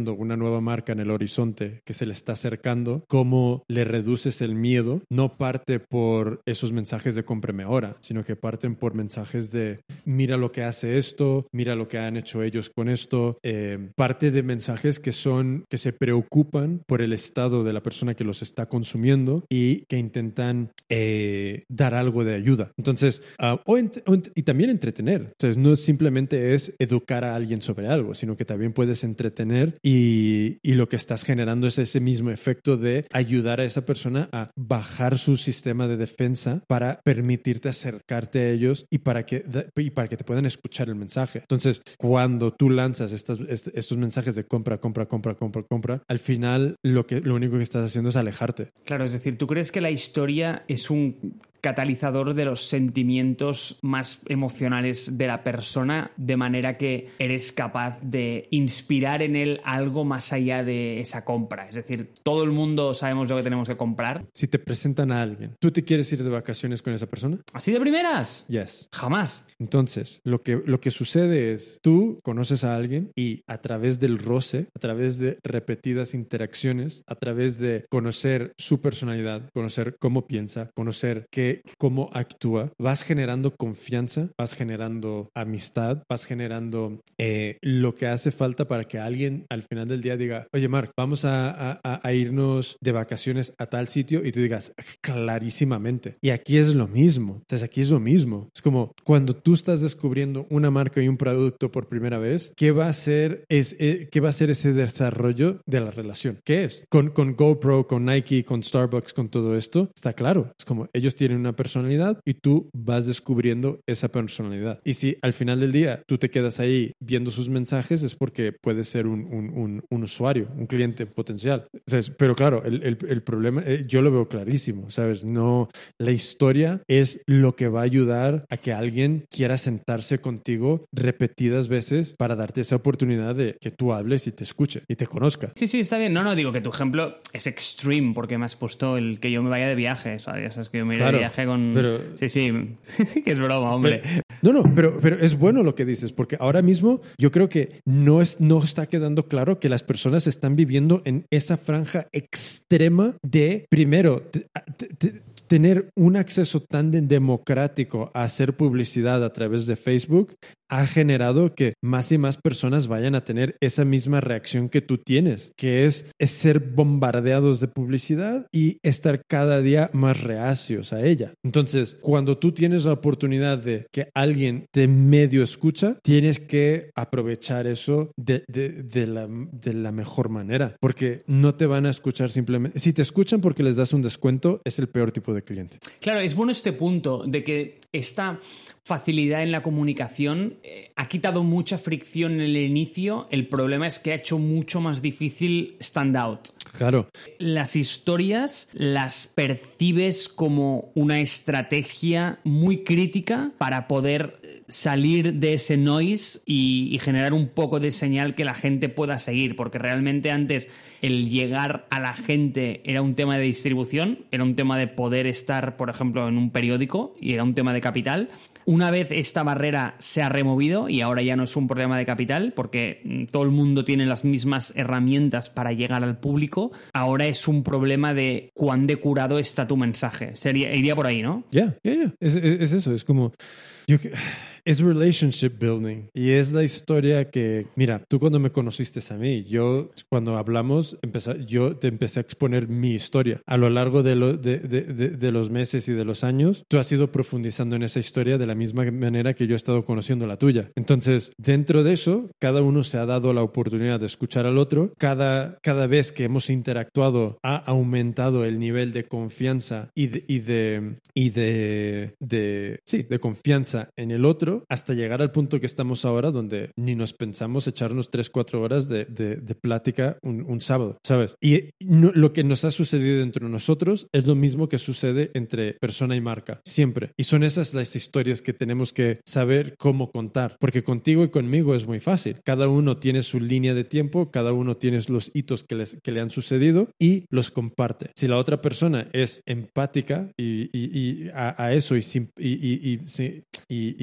viendo una nueva marca en el horizonte que se le está acercando, cómo le reduces el miedo, no parte por esos mensajes de cómpreme ahora, sino que parten por mensajes de mira lo que hace esto, mira lo que han hecho ellos con esto, eh, parte de mensajes que son, que se preocupan por el estado de la persona que los está consumiendo y que intentan eh, dar algo de ayuda. Entonces, uh, o ent- o ent- y también entretener. Entonces, no simplemente es educar a alguien sobre algo, sino que también puedes entretener y, y lo que estás generando es ese mismo efecto de ayudar a esa persona a bajar su sistema de defensa para permitirte acercarte a ellos y para que, y para que te puedan escuchar el mensaje. Entonces, cuando tú lanzas estas, est- estos mensajes de compra, compra, compra, compra, compra, al final lo, que, lo único que estás haciendo es alejarte. Claro, es decir, ¿tú crees que la historia es un catalizador de los sentimientos más emocionales de la persona, de manera que eres capaz de inspirar en él algo más allá de esa compra? Es decir, todo el mundo sabemos lo que tenemos que comprar. Si te presentan a alguien, ¿tú te quieres ir de vacaciones con esa persona? ¿Así de primeras? Yes. Jamás. Entonces, lo que, lo que sucede es, tú conoces a alguien y a través del roce, a través de repetidas interacciones, a través de conocer su personalidad, conocer cómo piensa, conocer qué, cómo actúa, vas generando confianza, vas generando amistad, vas generando eh, lo que hace falta para que alguien al final del día diga, oye, Mark, vamos a, a, a irnos de vacaciones a tal sitio, y tú digas, clarísimamente. Y aquí es lo mismo. Entonces, aquí es lo mismo. Es como cuando tú estás descubriendo una marca y un producto por primera vez, ¿qué va a ser, es, eh, ¿qué va a ser ese desarrollo de la relación? ¿Qué es? Con, con GoPro, con Nike, con Starbucks, con todo esto, está claro. Es como ellos tienen una personalidad y tú vas descubriendo esa personalidad. Y si al final del día tú te quedas ahí viendo sus mensajes, es porque puedes ser un, un, un, un usuario, un cliente potencial. ¿Sabes? Pero claro, el, el, el problema, eh, yo lo veo clarísimo, ¿sabes? No, la historia es lo que va a ayudar a que alguien quiera sentarse contigo repetidas veces para darte esa oportunidad de que tú hables y te escuche y te conozca. Sí, sí, está bien. No, no, digo que tu ejemplo es extreme porque me has puesto el que yo me vaya de viaje. O sea, ya sabes que yo me iré Claro, de viaje con... pero... Sí, sí, que es broma, hombre. Pero, no, no, pero, pero es bueno lo que dices, porque ahora mismo yo creo que no, es, no está quedando claro que las personas están viviendo en esa franja extrema de, primero, te, te, te, tener un acceso tan de democrático a hacer publicidad a través de Facebook ha generado que más y más personas vayan a tener esa misma reacción que tú tienes, que es, es ser bombardeados de publicidad y estar cada día más reacios a ella. Entonces, cuando tú tienes la oportunidad de que alguien te medio escucha, tienes que aprovechar eso de, de, de, la, de la mejor manera, porque no te van a escuchar simplemente. Si te escuchan porque les das un descuento, es el peor tipo de cliente. Claro, es bueno este punto de que esta facilidad en la comunicación eh, ha quitado mucha fricción en el inicio. El problema es que ha hecho mucho más difícil stand out. Claro. Las historias las percibes como una estrategia muy crítica para poder salir de ese noise y, y generar un poco de señal que la gente pueda seguir, porque realmente antes el llegar a la gente era un tema de distribución, era un tema de poder estar, por ejemplo, en un periódico y era un tema de capital. Una vez esta barrera se ha removido y ahora ya no es un problema de capital porque todo el mundo tiene las mismas herramientas para llegar al público, ahora es un problema de cuán depurado está tu mensaje. Sería, iría por ahí, ¿no? Ya, yeah, ya, yeah, yeah. es, es, es eso, es como... Yo, es relationship building y es la historia que, mira, tú cuando me conociste a mí, yo cuando hablamos, empecé, yo te empecé a exponer mi historia. A lo largo de, lo, de, de, de, de los meses y de los años, tú has ido profundizando en esa historia de la misma manera que yo he estado conociendo la tuya. Entonces, dentro de eso, cada uno se ha dado la oportunidad de escuchar al otro. Cada, cada vez que hemos interactuado ha aumentado el nivel de confianza y de, y de, y de, de, sí, de confianza en el otro, hasta llegar al punto que estamos ahora, donde ni nos pensamos echarnos tres, cuatro horas de, de, de plática un, un sábado, ¿sabes? Y no, lo que nos ha sucedido entre nosotros es lo mismo que sucede entre persona y marca, siempre. Y son esas las historias que tenemos que saber cómo contar, porque contigo y conmigo es muy fácil. Cada uno tiene su línea de tiempo, cada uno tiene los hitos que, les, que le han sucedido y los comparte. Si la otra persona es empática y, y, y a, a eso y, y, y, y, y, y sympathetic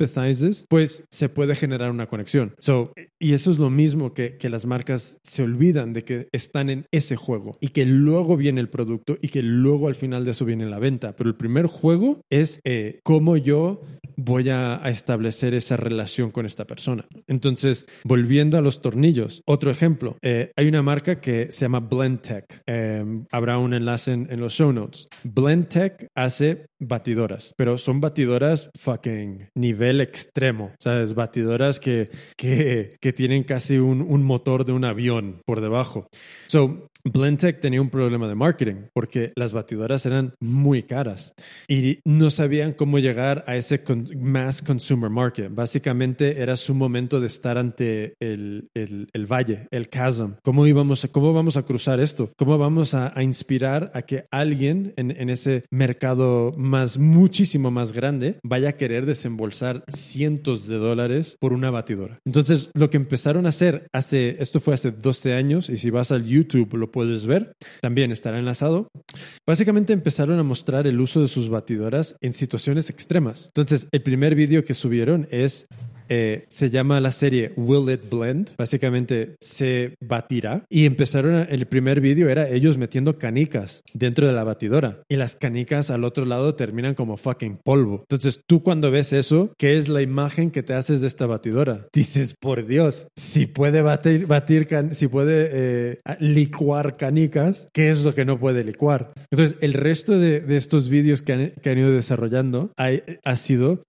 empathizes, pues se puede generar una conexión. So, y eso es lo mismo que, que las marcas se olvidan de que están en ese juego y que luego viene el producto y que luego al final de eso viene la venta. Pero el primer juego es eh, cómo yo voy a, a establecer esa relación con esta persona. Entonces, volviendo a los tornillos, otro ejemplo, eh, hay una marca que se llama Blendtec. Eh, habrá un enlace en, en los show notes. Blendtec hace batidoras, pero son batidoras fucking nivel extremo, ¿sabes? Batidoras que, que, que tienen casi un, un motor de un avión por debajo. So, Blendtec tenía un problema de marketing porque las batidoras eran muy caras y no sabían cómo llegar a ese con- mass consumer market. Básicamente era su momento de estar ante el, el, el valle, el chasm. ¿Cómo, íbamos a, ¿Cómo vamos a cruzar esto? ¿Cómo vamos a, a inspirar a que alguien en, en ese mercado más, muchísimo más grande vaya a querer desembolsar cientos de dólares por una batidora? Entonces, lo que empezaron a hacer hace, esto fue hace doce años y si vas al YouTube lo puedes ver, también estará enlazado. Básicamente empezaron a mostrar el uso de sus batidoras en situaciones extremas. Entonces, el primer vídeo que subieron es Eh, se llama la serie Will It Blend. Básicamente se batirá. Y empezaron, a, el primer vídeo era ellos metiendo canicas dentro de la batidora. Y las canicas al otro lado terminan como fucking polvo. Entonces tú cuando ves eso, ¿qué es la imagen que te haces de esta batidora? Dices, por Dios, si puede batir, batir can, si puede eh, licuar canicas, ¿qué es lo que no puede licuar? Entonces el resto de, de estos vídeos que han, que han ido desarrollando ha, ha sido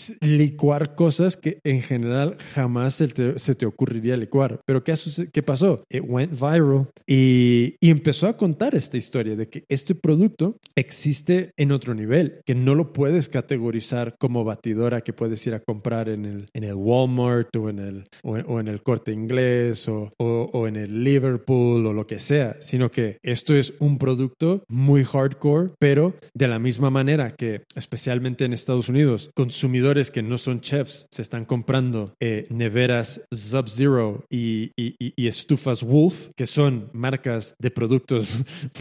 licuar cosas que en general jamás se te, se te ocurriría licuar. Pero ¿qué, ¿qué pasó? It went viral y, y empezó a contar esta historia de que este producto existe en otro nivel, que no lo puedes categorizar como batidora que puedes ir a comprar en el, en el Walmart o en el, o, o en el Corte Inglés o, o, o en el Liverpool o lo que sea, sino que esto es un producto muy hardcore, pero de la misma manera que especialmente en Estados Unidos, consumidores que no son chefs se están comprando eh, neveras Sub-Zero y, y, y estufas Wolf, que son marcas de productos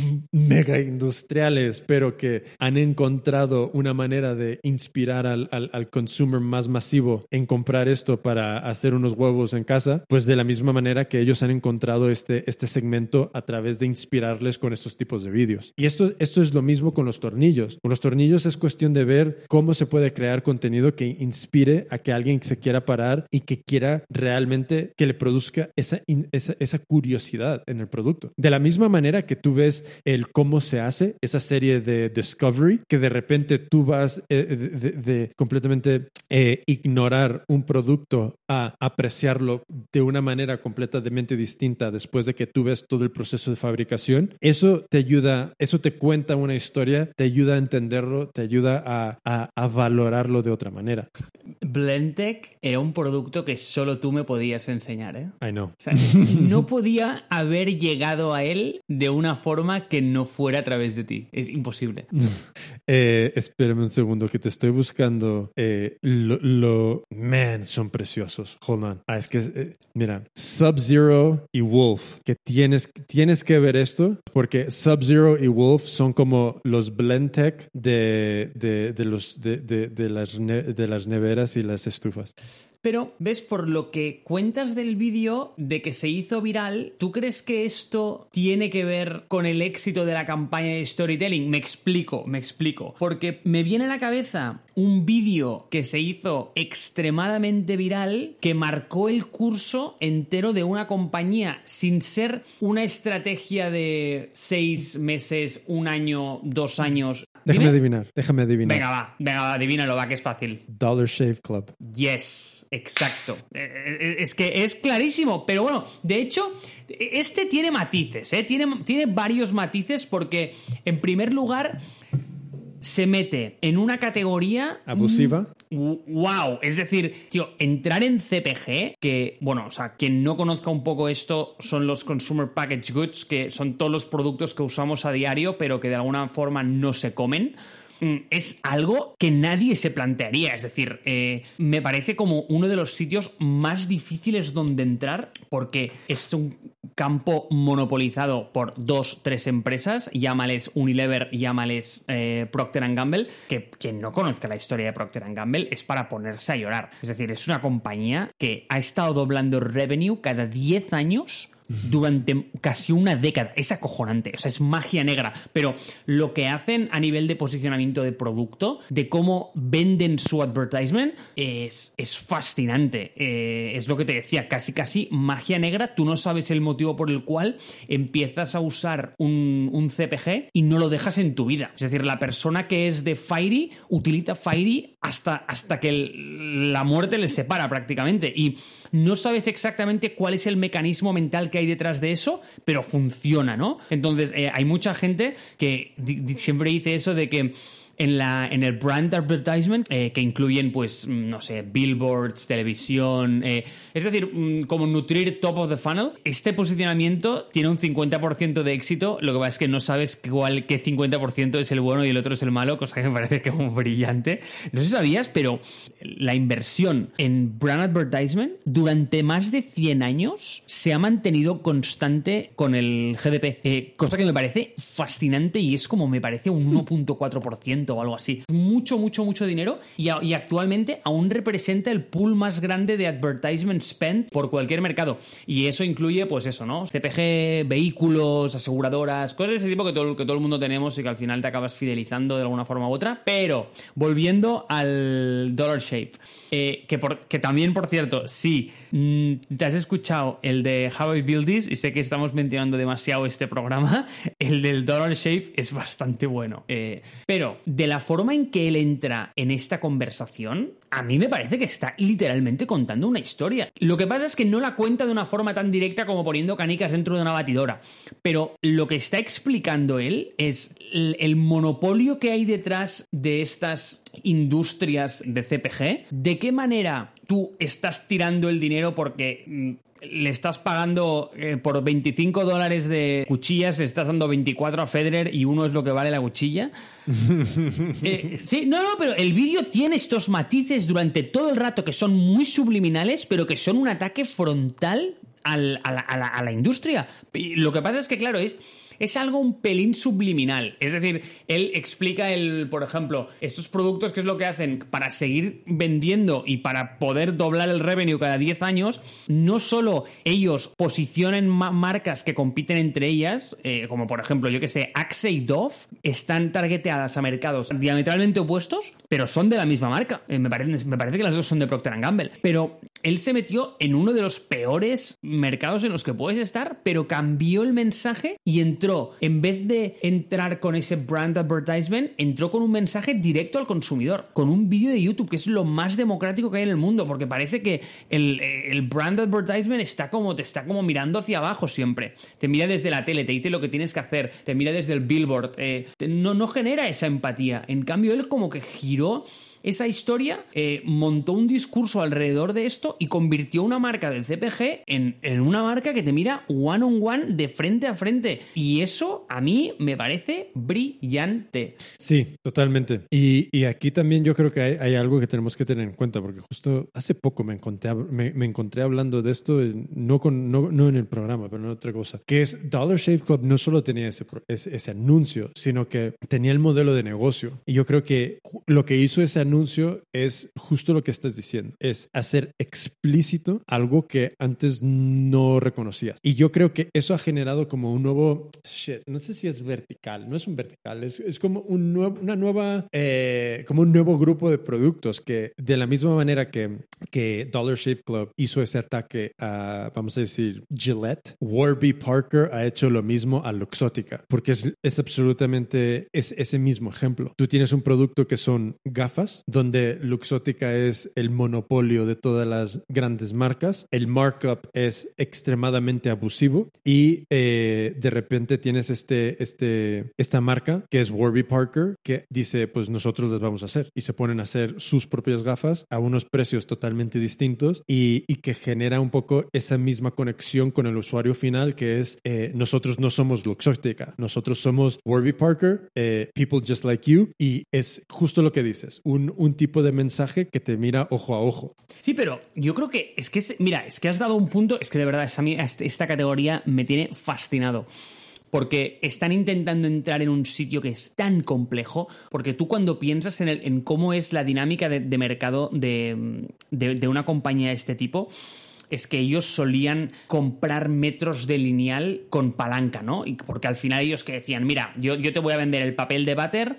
mega industriales, pero que han encontrado una manera de inspirar al, al, al consumer más masivo en comprar esto para hacer unos huevos en casa, pues de la misma manera que ellos han encontrado este, este segmento a través de inspirarles con estos tipos de vídeos. Y esto, esto es lo mismo con los tornillos. Con los tornillos es cuestión de ver cómo se puede crear contenido que inspire a que alguien se quiera parar y que quiera realmente que le produzca esa, esa, esa curiosidad en el producto. De la misma manera que tú ves el cómo se hace esa serie de Discovery, que de repente tú vas eh, de, de, de completamente eh, ignorar un producto a apreciarlo de una manera completamente distinta después de que tú ves todo el proceso de fabricación. Eso te ayuda, eso te cuenta una historia, te ayuda a entenderlo, te ayuda a, a, a valorarlo de otra manera. Blendtec era un producto que solo tú me podías enseñar, ¿eh? I know. O sea, no podía haber llegado a él de una forma que no fuera a través de ti. Es imposible. eh, espérame un segundo que te estoy buscando. Eh, lo, lo... Man, son preciosos. Hold on. Ah, es que, eh, mira, Sub-Zero y Wolf, que tienes, tienes que ver esto porque Sub-Zero y Wolf son como los Blendtec de, de, de, los, de, de, de, las ne- de las neveras y las estufas. Pero, ¿ves? Por lo que cuentas del vídeo de que se hizo viral, ¿tú crees que esto tiene que ver con el éxito de la campaña de storytelling? Me explico, me explico. Porque me viene a la cabeza un vídeo que se hizo extremadamente viral que marcó el curso entero de una compañía sin ser una estrategia de seis meses, un año, dos años. Déjame Dime. adivinar, déjame adivinar. Venga, va, venga, va, adivínalo, va, que es fácil. Dollar Shave Club. Yes, exacto. Es que es clarísimo, pero bueno, de hecho, este tiene matices, ¿eh? Tiene, tiene varios matices porque, en primer lugar, se mete en una categoría... ¿Abusiva? ¡Wow! Es decir, tío, entrar en C P G, que, bueno, o sea, quien no conozca un poco esto son los Consumer Packaged Goods, que son todos los productos que usamos a diario, pero que de alguna forma no se comen. es algo que nadie se plantearía. Es decir, eh, me parece como uno de los sitios más difíciles donde entrar porque es un campo monopolizado por dos, tres empresas, llámales Unilever, llámales eh, Procter and Gamble, que quien no conozca la historia de Procter and Gamble es para ponerse a llorar. Es decir, es una compañía que ha estado doblando revenue cada diez años durante casi una década. Es acojonante, o sea, es magia negra, pero lo que hacen a nivel de posicionamiento de producto, de cómo venden su advertisement, es, es fascinante. Eh, es lo que te decía, casi casi magia negra. Tú no sabes el motivo por el cual empiezas a usar un, un C P G y no lo dejas en tu vida. Es decir, la persona que es de Fairy utiliza Fairy hasta, hasta que el, la muerte les separa prácticamente, y no sabes exactamente cuál es el mecanismo mental que hay detrás de eso, pero funciona, ¿no? Entonces, eh, hay mucha gente que di- di- siempre dice eso de que en, la, en el brand advertisement, eh, que incluyen, pues, no sé, billboards, televisión, eh, es decir, mm, como nutrir top of the funnel, este posicionamiento tiene un cincuenta por ciento de éxito. Lo que pasa es que no sabes cuál, qué cincuenta por ciento es el bueno y el otro es el malo, cosa que me parece como brillante. No sé si sabías, pero la inversión en brand advertisement durante más de cien años se ha mantenido constante con el G D P, eh, cosa que me parece fascinante, y es como me parece un uno punto cuatro por ciento o algo así. Mucho, mucho, mucho dinero, y, a, y actualmente aún representa el pool más grande de advertisement spent por cualquier mercado. Y eso incluye, pues eso, ¿no? C P G, vehículos, aseguradoras, cosas de ese tipo que todo, que todo el mundo tenemos y que al final te acabas fidelizando de alguna forma u otra. Pero, volviendo al Dollar Shave, eh, que, por, que también, por cierto, sí, mmm, te has escuchado el de How I Build This, y sé que estamos mencionando demasiado este programa, el del Dollar Shave es bastante bueno. Eh, pero, de la forma en que él entra en esta conversación, a mí me parece que está literalmente contando una historia. Lo que pasa es que no la cuenta de una forma tan directa como poniendo canicas dentro de una batidora, pero lo que está explicando él es el, el monopolio que hay detrás de estas industrias de C P G, de qué manera tú estás tirando el dinero porque mm, le estás pagando eh, por veinticinco dólares de cuchillas, le estás dando veinticuatro a Federer y uno es lo que vale la cuchilla. eh, sí, no, no, pero el vídeo tiene estos matices durante todo el rato que son muy subliminales, pero que son un ataque frontal al, a, la, a, la, a la industria. Y lo que pasa es que, claro, es... es algo un pelín subliminal. Es decir, él explica, el, por ejemplo, estos productos, qué es lo que hacen para seguir vendiendo y para poder doblar el revenue cada diez años. No solo ellos posicionan ma- marcas que compiten entre ellas, eh, como por ejemplo, yo que sé, Axe y Dove, están targeteadas a mercados diametralmente opuestos, pero son de la misma marca. Eh, me, parece, me parece que las dos son de Procter and Gamble. Pero él se metió en uno de los peores mercados en los que puedes estar, pero cambió el mensaje y entró, en vez de entrar con ese brand advertisement, entró con un mensaje directo al consumidor, con un vídeo de YouTube, que es lo más democrático que hay en el mundo, porque parece que el, el brand advertisement está como, te está como mirando hacia abajo siempre. Te mira desde la tele, te dice lo que tienes que hacer, te mira desde el billboard, eh, te, no, no genera esa empatía. En cambio, él como que giró esa historia, eh, montó un discurso alrededor de esto y convirtió una marca del C P G en, en una marca que te mira one on one, de frente a frente. Y eso a mí me parece brillante. Sí, totalmente. Y, y aquí también yo creo que hay, hay algo que tenemos que tener en cuenta, porque justo hace poco me encontré, me, me encontré hablando de esto, no, con, no, no en el programa, pero en otra cosa, que es Dollar Shave Club no solo tenía ese, ese, ese anuncio, sino que tenía el modelo de negocio. Y yo creo que lo que hizo ese anuncio anuncio es justo lo que estás diciendo, es hacer explícito algo que antes no reconocías. Y yo creo que eso ha generado como un nuevo, shit, no sé si es vertical, no es un vertical, es, es como un nuevo, una nueva, eh, como un nuevo grupo de productos que de la misma manera que, que Dollar Shave Club hizo ese ataque a, vamos a decir, Gillette, Warby Parker ha hecho lo mismo a Luxottica, porque es, es absolutamente, es ese mismo ejemplo. Tú tienes un producto que son gafas, donde Luxottica es el monopolio de todas las grandes marcas. El markup es extremadamente abusivo y eh, de repente tienes este, este, esta marca que es Warby Parker que dice, pues nosotros las vamos a hacer, y se ponen a hacer sus propias gafas a unos precios totalmente distintos y, y que genera un poco esa misma conexión con el usuario final, que es eh, nosotros no somos Luxottica, nosotros somos Warby Parker, eh, people just like you, y es justo lo que dices, un, un tipo de mensaje que te mira ojo a ojo. Sí, pero yo creo que es que, es, mira, es que has dado un punto, es que de verdad esta, esta categoría me tiene fascinado. Porque están intentando entrar en un sitio que es tan complejo, porque tú cuando piensas en, el, en cómo es la dinámica de, de mercado de, de, de una compañía de este tipo, es que ellos solían comprar metros de lineal con palanca, ¿no? Y porque al final ellos que decían, mira, yo, yo te voy a vender el papel de váter,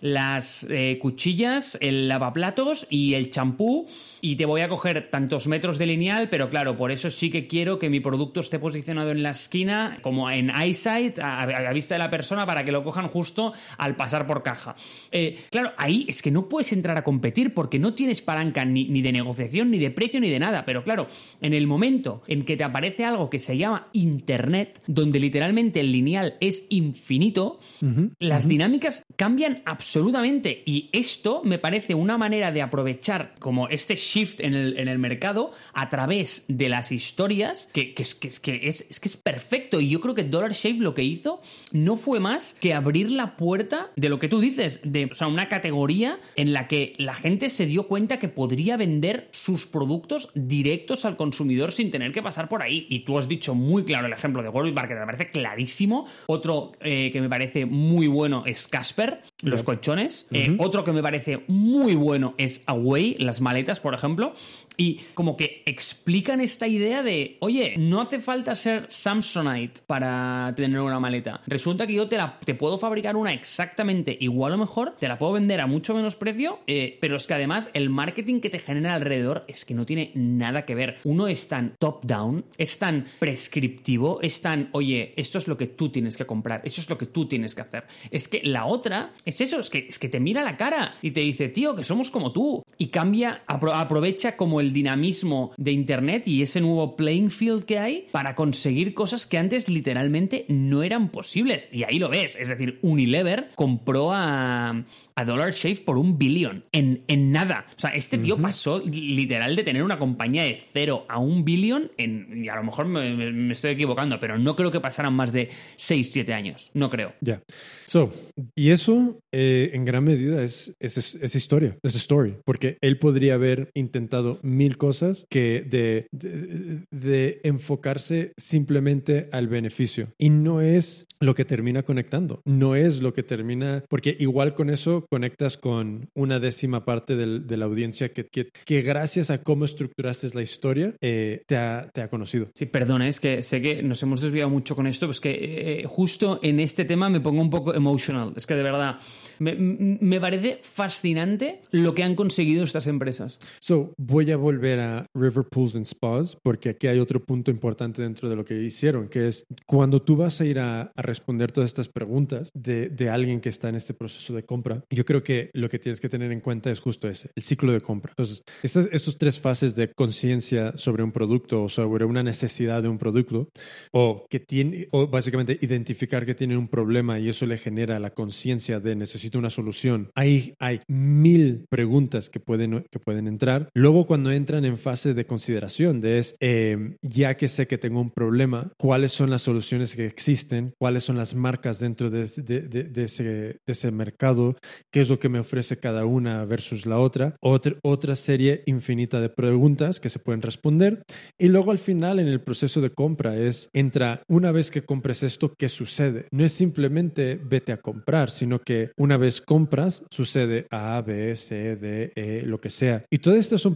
las eh, cuchillas, el lavaplatos y el champú, y te voy a coger tantos metros de lineal, pero claro, por eso sí que quiero que mi producto esté posicionado en la esquina, como en eyesight, a, a la vista de la persona, para que lo cojan justo al pasar por caja. Eh, claro, ahí es que no puedes entrar a competir porque no tienes palanca ni, ni de negociación, ni de precio, ni de nada. Pero claro, en el momento en que te aparece algo que se llama Internet, donde literalmente el lineal es infinito, uh-huh, las uh-huh. dinámicas cambian absolutamente. Y esto me parece una manera de aprovechar como este shift en el, en el mercado a través de las historias que, que, es, que, es, que es, es que es perfecto. Y yo creo que Dollar Shave lo que hizo no fue más que abrir la puerta de lo que tú dices, de, o sea, una categoría en la que la gente se dio cuenta que podría vender sus productos directos al consumidor sin tener que pasar por ahí. Y tú has dicho muy claro el ejemplo de Warby Parker, que me parece clarísimo. Otro eh, que me parece muy bueno es Casper, yep. los colchones. Uh-huh. Eh, otro que me parece muy bueno es Away, las maletas, por ejemplo. Y como que explican esta idea de, oye, no hace falta ser Samsonite para tener una maleta. Resulta que yo te, la, te puedo fabricar una exactamente igual o mejor, te la puedo vender a mucho menos precio, eh, pero es que además el marketing que te genera alrededor es que no tiene nada que ver. Uno es tan top-down, es tan prescriptivo, es tan, oye, esto es lo que tú tienes que comprar, esto es lo que tú tienes que hacer. Es que la otra es eso, es que, es que te mira la cara y te dice, tío, que somos como tú. Y cambia, apro- aprovecha como el el dinamismo de Internet y ese nuevo playing field que hay para conseguir cosas que antes literalmente no eran posibles. Y ahí lo ves. Es decir, Unilever compró a, a Dollar Shave por un billón. En, en nada. O sea, este tío uh-huh. pasó literal de tener una compañía de cero a un billón en, y a lo mejor me, me estoy equivocando, pero no creo que pasaran más de seis siete años. No creo. Ya. Yeah. So, y eso eh, en gran medida es, es, es, es historia. Es story. Porque él podría haber intentado mil cosas que de, de, de enfocarse simplemente al beneficio. Y no es lo que termina conectando. No es lo que termina... Porque igual con eso conectas con una décima parte del, de la audiencia que, que, que gracias a cómo estructuraste la historia eh, te, ha, te ha conocido. Sí, perdona, es que sé que nos hemos desviado mucho con esto, pues que eh, justo en este tema me pongo un poco emotional. Es que de verdad me, me parece fascinante lo que han conseguido estas empresas. So, voy a volver a River Pools and Spas porque aquí hay otro punto importante dentro de lo que hicieron, que es cuando tú vas a ir a, a responder todas estas preguntas de, de alguien que está en este proceso de compra, yo creo que lo que tienes que tener en cuenta es justo ese, el ciclo de compra. Entonces, estas, estas tres fases de conciencia sobre un producto o sobre una necesidad de un producto, o que tiene, o básicamente identificar que tiene un problema y eso le genera la conciencia de necesito una solución. Ahí hay mil preguntas que pueden, que pueden entrar. Luego, cuando entran en fase de consideración, de es, eh, ya que sé que tengo un problema, ¿cuáles son las soluciones que existen? ¿Cuáles son las marcas dentro de, de, de, de, ese, de ese mercado? ¿Qué es lo que me ofrece cada una versus la otra? Otra, otra serie infinita de preguntas que se pueden responder. Y luego al final, en el proceso de compra, es, entra, una vez que compres esto, ¿qué sucede? No es simplemente vete a comprar, sino que una vez compras, sucede A, B, C, D, E, lo que sea. Y todas estas son preguntas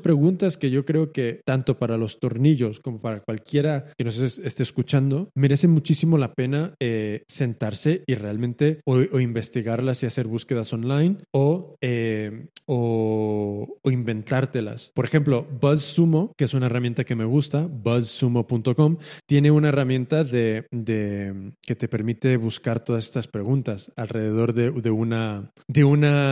preguntas que yo creo que tanto para los tornillos como para cualquiera que nos esté escuchando, merece muchísimo la pena eh, sentarse y realmente o, o investigarlas y hacer búsquedas online o, eh, o, o inventártelas. Por ejemplo, BuzzSumo, que es una herramienta que me gusta, buzz sumo punto com, tiene una herramienta de, de, que te permite buscar todas estas preguntas alrededor de, de, una, de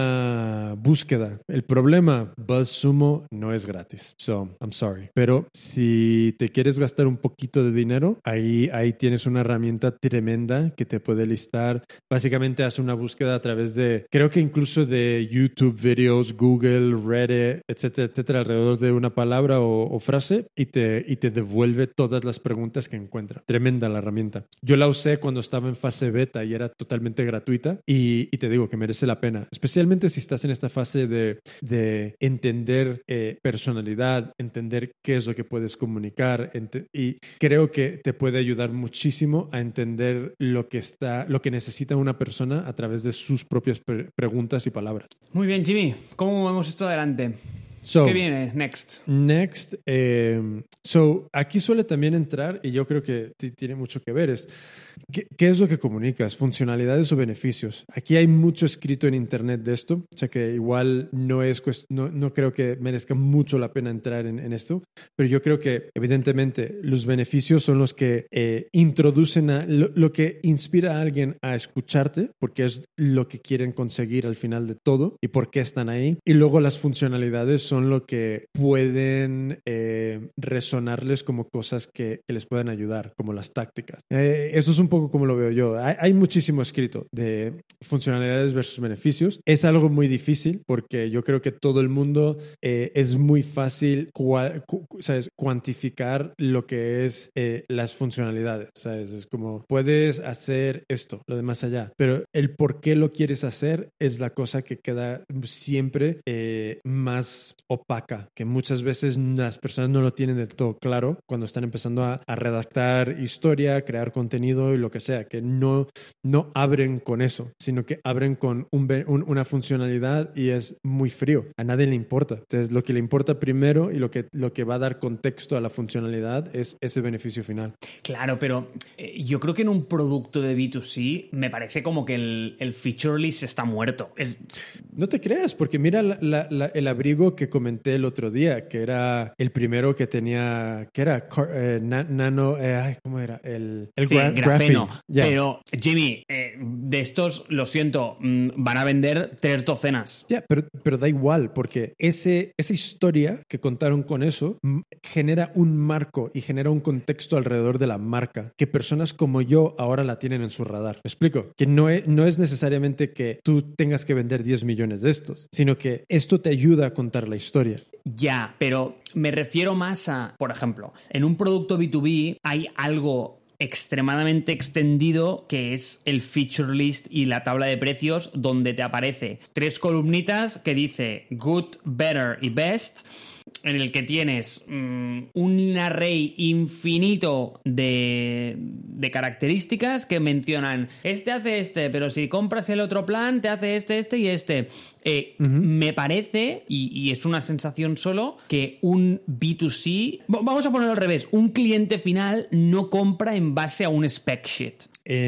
una búsqueda. El problema, BuzzSumo no es gratis. So, I'm sorry. Pero si te quieres gastar un poquito de dinero, ahí, ahí tienes una herramienta tremenda que te puede listar. Básicamente hace una búsqueda a través de, creo que incluso de YouTube videos, Google, Reddit, etcétera, etcétera, alrededor de una palabra o, o frase y te, y te devuelve todas las preguntas que encuentra. Tremenda la herramienta. Yo la usé cuando estaba en fase beta y era totalmente gratuita y, y te digo que merece la pena, especialmente si estás en esta fase de, de entender eh, personalidad, entender qué es lo que puedes comunicar ent- y creo que te puede ayudar muchísimo a entender lo que está, lo que necesita una persona a través de sus propias pre- preguntas y palabras. Muy bien, Jimmy. ¿Cómo movemos esto adelante? So, ¿Qué viene next? Next. Eh, so, aquí suele también entrar, y yo creo que t- tiene mucho que ver, es ¿qué, ¿qué es lo que comunicas? ¿Funcionalidades o beneficios? Aquí hay mucho escrito en internet de esto, o sea que igual no, es, no, no creo que merezca mucho la pena entrar en, en esto, pero yo creo que evidentemente los beneficios son los que eh, introducen a, lo, lo que inspira a alguien a escucharte, porque es lo que quieren conseguir al final de todo y por qué están ahí, y luego las funcionalidades son lo que pueden eh, resonarles como cosas que, que les pueden ayudar, como las tácticas. Eh, eso es un poco como lo veo yo. Hay, hay muchísimo escrito de funcionalidades versus beneficios. Es algo muy difícil porque yo creo que todo el mundo eh, es muy fácil cua, cu, ¿sabes? cuantificar lo que es eh, las funcionalidades. ¿Sabes? Es como, puedes hacer esto, lo de más allá, pero el por qué lo quieres hacer es la cosa que queda siempre eh, más opaca, que muchas veces las personas no lo tienen del todo claro cuando están empezando a, a redactar historia, crear contenido y lo que sea, que no, no abren con eso, sino que abren con un, un, una funcionalidad y es muy frío. A nadie le importa. Entonces, lo que le importa primero y lo que, lo que va a dar contexto a la funcionalidad es ese beneficio final. Claro, pero eh, yo creo que en un producto de B dos C me parece como que el, el feature list está muerto. Es... No te creas, porque mira la, la, la, el abrigo que comenté el otro día, que era el primero que tenía, que era eh, na, nano, eh, ¿cómo era? El, el sí, gra grafeno. Yeah. Pero, Jimmy, eh, de estos, lo siento, mmm, van a vender tres docenas. Ya, yeah, pero, pero da igual, porque ese, esa historia que contaron con eso genera un marco y genera un contexto alrededor de la marca que personas como yo ahora la tienen en su radar. ¿Me explico? Que no es, no es necesariamente que tú tengas que vender diez millones de estos, sino que esto te ayuda a contar la historia. Ya, pero me refiero más a, por ejemplo, en un producto B dos B hay algo extremadamente extendido que es el feature list y la tabla de precios donde te aparece tres columnitas que dice good, better y best, en el que tienes mmm, un array infinito de, de características que mencionan este hace este, pero si compras el otro plan te hace este, este y este. Eh, uh-huh. Me parece, y, y es una sensación solo, que un B dos C, vamos a ponerlo al revés, un cliente final no compra en base a un spec sheet.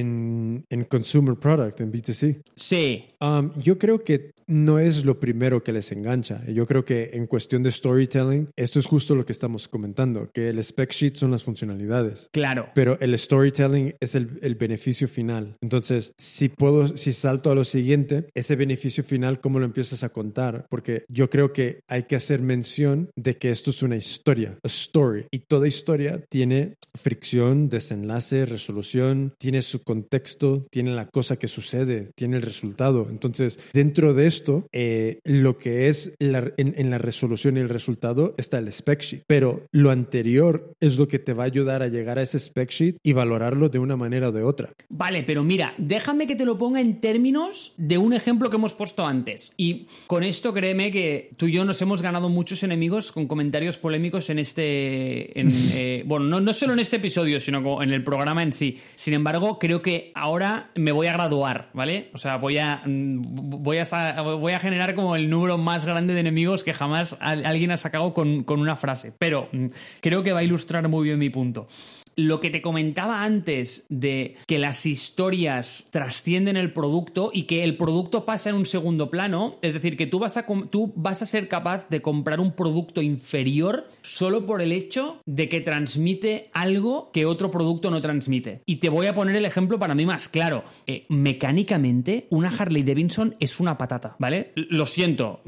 En, en consumer product, en B dos C. Sí. Um, yo creo que no es lo primero que les engancha. Yo creo que en cuestión de storytelling, esto es justo lo que estamos comentando, que el spec sheet son las funcionalidades. Claro. Pero el storytelling es el, el beneficio final. Entonces, si puedo, si salto a lo siguiente, ese beneficio final, ¿cómo lo empiezas a contar? Porque yo creo que hay que hacer mención de que esto es una historia, a story. Y toda historia tiene fricción, desenlace, resolución, tiene su contexto, tiene la cosa que sucede, tiene el resultado. Entonces, dentro de esto, eh, lo que es la, en, en la resolución y el resultado está el spec sheet. Pero lo anterior es lo que te va a ayudar a llegar a ese spec sheet y valorarlo de una manera o de otra. Vale, pero mira, déjame que te lo ponga en términos de un ejemplo que hemos puesto antes. Y con esto créeme que tú y yo nos hemos ganado muchos enemigos con comentarios polémicos en este... En, eh, bueno, no, no solo en este episodio, sino en el programa en sí. Sin embargo, embargo, creo que ahora me voy a graduar, ¿vale? O sea, voy a, voy a, voy a generar como el número más grande de enemigos que jamás alguien ha sacado con, con una frase. Pero creo que va a ilustrar muy bien mi punto. Lo que te comentaba antes de que las historias trascienden el producto y que el producto pasa en un segundo plano, es decir, que tú vas a, tú vas a ser capaz de comprar un producto inferior solo por el hecho de que transmite algo que otro producto no transmite. Y te voy a poner el ejemplo para mí más claro. Eh, mecánicamente, una Harley Davidson es una patata, ¿vale? Lo siento,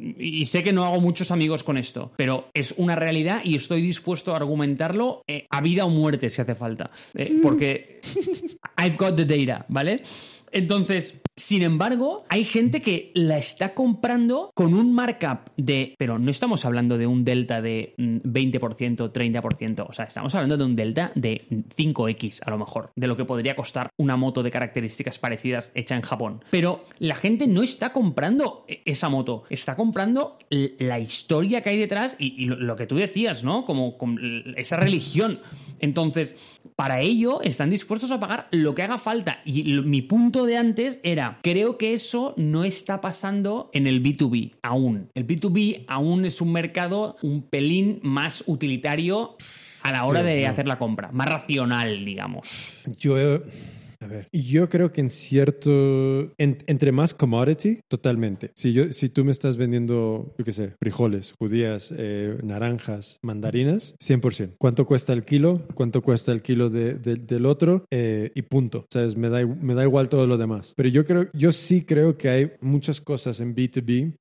y sé que no hago muchos amigos con esto, pero es una realidad y estoy dispuesto a argumentarlo eh, a vida o muerte si hace falta, eh, porque I've got the data, ¿vale? Entonces, sin embargo, hay gente que la está comprando con un markup de... Pero no estamos hablando de un delta de veinte por ciento, treinta por ciento. O sea, estamos hablando de un delta de cinco equis, a lo mejor, de lo que podría costar una moto de características parecidas hecha en Japón. Pero la gente no está comprando esa moto. Está comprando la historia que hay detrás y, y lo que tú decías, ¿no? Como, como esa religión. Entonces, para ello están dispuestos a pagar lo que haga falta. Y lo, mi punto de antes era, creo que eso no está pasando en el B dos B aún. El B dos B aún es un mercado un pelín más utilitario a la hora de hacer la compra, más racional, digamos. Yo he... A ver, yo creo que en cierto... En, entre más commodity, totalmente. Si, yo, si tú me estás vendiendo, yo qué sé, frijoles, judías, eh, naranjas, mandarinas, cien por ciento. ¿Cuánto cuesta el kilo? ¿Cuánto cuesta el kilo de, de, del otro? Eh, y punto. ¿Sabes? Me da, me da igual todo lo demás. Pero yo creo, yo sí creo que hay muchas cosas en B dos B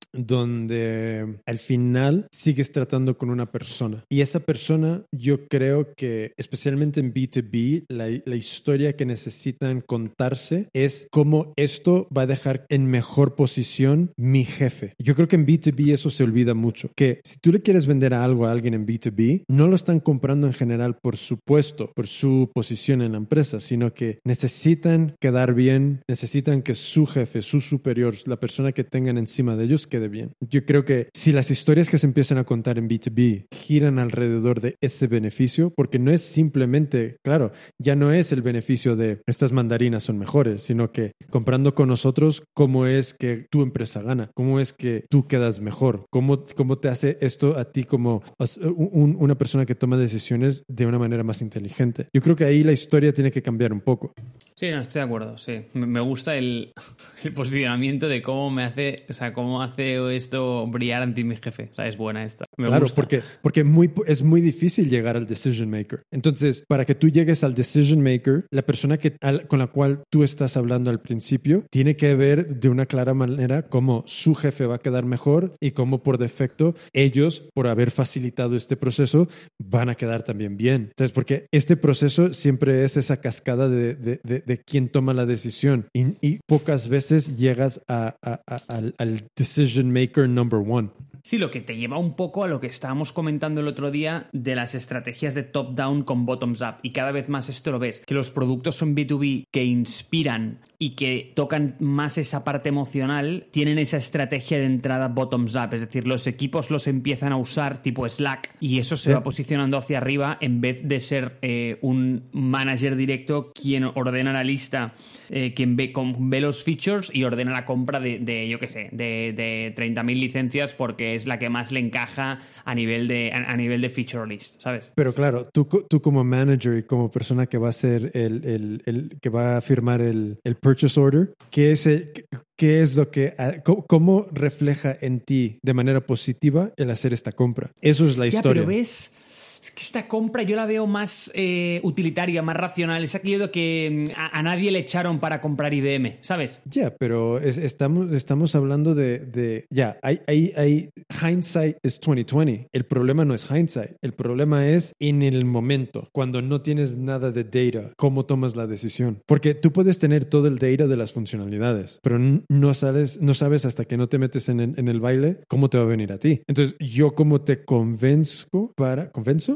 donde al final sigues tratando con una persona. Y esa persona, yo creo que, especialmente en B dos B, la, la historia que necesitan contarse es cómo esto va a dejar en mejor posición mi jefe. Yo creo que en B dos B eso se olvida mucho, que si tú le quieres vender algo a alguien en B dos B, no lo están comprando en general por su puesto, por su posición en la empresa, sino que necesitan quedar bien, necesitan que su jefe, su superior, la persona que tengan encima de ellos quede bien. Yo creo que si las historias que se empiezan a contar en B dos B giran alrededor de ese beneficio, porque no es simplemente, claro, ya no es el beneficio de estas mandarinas son mejores, sino que comprando con nosotros, cómo es que tu empresa gana, cómo es que tú quedas mejor, cómo, cómo te hace esto a ti como un, una persona que toma decisiones de una manera más inteligente. Yo creo que ahí la historia tiene que cambiar un poco. Sí, no, estoy de acuerdo, sí. Me gusta el, el posicionamiento de cómo me hace, o sea, cómo hace esto brillar ante mi jefe. O sea, es buena esta. Me claro, gusta. porque, porque muy, es muy difícil llegar al decision maker. Entonces, para que tú llegues al decision maker, la persona que, al, con la cual tú estás hablando al principio tiene que ver de una clara manera cómo su jefe va a quedar mejor y cómo por defecto ellos, por haber facilitado este proceso, van a quedar también bien. ¿Sabes? Porque este proceso siempre es esa cascada de, de, de, de quién toma la decisión y, y pocas veces llegas a, a, a, al, al decision maker number one. Sí, lo que te lleva un poco a lo que estábamos comentando el otro día de las estrategias de top-down con bottoms-up. Y cada vez más esto lo ves, que los productos son B dos B que inspiran y que tocan más esa parte emocional, tienen esa estrategia de entrada bottoms-up. Es decir, los equipos los empiezan a usar tipo Slack y eso se sí. va posicionando hacia arriba en vez de ser eh, un manager directo quien ordena la lista, eh, quien ve, con, ve los features y ordena la compra de, de yo qué sé, de, de treinta mil licencias porque es la que más le encaja a nivel de, a, a nivel de feature list, ¿sabes? Pero claro, tú, tú como manager y como persona que va a ser el, el, el que va a firmar el, el purchase order, ¿qué es, el, qué es lo que, cómo refleja en ti de manera positiva el hacer esta compra? Eso es la ya, historia. Pero ves... Es que esta compra yo la veo más eh, utilitaria, más racional. Es aquello de que a, a nadie le echaron para comprar I B M, ¿sabes? Ya, yeah, pero es, estamos, estamos hablando de... de ya, yeah, hay, hay, hay... Hindsight es veinte veinte. El problema no es hindsight. El problema es en el momento, cuando no tienes nada de data, cómo tomas la decisión. Porque tú puedes tener todo el data de las funcionalidades, pero no sabes, no sabes hasta que no te metes en el, en el baile cómo te va a venir a ti. Entonces, yo cómo te convenzco para... ¿Convenzo?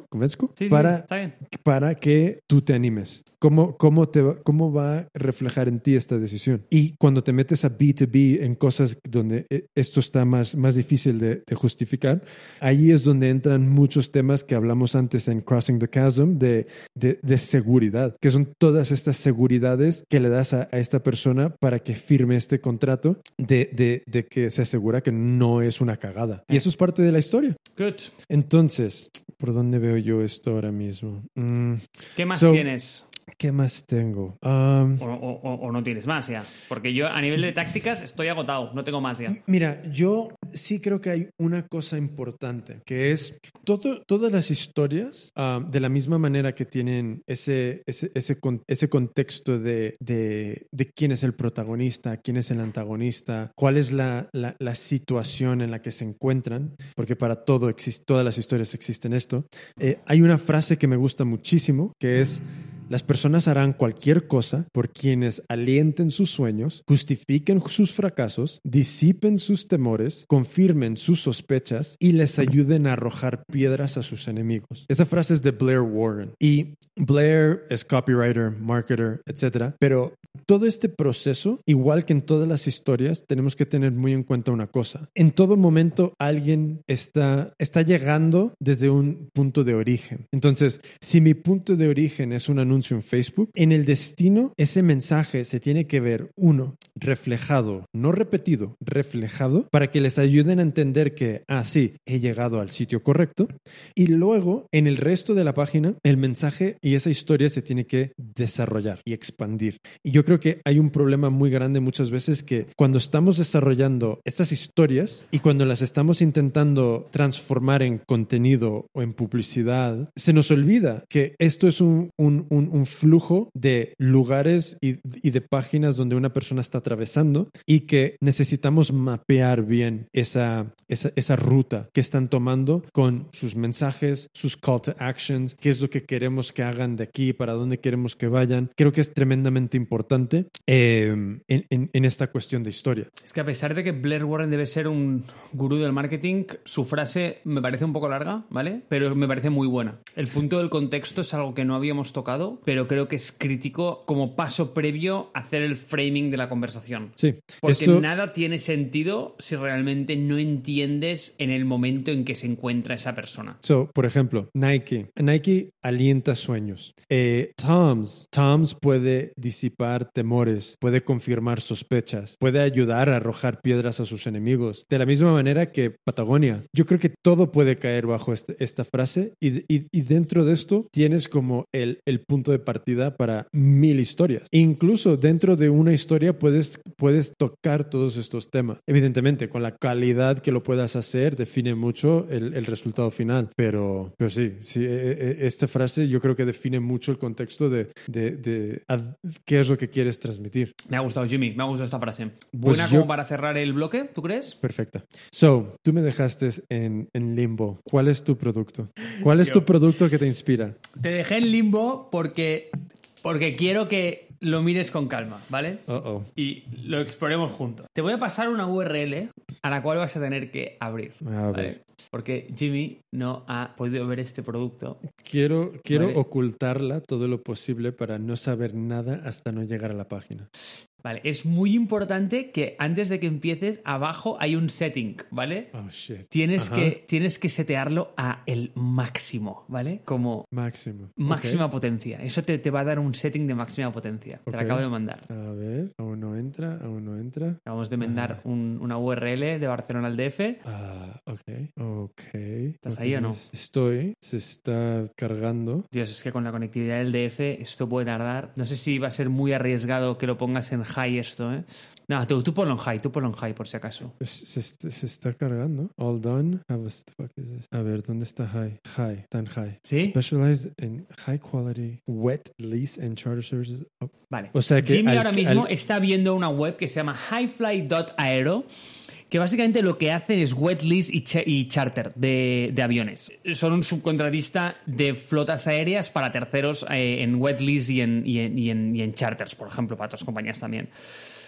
convenzco, Sí, sí, para, está bien. para que tú te animes. ¿Cómo, cómo, te, va- ¿Cómo va a reflejar en ti esta decisión? Y cuando te metes a B dos B en cosas donde eh, esto está más, más difícil de, de justificar, ahí es donde entran muchos temas que hablamos antes en Crossing the Chasm de, de, de seguridad, que son todas estas seguridades que le das a, a esta persona para que firme este contrato de, de, de que se asegura que no es una cagada. Y eso es parte de la historia. Good. Entonces, ¿por dónde veo yo esto ahora mismo? Mm, ¿Qué más so, tienes? ¿Qué más tengo? Um, O, o- o no tienes más ya. Porque yo a nivel de tácticas estoy agotado, no tengo más ya. Mira, yo sí creo que hay una cosa importante, que es todo, todas las historias, um, de la misma manera que tienen ese, ese, ese, con- ese contexto de, de, de quién es el protagonista, quién es el antagonista, cuál es la, la, la situación en la que se encuentran, porque para todo existe, todas las historias existen esto. Eh, hay una frase que me gusta muchísimo, que es: las personas harán cualquier cosa por quienes alienten sus sueños, justifiquen sus fracasos, disipen sus temores, confirmen sus sospechas y les ayuden a arrojar piedras a sus enemigos. Esa frase es de Blair Warren. Y Blair es copywriter, marketer, etcétera. Pero todo este proceso, igual que en todas las historias, tenemos que tener muy en cuenta una cosa. En todo momento alguien está, está llegando desde un punto de origen. Entonces, si mi punto de origen es un anuncio en Facebook, en el destino ese mensaje se tiene que ver, uno, reflejado, no repetido, reflejado, para que les ayuden a entender que, ah, sí, he llegado al sitio correcto. Y luego, en el resto de la página, el mensaje y esa historia se tiene que desarrollar y expandir. Y yo creo que hay un problema muy grande muchas veces, que cuando estamos desarrollando estas historias y cuando las estamos intentando transformar en contenido o en publicidad, se nos olvida que esto es un, un, un, un flujo de lugares y, y de páginas donde una persona está atravesando, y que necesitamos mapear bien esa, esa, esa ruta que están tomando con sus mensajes, sus call to actions, qué es lo que queremos que hagan de aquí, para dónde queremos que vayan. Creo que es tremendamente importante eh, en, en, en esta cuestión de historia. Es que a pesar de que Blair Warren debe ser un gurú del marketing, su frase me parece un poco larga, ¿vale? Pero me parece muy buena. El punto del contexto es algo que no habíamos tocado, pero creo que es crítico como paso previo a hacer el framing de la conversación. Sí. Porque Esto... nada tiene sentido si realmente no entiendes en el momento en que se encuentra esa persona. So, por ejemplo, Nike. Nike alienta sueños. Eh, Toms. Toms puede disipar temores, puede confirmar sospechas, puede ayudar a arrojar piedras a sus enemigos. De la misma manera que Patagonia. Yo creo que todo puede caer bajo este, esta frase, y, y, y dentro de esto tienes como el, el punto de partida para mil historias. Incluso dentro de una historia puedes, puedes tocar todos estos temas. Evidentemente, con la calidad que lo puedas hacer define mucho el, el resultado final. Pero, pero sí, sí, esta frase yo creo que define mucho el contexto de, de, de, de qué es lo que quieres transmitir. Me ha gustado, Jimmy, me ha gustado esta frase. Buena Pues yo... como para cerrar el bloque, ¿tú crees? Perfecta. So, tú me dejaste en, en limbo. ¿Cuál es tu producto? ¿Cuál es yo. tu producto que te inspira? Te dejé en limbo porque, porque quiero que lo mires con calma, ¿vale? Uh-oh. Y lo exploremos juntos. Te voy a pasar una U R L a la cual vas a tener que abrir. A ¿vale? ver. Porque Jimmy no ha podido ver este producto. Quiero, quiero ¿vale? ocultarla todo lo posible para no saber nada hasta no llegar a la página. Vale, es muy importante que antes de que empieces, abajo hay un setting, ¿vale? Oh, shit. Tienes Ajá. que, tienes que setearlo a el máximo, ¿vale? Como máximo. Máxima Okay. potencia. Eso te, te va a dar un setting de máxima potencia. Okay. Te lo acabo de mandar. A ver, aún no entra, aún no entra. Acabamos de mandar ah. un, una U R L de Barcelona al D F. Ah, ok, ok. ¿Estás okay. ahí o no? Estoy, se está cargando. Dios, es que con la conectividad del D F esto puede tardar. No sé si va a ser muy arriesgado que lo pongas en high esto, ¿eh? No, tú, tú ponlo en high, tú ponlo en high por si acaso. Se, se, se está cargando. All done. How the fuck is this? A ver, ¿dónde está high? High, tan high. ¿Sí? Specialized in high quality wet lease and charter services. Oh. Vale. O sea que Jimmy al, ahora mismo al... está viendo una web que se llama highfly punto aero, que básicamente lo que hacen es wet lease y, ch- y charter de, de aviones. Son un subcontratista de flotas aéreas para terceros eh, en wet lease y en, y, en, y, en, y en charters, por ejemplo, para otras compañías también.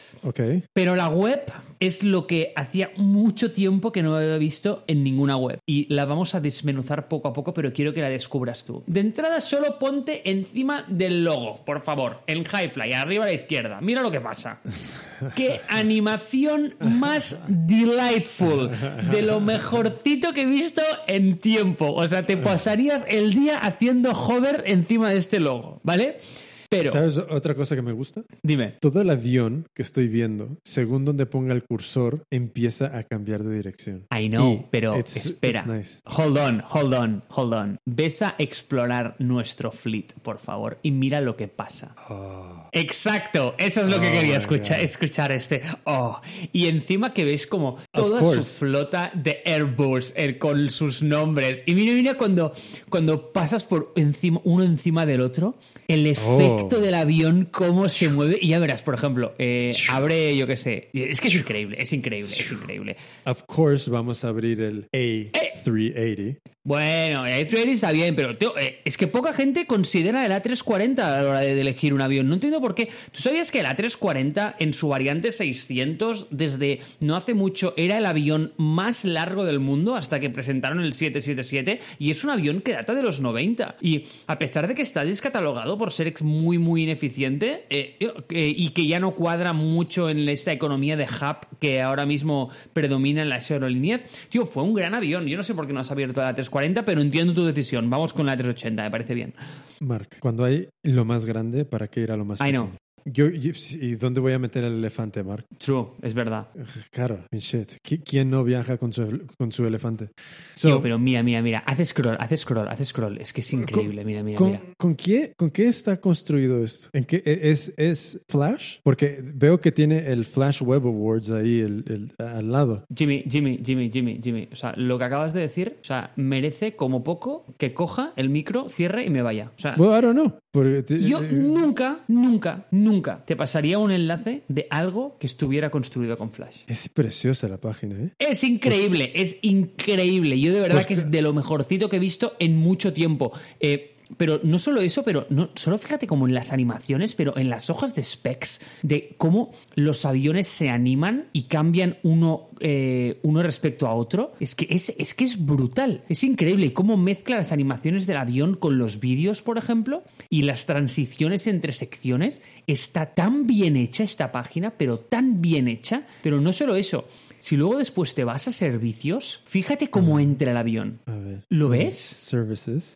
Ok. Pero la web es lo que hacía mucho tiempo que no había visto en ninguna web. Y la vamos a desmenuzar poco a poco, pero quiero que la descubras tú. De entrada, solo ponte encima del logo, por favor, en Hi-Fly, arriba a la izquierda. Mira lo que pasa. ¡Qué animación más delightful! De lo mejorcito que he visto en tiempo. O sea, te pasarías el día haciendo hover encima de este logo, ¿vale? Pero, ¿sabes otra cosa que me gusta? Dime. Todo el avión que estoy viendo, según donde ponga el cursor, empieza a cambiar de dirección. I know, y pero it's, espera. It's nice. Hold on, hold on, hold on. Ves a explorar nuestro fleet, por favor, y mira lo que pasa. Oh. Exacto, eso es lo que Oh, quería escuchar, escuchar este. Oh. Y encima que ves como toda su flota de Airbus eh, con sus nombres. Y mira, mira cuando, cuando pasas por encima, uno encima del otro, el efecto Oh. del avión, cómo se mueve. Y ya verás, por ejemplo, eh, abre, yo qué sé. Es que es increíble, es increíble, es increíble. Of course, vamos a abrir el A trescientos ochenta. Bueno, el A trescientos ochenta está bien, pero tío, eh, es que poca gente considera el A trescientos cuarenta a la hora de elegir un avión. No entiendo por qué. ¿Tú sabías que el A trescientos cuarenta en su variante seiscientos desde no hace mucho era el avión más largo del mundo hasta que presentaron el siete siete siete? Y es un avión que data de los noventa. Y a pesar de que está descatalogado por ser muy, muy ineficiente eh, eh, y que ya no cuadra mucho en esta economía de hub que ahora mismo predomina en las aerolíneas, tío, fue un gran avión. Yo no sé por qué no has abierto el A trescientos cuarenta, pero entiendo tu decisión. Vamos con la A trescientos ochenta, me parece bien. Mark, cuando hay lo más grande, ¿para qué ir a lo más I pequeño? know. Yo, yo, ¿y dónde voy a meter el elefante, Mark? True, es verdad. Claro, shit. ¿Quién no viaja con su, con su elefante? So, Tío, pero mira, mira, mira. Haz scroll, haz scroll, haz scroll. Es que es increíble, con, mira, mira, con, mira. ¿con qué, ¿Con qué está construido esto? ¿En qué, es, ¿Es Flash? Porque veo que tiene el Flash Web Awards ahí el, el, al lado. Jimmy, Jimmy, Jimmy, Jimmy, Jimmy. O sea, lo que acabas de decir, o sea, merece como poco que coja el micro, cierre y me vaya. O sea, well, I don't know. Porque te, yo eh, nunca, nunca, nunca te pasaría un enlace de algo que estuviera construido con Flash. Es preciosa la página, ¿eh? Es increíble, pues, es increíble. Yo de verdad pues, que es de lo mejorcito que he visto en mucho tiempo. Eh, Pero no solo eso, pero no, solo fíjate como en las animaciones, pero en las hojas de specs, de cómo los aviones se animan y cambian uno, eh, uno respecto a otro. Es que es, es que es brutal, es increíble. Y cómo mezcla las animaciones del avión con los vídeos, por ejemplo, y las transiciones entre secciones. Está tan bien hecha esta página, pero tan bien hecha. Pero no solo eso. Si luego después te vas a servicios, fíjate cómo entra el avión. A ver. ¿Lo ves? Services.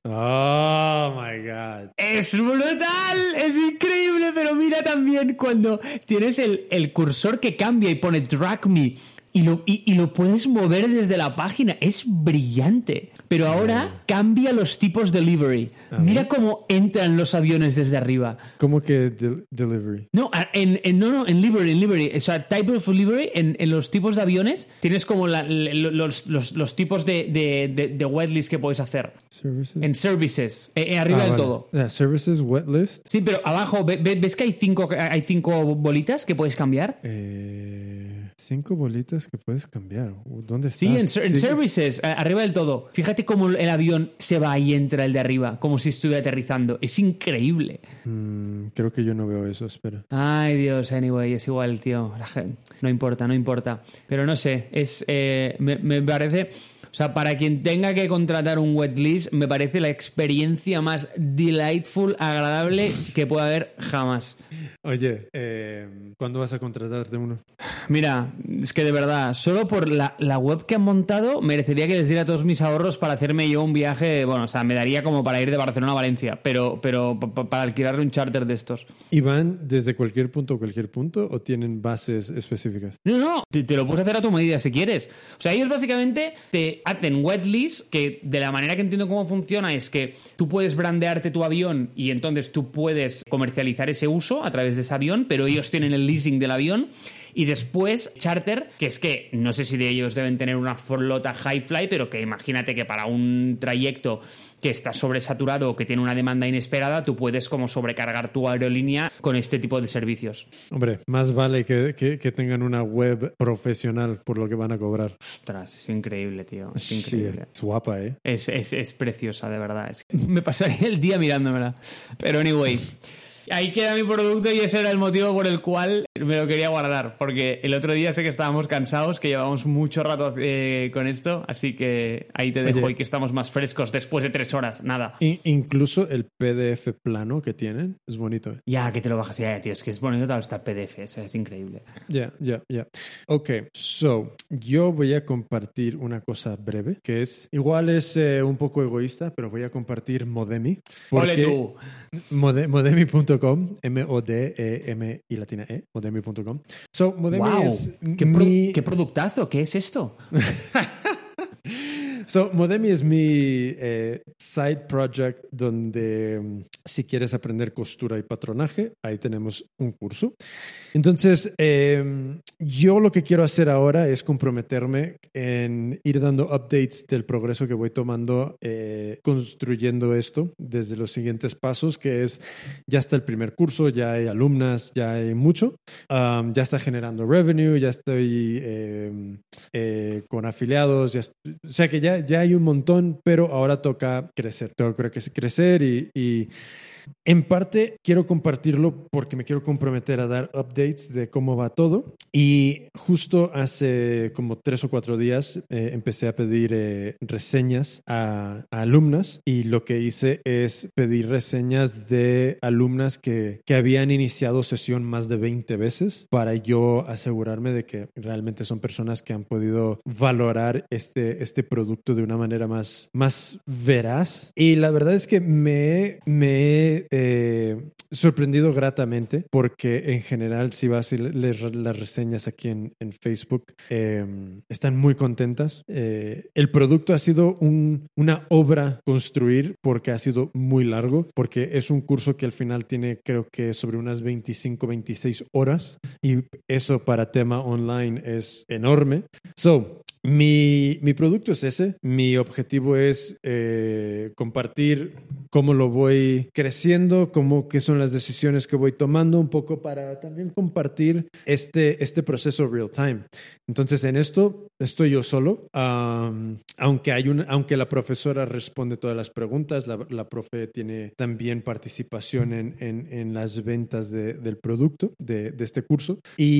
Oh my God. Es brutal, es increíble, pero mira también cuando tienes el, el cursor que cambia y pone Drag Me y lo, y, y lo puedes mover desde la página. Es brillante. Pero ahora oh. cambia los tipos de delivery. Mira cómo entran los aviones desde arriba. ¿Cómo que de- delivery? No, en, en, no, no, en livery, en livery. O sea, type of livery, en, en los tipos de aviones, tienes como la, los, los, los tipos de, de, de, de waitlist que puedes hacer. Services. En services, eh, arriba ah, del vale. todo. Yeah, services, wet list. Sí, pero abajo, ¿ves que hay cinco, hay cinco bolitas que puedes cambiar? Eh, cinco bolitas que puedes cambiar. ¿Dónde estás? Sí, en, en sí, services, eh, arriba del todo. Fíjate cómo el avión se va y entra el de arriba, como si estuviera aterrizando. Es increíble. Mm, creo que yo no veo eso, espera. Ay, Dios, anyway, es igual, tío. La gente, no importa, no importa. Pero no sé, es eh, me, me parece... O sea, para quien tenga que contratar un wetlist, me parece la experiencia más delightful, agradable que pueda haber jamás. Oye, eh, ¿cuándo vas a contratarte uno? Mira, es que de verdad, solo por la, la web que han montado, merecería que les diera todos mis ahorros para hacerme yo un viaje. Bueno, o sea, me daría como para ir de Barcelona a Valencia, pero, pero p- p- para alquilarle un charter de estos. ¿Y van desde cualquier punto a cualquier punto o tienen bases específicas? No, no, te, te lo puedes hacer a tu medida si quieres. O sea, ellos básicamente te hacen wetlist, que de la manera que entiendo cómo funciona es que tú puedes brandearte tu avión y entonces tú puedes comercializar ese uso a través de ese avión, pero ellos tienen el leasing del avión. Y después charter, que es que no sé si de ellos deben tener una flota high-fly, pero que imagínate que para un trayecto que está sobresaturado o que tiene una demanda inesperada, tú puedes como sobrecargar tu aerolínea con este tipo de servicios. Hombre, más vale que, que, que tengan una web profesional por lo que van a cobrar. Ostras, es increíble, tío. Es increíble. Sí, es guapa, ¿eh? Es, es, es preciosa, de verdad. Es que me pasaría el día mirándomela. Pero anyway... Ahí queda mi producto y ese era el motivo por el cual me lo quería guardar, porque el otro día sé que estábamos cansados, que llevamos mucho rato eh, con esto, así que ahí te dejo. Oye, y que estamos más frescos después de tres horas, nada. I- incluso el P D F plano que tienen es bonito. ¿eh? Ya, que te lo bajas, ya, tío, es que es bonito tal está el P D F, es, es increíble. Ya, yeah, ya, yeah, ya. Yeah. Ok, so, yo voy a compartir una cosa breve, que es, igual es eh, un poco egoísta, pero voy a compartir Modemi. ¡Ole tú! Mode, modemi punto com, M O D E M y latina E, modemi punto com. So, Modemi wow, es ¿Qué, pro- mi... ¿Qué productazo? ¿Qué es esto? So, Modemi es mi eh, side project donde um, si quieres aprender costura y patronaje, ahí tenemos un curso. Entonces, eh, yo lo que quiero hacer ahora es comprometerme en ir dando updates del progreso que voy tomando eh, construyendo esto desde los siguientes pasos, que es, ya está el primer curso, ya hay alumnas, ya hay mucho, um, ya está generando revenue, ya estoy eh, eh, con afiliados, ya estoy, o sea que ya, ya hay un montón, pero ahora toca crecer, tengo que crecer y... y en parte quiero compartirlo porque me quiero comprometer a dar updates de cómo va todo y justo hace como tres o cuatro días eh, empecé a pedir eh, reseñas a, a alumnas y lo que hice es pedir reseñas de alumnas que, que habían iniciado sesión más de veinte veces para yo asegurarme de que realmente son personas que han podido valorar este, este producto de una manera más, más veraz y la verdad es que me, me Eh, sorprendido gratamente porque en general si vas y lees las reseñas aquí en, en Facebook eh, están muy contentas. Eh, el producto ha sido un, una obra construir porque ha sido muy largo, porque es un curso que al final tiene creo que sobre unas veinticinco, veintiséis horas y eso para tema online es enorme. So, Mi, mi producto es ese. Mi objetivo es eh, compartir cómo lo voy creciendo, cómo, qué son las decisiones que voy tomando, un poco para también compartir este, este proceso real time. Entonces, en esto estoy yo solo. Um, aunque, hay un, aunque la profesora responde todas las preguntas, la, la profe tiene también participación en, en, en las ventas de, del producto, de, de este curso.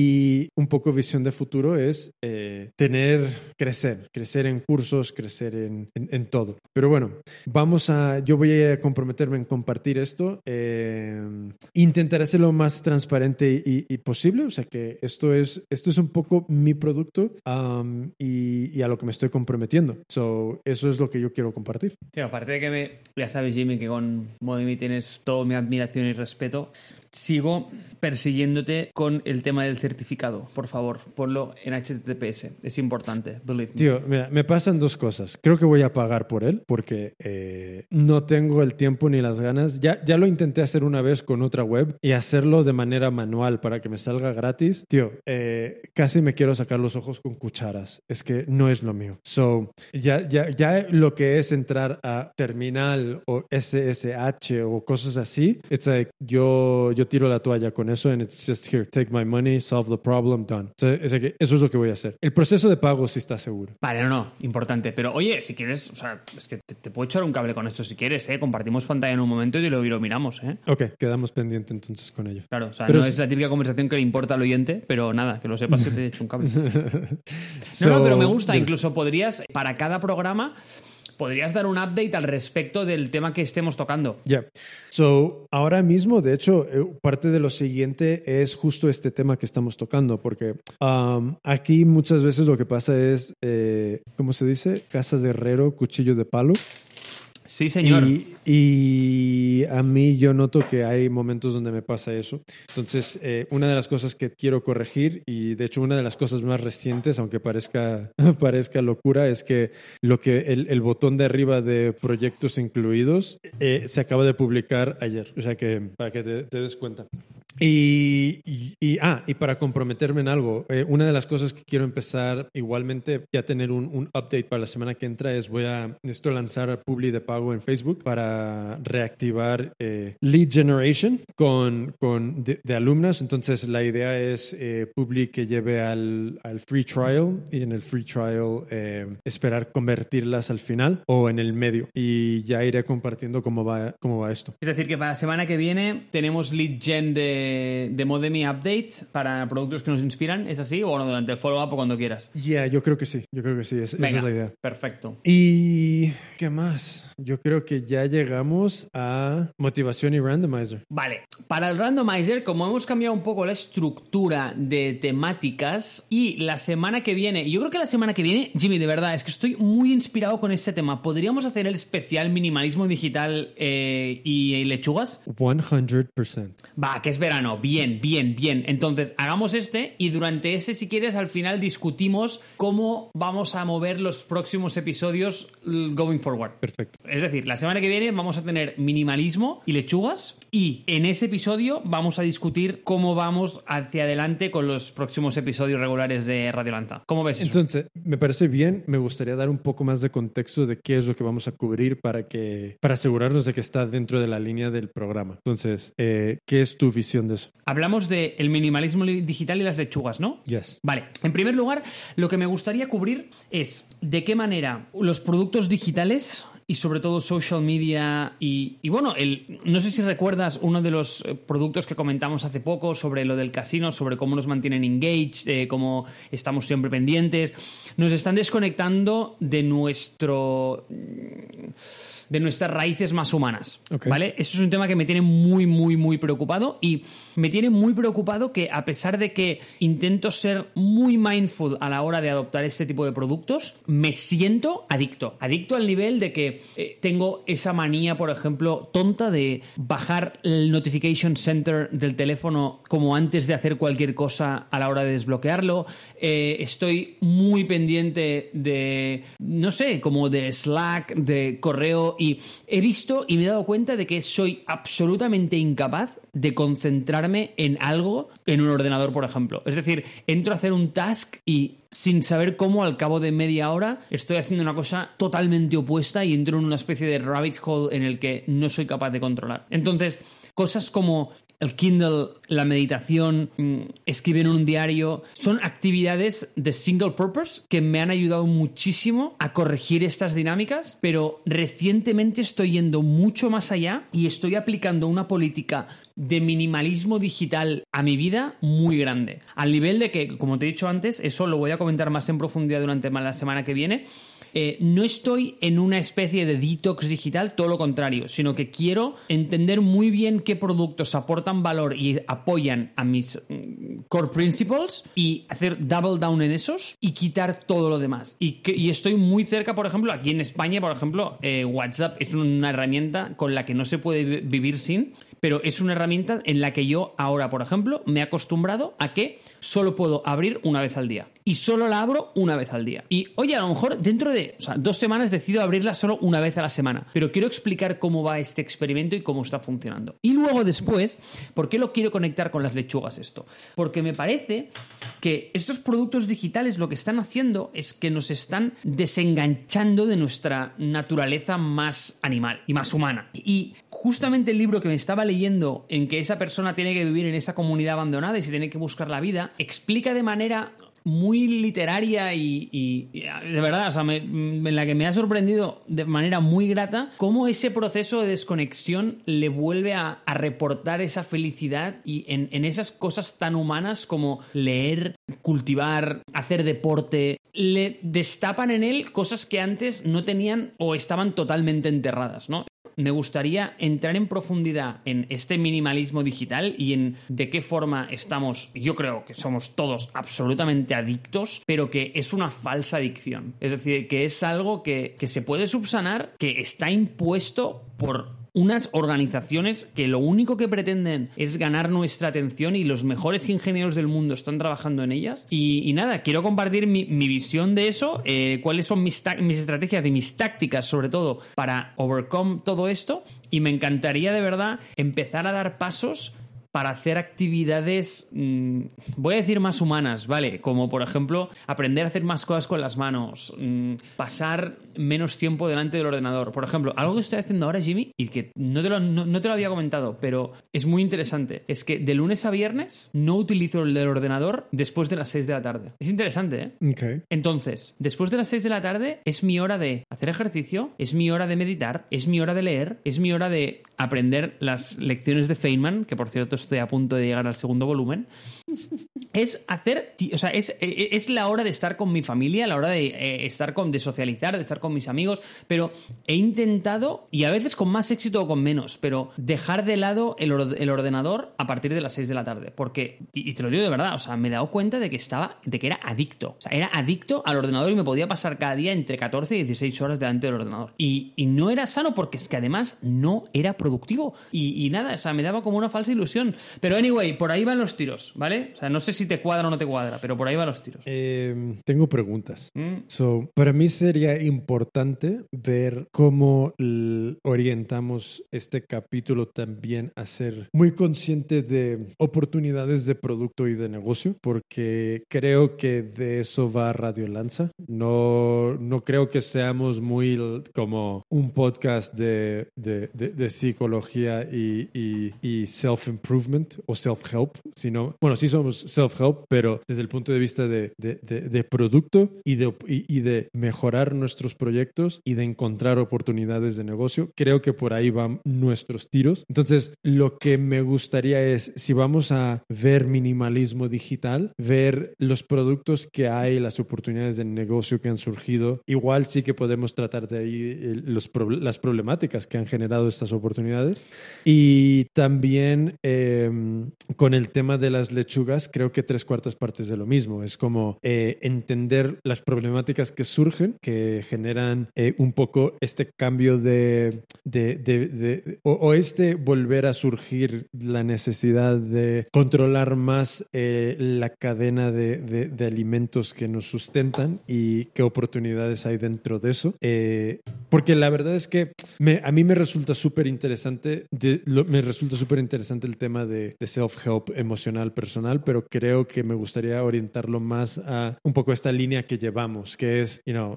Y un poco visión de futuro es eh, tener... Crecer, crecer en cursos, crecer en, en, en todo. Pero bueno, vamos a, yo voy a comprometerme en compartir esto. Eh, intentaré hacerlo lo más transparente y, y posible. O sea que esto es, esto es un poco mi producto um, y, y a lo que me estoy comprometiendo. So, eso es lo que yo quiero compartir. Sí, aparte de que me, ya sabes, Jimmy, que con Modemi tienes toda mi admiración y respeto. Sigo persiguiéndote con el tema del certificado. Por favor, ponlo en H T T P S. Es importante, believe me. Tío, mira, me pasan dos cosas. Creo que voy a pagar por él porque eh, no tengo el tiempo ni las ganas. Ya, ya lo intenté hacer una vez con otra web y hacerlo de manera manual para que me salga gratis. Tío, eh, casi me quiero sacar los ojos con cucharas. Es que no es lo mío. So, ya, ya, ya lo que es entrar a terminal o S S H o cosas así, it's like, yo... yo tiro la toalla con eso and it's just here, take my money, solve the problem, done. O sea, es que eso es lo que voy a hacer. El proceso de pago sí está seguro. Vale, no, no, importante. Pero oye, si quieres, o sea, es que te, te puedo echar un cable con esto si quieres, ¿eh? Compartimos pantalla en un momento y lo, y lo miramos, ¿eh? Ok, quedamos pendiente entonces con ello. Claro, o sea, pero no es... es la típica conversación que le importa al oyente, pero nada, que lo sepas que te he hecho un cable. so... No, no, pero me gusta. Incluso podrías, para cada programa... podrías dar un update al respecto del tema que estemos tocando. Ya. Yeah. So, ahora mismo, de hecho, parte de lo siguiente es justo este tema que estamos tocando, porque um, aquí muchas veces lo que pasa es, eh, ¿cómo se dice? Casa de herrero, cuchillo de palo. Sí, señor. Y, y a mí yo noto que hay momentos donde me pasa eso. Entonces, eh, una de las cosas que quiero corregir, y de hecho una de las cosas más recientes, aunque parezca, parezca locura, es que lo que el, el botón de arriba de proyectos incluidos eh, se acaba de publicar ayer. O sea que, para que te, te des cuenta. Y, y, y, ah, y para comprometerme en algo, eh, una de las cosas que quiero empezar igualmente ya tener un, un update para la semana que entra es voy a esto lanzar publi de pago en Facebook para reactivar eh, lead generation con, con de, de alumnas. Entonces la idea es eh, publi que lleve al, al free trial y en el free trial eh, esperar convertirlas al final o en el medio, y ya iré compartiendo cómo va, cómo va esto. Es decir, que para la semana que viene tenemos lead gen de de Modemi Update para productos que nos inspiran, ¿es así? O bueno, durante el follow-up o cuando quieras. Ya, yeah, yo creo que sí, yo creo que sí, es, Venga, esa es la idea. Perfecto. ¿Y qué más? Yo creo que ya llegamos a motivación y randomizer. Vale, para el randomizer, como hemos cambiado un poco la estructura de temáticas, y la semana que viene, yo creo que la semana que viene, Jimmy, de verdad, es que estoy muy inspirado con este tema. ¿Podríamos hacer el especial minimalismo digital eh, y, y lechugas? cien por ciento. Va, que es verano. Bien, bien, bien. Entonces, hagamos este y durante ese, si quieres, al final discutimos cómo vamos a mover los próximos episodios going forward. Perfecto. Es decir, la semana que viene vamos a tener minimalismo y lechugas, y en ese episodio vamos a discutir cómo vamos hacia adelante con los próximos episodios regulares de Radio Lanza. ¿Cómo ves eso? Entonces, me parece bien. Me gustaría dar un poco más de contexto de qué es lo que vamos a cubrir para que para asegurarnos de que está dentro de la línea del programa. Entonces, eh, ¿qué es tu visión de eso? Hablamos del de minimalismo digital y las lechugas, ¿no? Yes. Vale. En primer lugar, lo que me gustaría cubrir es de qué manera los productos digitales y sobre todo social media y, y bueno, el, no sé si recuerdas uno de los productos que comentamos hace poco sobre lo del casino, sobre cómo nos mantienen engaged, eh, cómo estamos siempre pendientes. Nos están desconectando de nuestro... de nuestras raíces más humanas, okay. ¿Vale? Esto es un tema que me tiene muy, muy, muy preocupado, y me tiene muy preocupado que a pesar de que intento ser muy mindful a la hora de adoptar este tipo de productos, me siento adicto. Adicto al nivel de que eh, tengo esa manía, por ejemplo, tonta de bajar el notification center del teléfono como antes de hacer cualquier cosa a la hora de desbloquearlo. Eh, estoy muy pendiente de, no sé, como de Slack, de correo. Y he visto y me he dado cuenta de que soy absolutamente incapaz de concentrarme en algo en un ordenador, por ejemplo. Es decir, entro a hacer un task y sin saber cómo, al cabo de media hora, estoy haciendo una cosa totalmente opuesta y entro en una especie de rabbit hole en el que no soy capaz de controlar. Entonces, cosas como el Kindle, la meditación, escribir en un diario, son actividades de single purpose que me han ayudado muchísimo a corregir estas dinámicas, pero recientemente estoy yendo mucho más allá y estoy aplicando una política de minimalismo digital a mi vida muy grande. Al nivel de que, como te he dicho antes, eso lo voy a comentar más en profundidad durante la semana que viene. Eh, no estoy en una especie de detox digital, todo lo contrario, sino que quiero entender muy bien qué productos aportan valor y apoyan a mis mm, core principles y hacer double down en esos y quitar todo lo demás. Y, y estoy muy cerca, por ejemplo, aquí en España, por ejemplo, eh, WhatsApp es una herramienta con la que no se puede vivir sin, pero es una herramienta en la que yo ahora, por ejemplo, me he acostumbrado a que solo puedo abrir una vez al día. Y solo la abro una vez al día. Y, oye, a lo mejor dentro de o sea, dos semanas decido abrirla solo una vez a la semana. Pero quiero explicar cómo va este experimento y cómo está funcionando. Y luego después, ¿por qué lo quiero conectar con las lechugas esto? Porque me parece que estos productos digitales lo que están haciendo es que nos están desenganchando de nuestra naturaleza más animal y más humana. Y justamente el libro que me estaba leyendo, en que esa persona tiene que vivir en esa comunidad abandonada y se tiene que buscar la vida, explica de manera muy literaria y, y, y de verdad, o sea, me, en la que me ha sorprendido de manera muy grata cómo ese proceso de desconexión le vuelve a, a reportar esa felicidad y en, en esas cosas tan humanas como leer, cultivar, hacer deporte. Le destapan en él cosas que antes no tenían o estaban totalmente enterradas, ¿no? Me gustaría entrar en profundidad en este minimalismo digital y en de qué forma estamos, yo creo que somos todos absolutamente adictos, pero que es una falsa adicción. Es decir, que es algo que, que se puede subsanar, que está impuesto por unas organizaciones que lo único que pretenden es ganar nuestra atención y los mejores ingenieros del mundo están trabajando en ellas. Y, y nada, quiero compartir mi, mi visión de eso, eh, cuáles son mis, mis estrategias y mis tácticas, sobre todo, para overcome todo esto. Y me encantaría de verdad empezar a dar pasos para hacer actividades, mmm, voy a decir más humanas, ¿vale? Como por ejemplo, aprender a hacer más cosas con las manos, mmm, pasar menos tiempo delante del ordenador. Por ejemplo, algo que estoy haciendo ahora, Jimmy, y que no te lo, no, no te lo había comentado, pero es muy interesante, es que de lunes a viernes no utilizo el del ordenador después de las seis de la tarde. Es interesante, ¿eh? Okay. Entonces, después de las seis de la tarde es mi hora de hacer ejercicio, es mi hora de meditar, es mi hora de leer, es mi hora de aprender las lecciones de Feynman, que por cierto estoy a punto de llegar al segundo volumen. Es hacer, o sea, es, es la hora de estar con mi familia, la hora de eh, estar con, de socializar, de estar con mis amigos, pero he intentado, y a veces con más éxito o con menos, pero dejar de lado el, or, el ordenador a partir de las seis de la tarde, porque, y, y te lo digo de verdad, o sea, me he dado cuenta de que estaba, de que era adicto, o sea, era adicto al ordenador y me podía pasar cada día entre catorce y dieciséis horas delante del ordenador. Y, y no era sano porque es que además no era productivo. Y, y nada, o sea, me daba como una falsa ilusión. Pero anyway, por ahí van los tiros, ¿vale? O sea, no sé si te cuadra o no te cuadra, pero por ahí van los tiros. Eh, tengo preguntas. Mm. So, para mí sería importante ver cómo l- orientamos este capítulo también a ser muy consciente de oportunidades de producto y de negocio, porque creo que de eso va Radio Lanza. No, no creo que seamos muy l- como un podcast de, de, de, de psicología y, y, y self-improvement o self-help, sino, bueno, sí somos self-help, pero desde el punto de vista de, de, de, de producto y de, y, y de mejorar nuestros proyectos y de encontrar oportunidades de negocio. Creo que por ahí van nuestros tiros. Entonces, lo que me gustaría es, si vamos a ver minimalismo digital, ver los productos que hay, las oportunidades de negocio que han surgido. Igual sí que podemos tratar de ahí eh, los, las problemáticas que han generado estas oportunidades. Y también eh, con el tema de las lechugas, creo que tres cuartas partes de lo mismo. Es como eh, entender las problemáticas que surgen, que generan eh, un poco este cambio de, de, de, de o, o este volver a surgir la necesidad de controlar más eh, la cadena de, de, de alimentos que nos sustentan y qué oportunidades hay dentro de eso. Eh, porque la verdad es que me, a mí me resulta súper interesante, de, lo, me resulta súper interesante el tema de, de self-help emocional personal, pero creo que me gustaría orientarlo más a un poco esta línea que llevamos, que es, you know,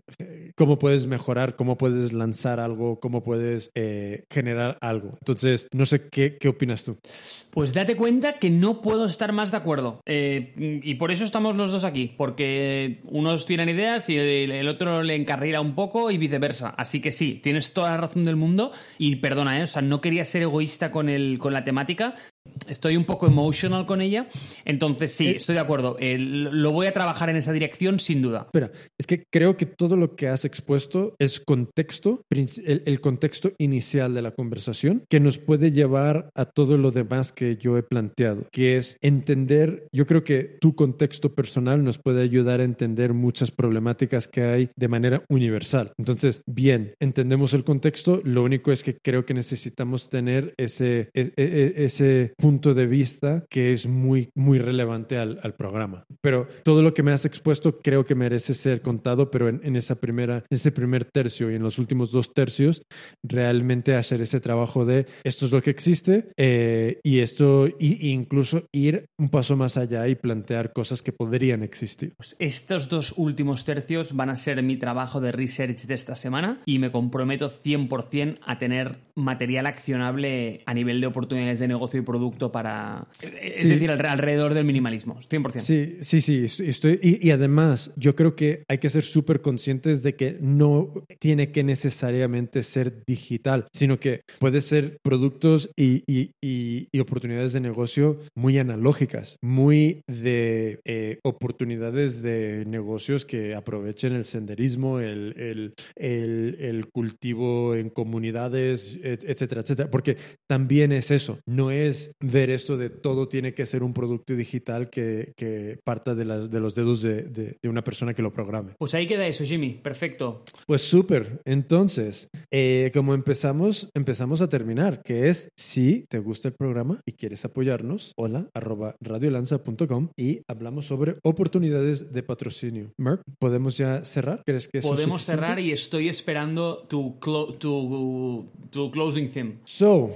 cómo puedes mejorar, cómo puedes lanzar algo, cómo puedes eh, generar algo. Entonces, no sé qué, qué opinas tú. Pues date cuenta que no puedo estar más de acuerdo. Eh, y por eso estamos los dos aquí, porque unos tienen ideas y el, el otro le encarrila un poco y viceversa. Así que sí, tienes toda la razón del mundo y perdona, ¿eh? O sea, no quería ser egoísta con, el, con la temática. Estoy un poco emotional con ella. Entonces sí, eh, estoy de acuerdo. Eh, lo voy a trabajar en esa dirección sin duda. Espera, es que creo que todo lo que has expuesto es contexto, el, el contexto inicial de la conversación que nos puede llevar a todo lo demás que yo he planteado, que es entender, yo creo que tu contexto personal nos puede ayudar a entender muchas problemáticas que hay de manera universal. Entonces, bien, entendemos el contexto, lo único es que creo que necesitamos tener ese, ese, ese punto de vista que es muy, muy relevante al, al programa. Pero todo lo que me has expuesto creo que merece ser contado, pero en, en esa primera, en ese primer tercio y en los últimos dos tercios, realmente hacer ese trabajo de esto es lo que existe eh, y esto, y, y incluso ir un paso más allá y plantear cosas que podrían existir. Pues estos dos últimos tercios van a ser mi trabajo de research de esta semana y me comprometo cien por ciento a tener material accionable a nivel de oportunidades de negocio y producto para, es sí. decir, alrededor del minimalismo, cien por ciento. Sí, sí, sí, estoy, y, y además yo creo que hay que ser súper conscientes de que no tiene que necesariamente ser digital, sino que puede ser productos y, y, y, y oportunidades de negocio muy analógicas, muy de eh, oportunidades de negocios que aprovechen el senderismo, el, el, el, el cultivo en comunidades, etcétera, etcétera, porque también es eso, no es ver esto de todo tiene que ser un producto digital que, que parta de, las, de los dedos de, de, de una persona que lo programe. Pues ahí queda eso, Jimmy. Perfecto. Pues súper. Entonces, eh, como empezamos, empezamos a terminar, que es, si te gusta el programa y quieres apoyarnos, hola, arroba radiolanza punto com y hablamos sobre oportunidades de patrocinio. Mark, ¿podemos ya cerrar? ¿Crees que eso Podemos es suficiente? cerrar y estoy esperando tu, clo- tu, tu closing theme. So,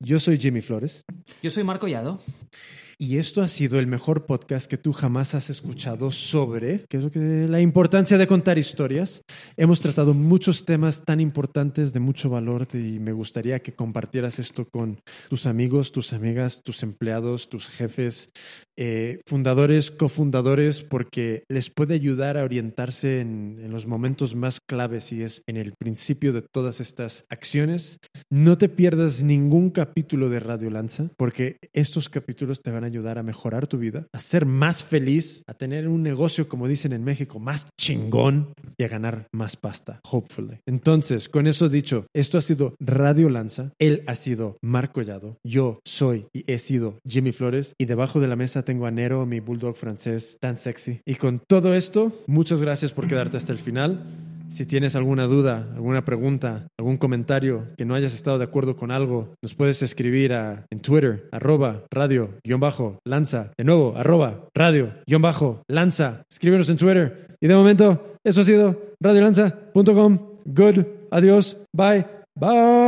Yo soy Jimmy Flores. Yo soy Marc Collado. Y esto ha sido el mejor podcast que tú jamás has escuchado sobre ¿qué es lo que, la importancia de contar historias. Hemos tratado muchos temas tan importantes de mucho valor y me gustaría que compartieras esto con tus amigos, tus amigas, tus empleados, tus jefes, eh, fundadores, cofundadores, porque les puede ayudar a orientarse en, en los momentos más claves y es en el principio de todas estas acciones. No te pierdas ningún capítulo de Radio Lanza porque estos capítulos te van a ayudar a mejorar tu vida, a ser más feliz, a tener un negocio, como dicen en México, más chingón y a ganar más pasta, hopefully. Entonces, con eso dicho, esto ha sido Radio Lanza, él ha sido Marc Collado, yo soy y he sido Jimmy Flores y debajo de la mesa tengo a Nero, mi bulldog francés tan sexy. Y con todo esto, muchas gracias por quedarte hasta el final. Si tienes alguna duda, alguna pregunta, algún comentario que no hayas estado de acuerdo con algo, nos puedes escribir a, en Twitter, arroba radio, guión bajo, lanza. De nuevo, arroba radio, guión bajo, lanza. Escríbenos en Twitter. Y de momento, eso ha sido radio lanza punto com. Good. Adiós. Bye. Bye.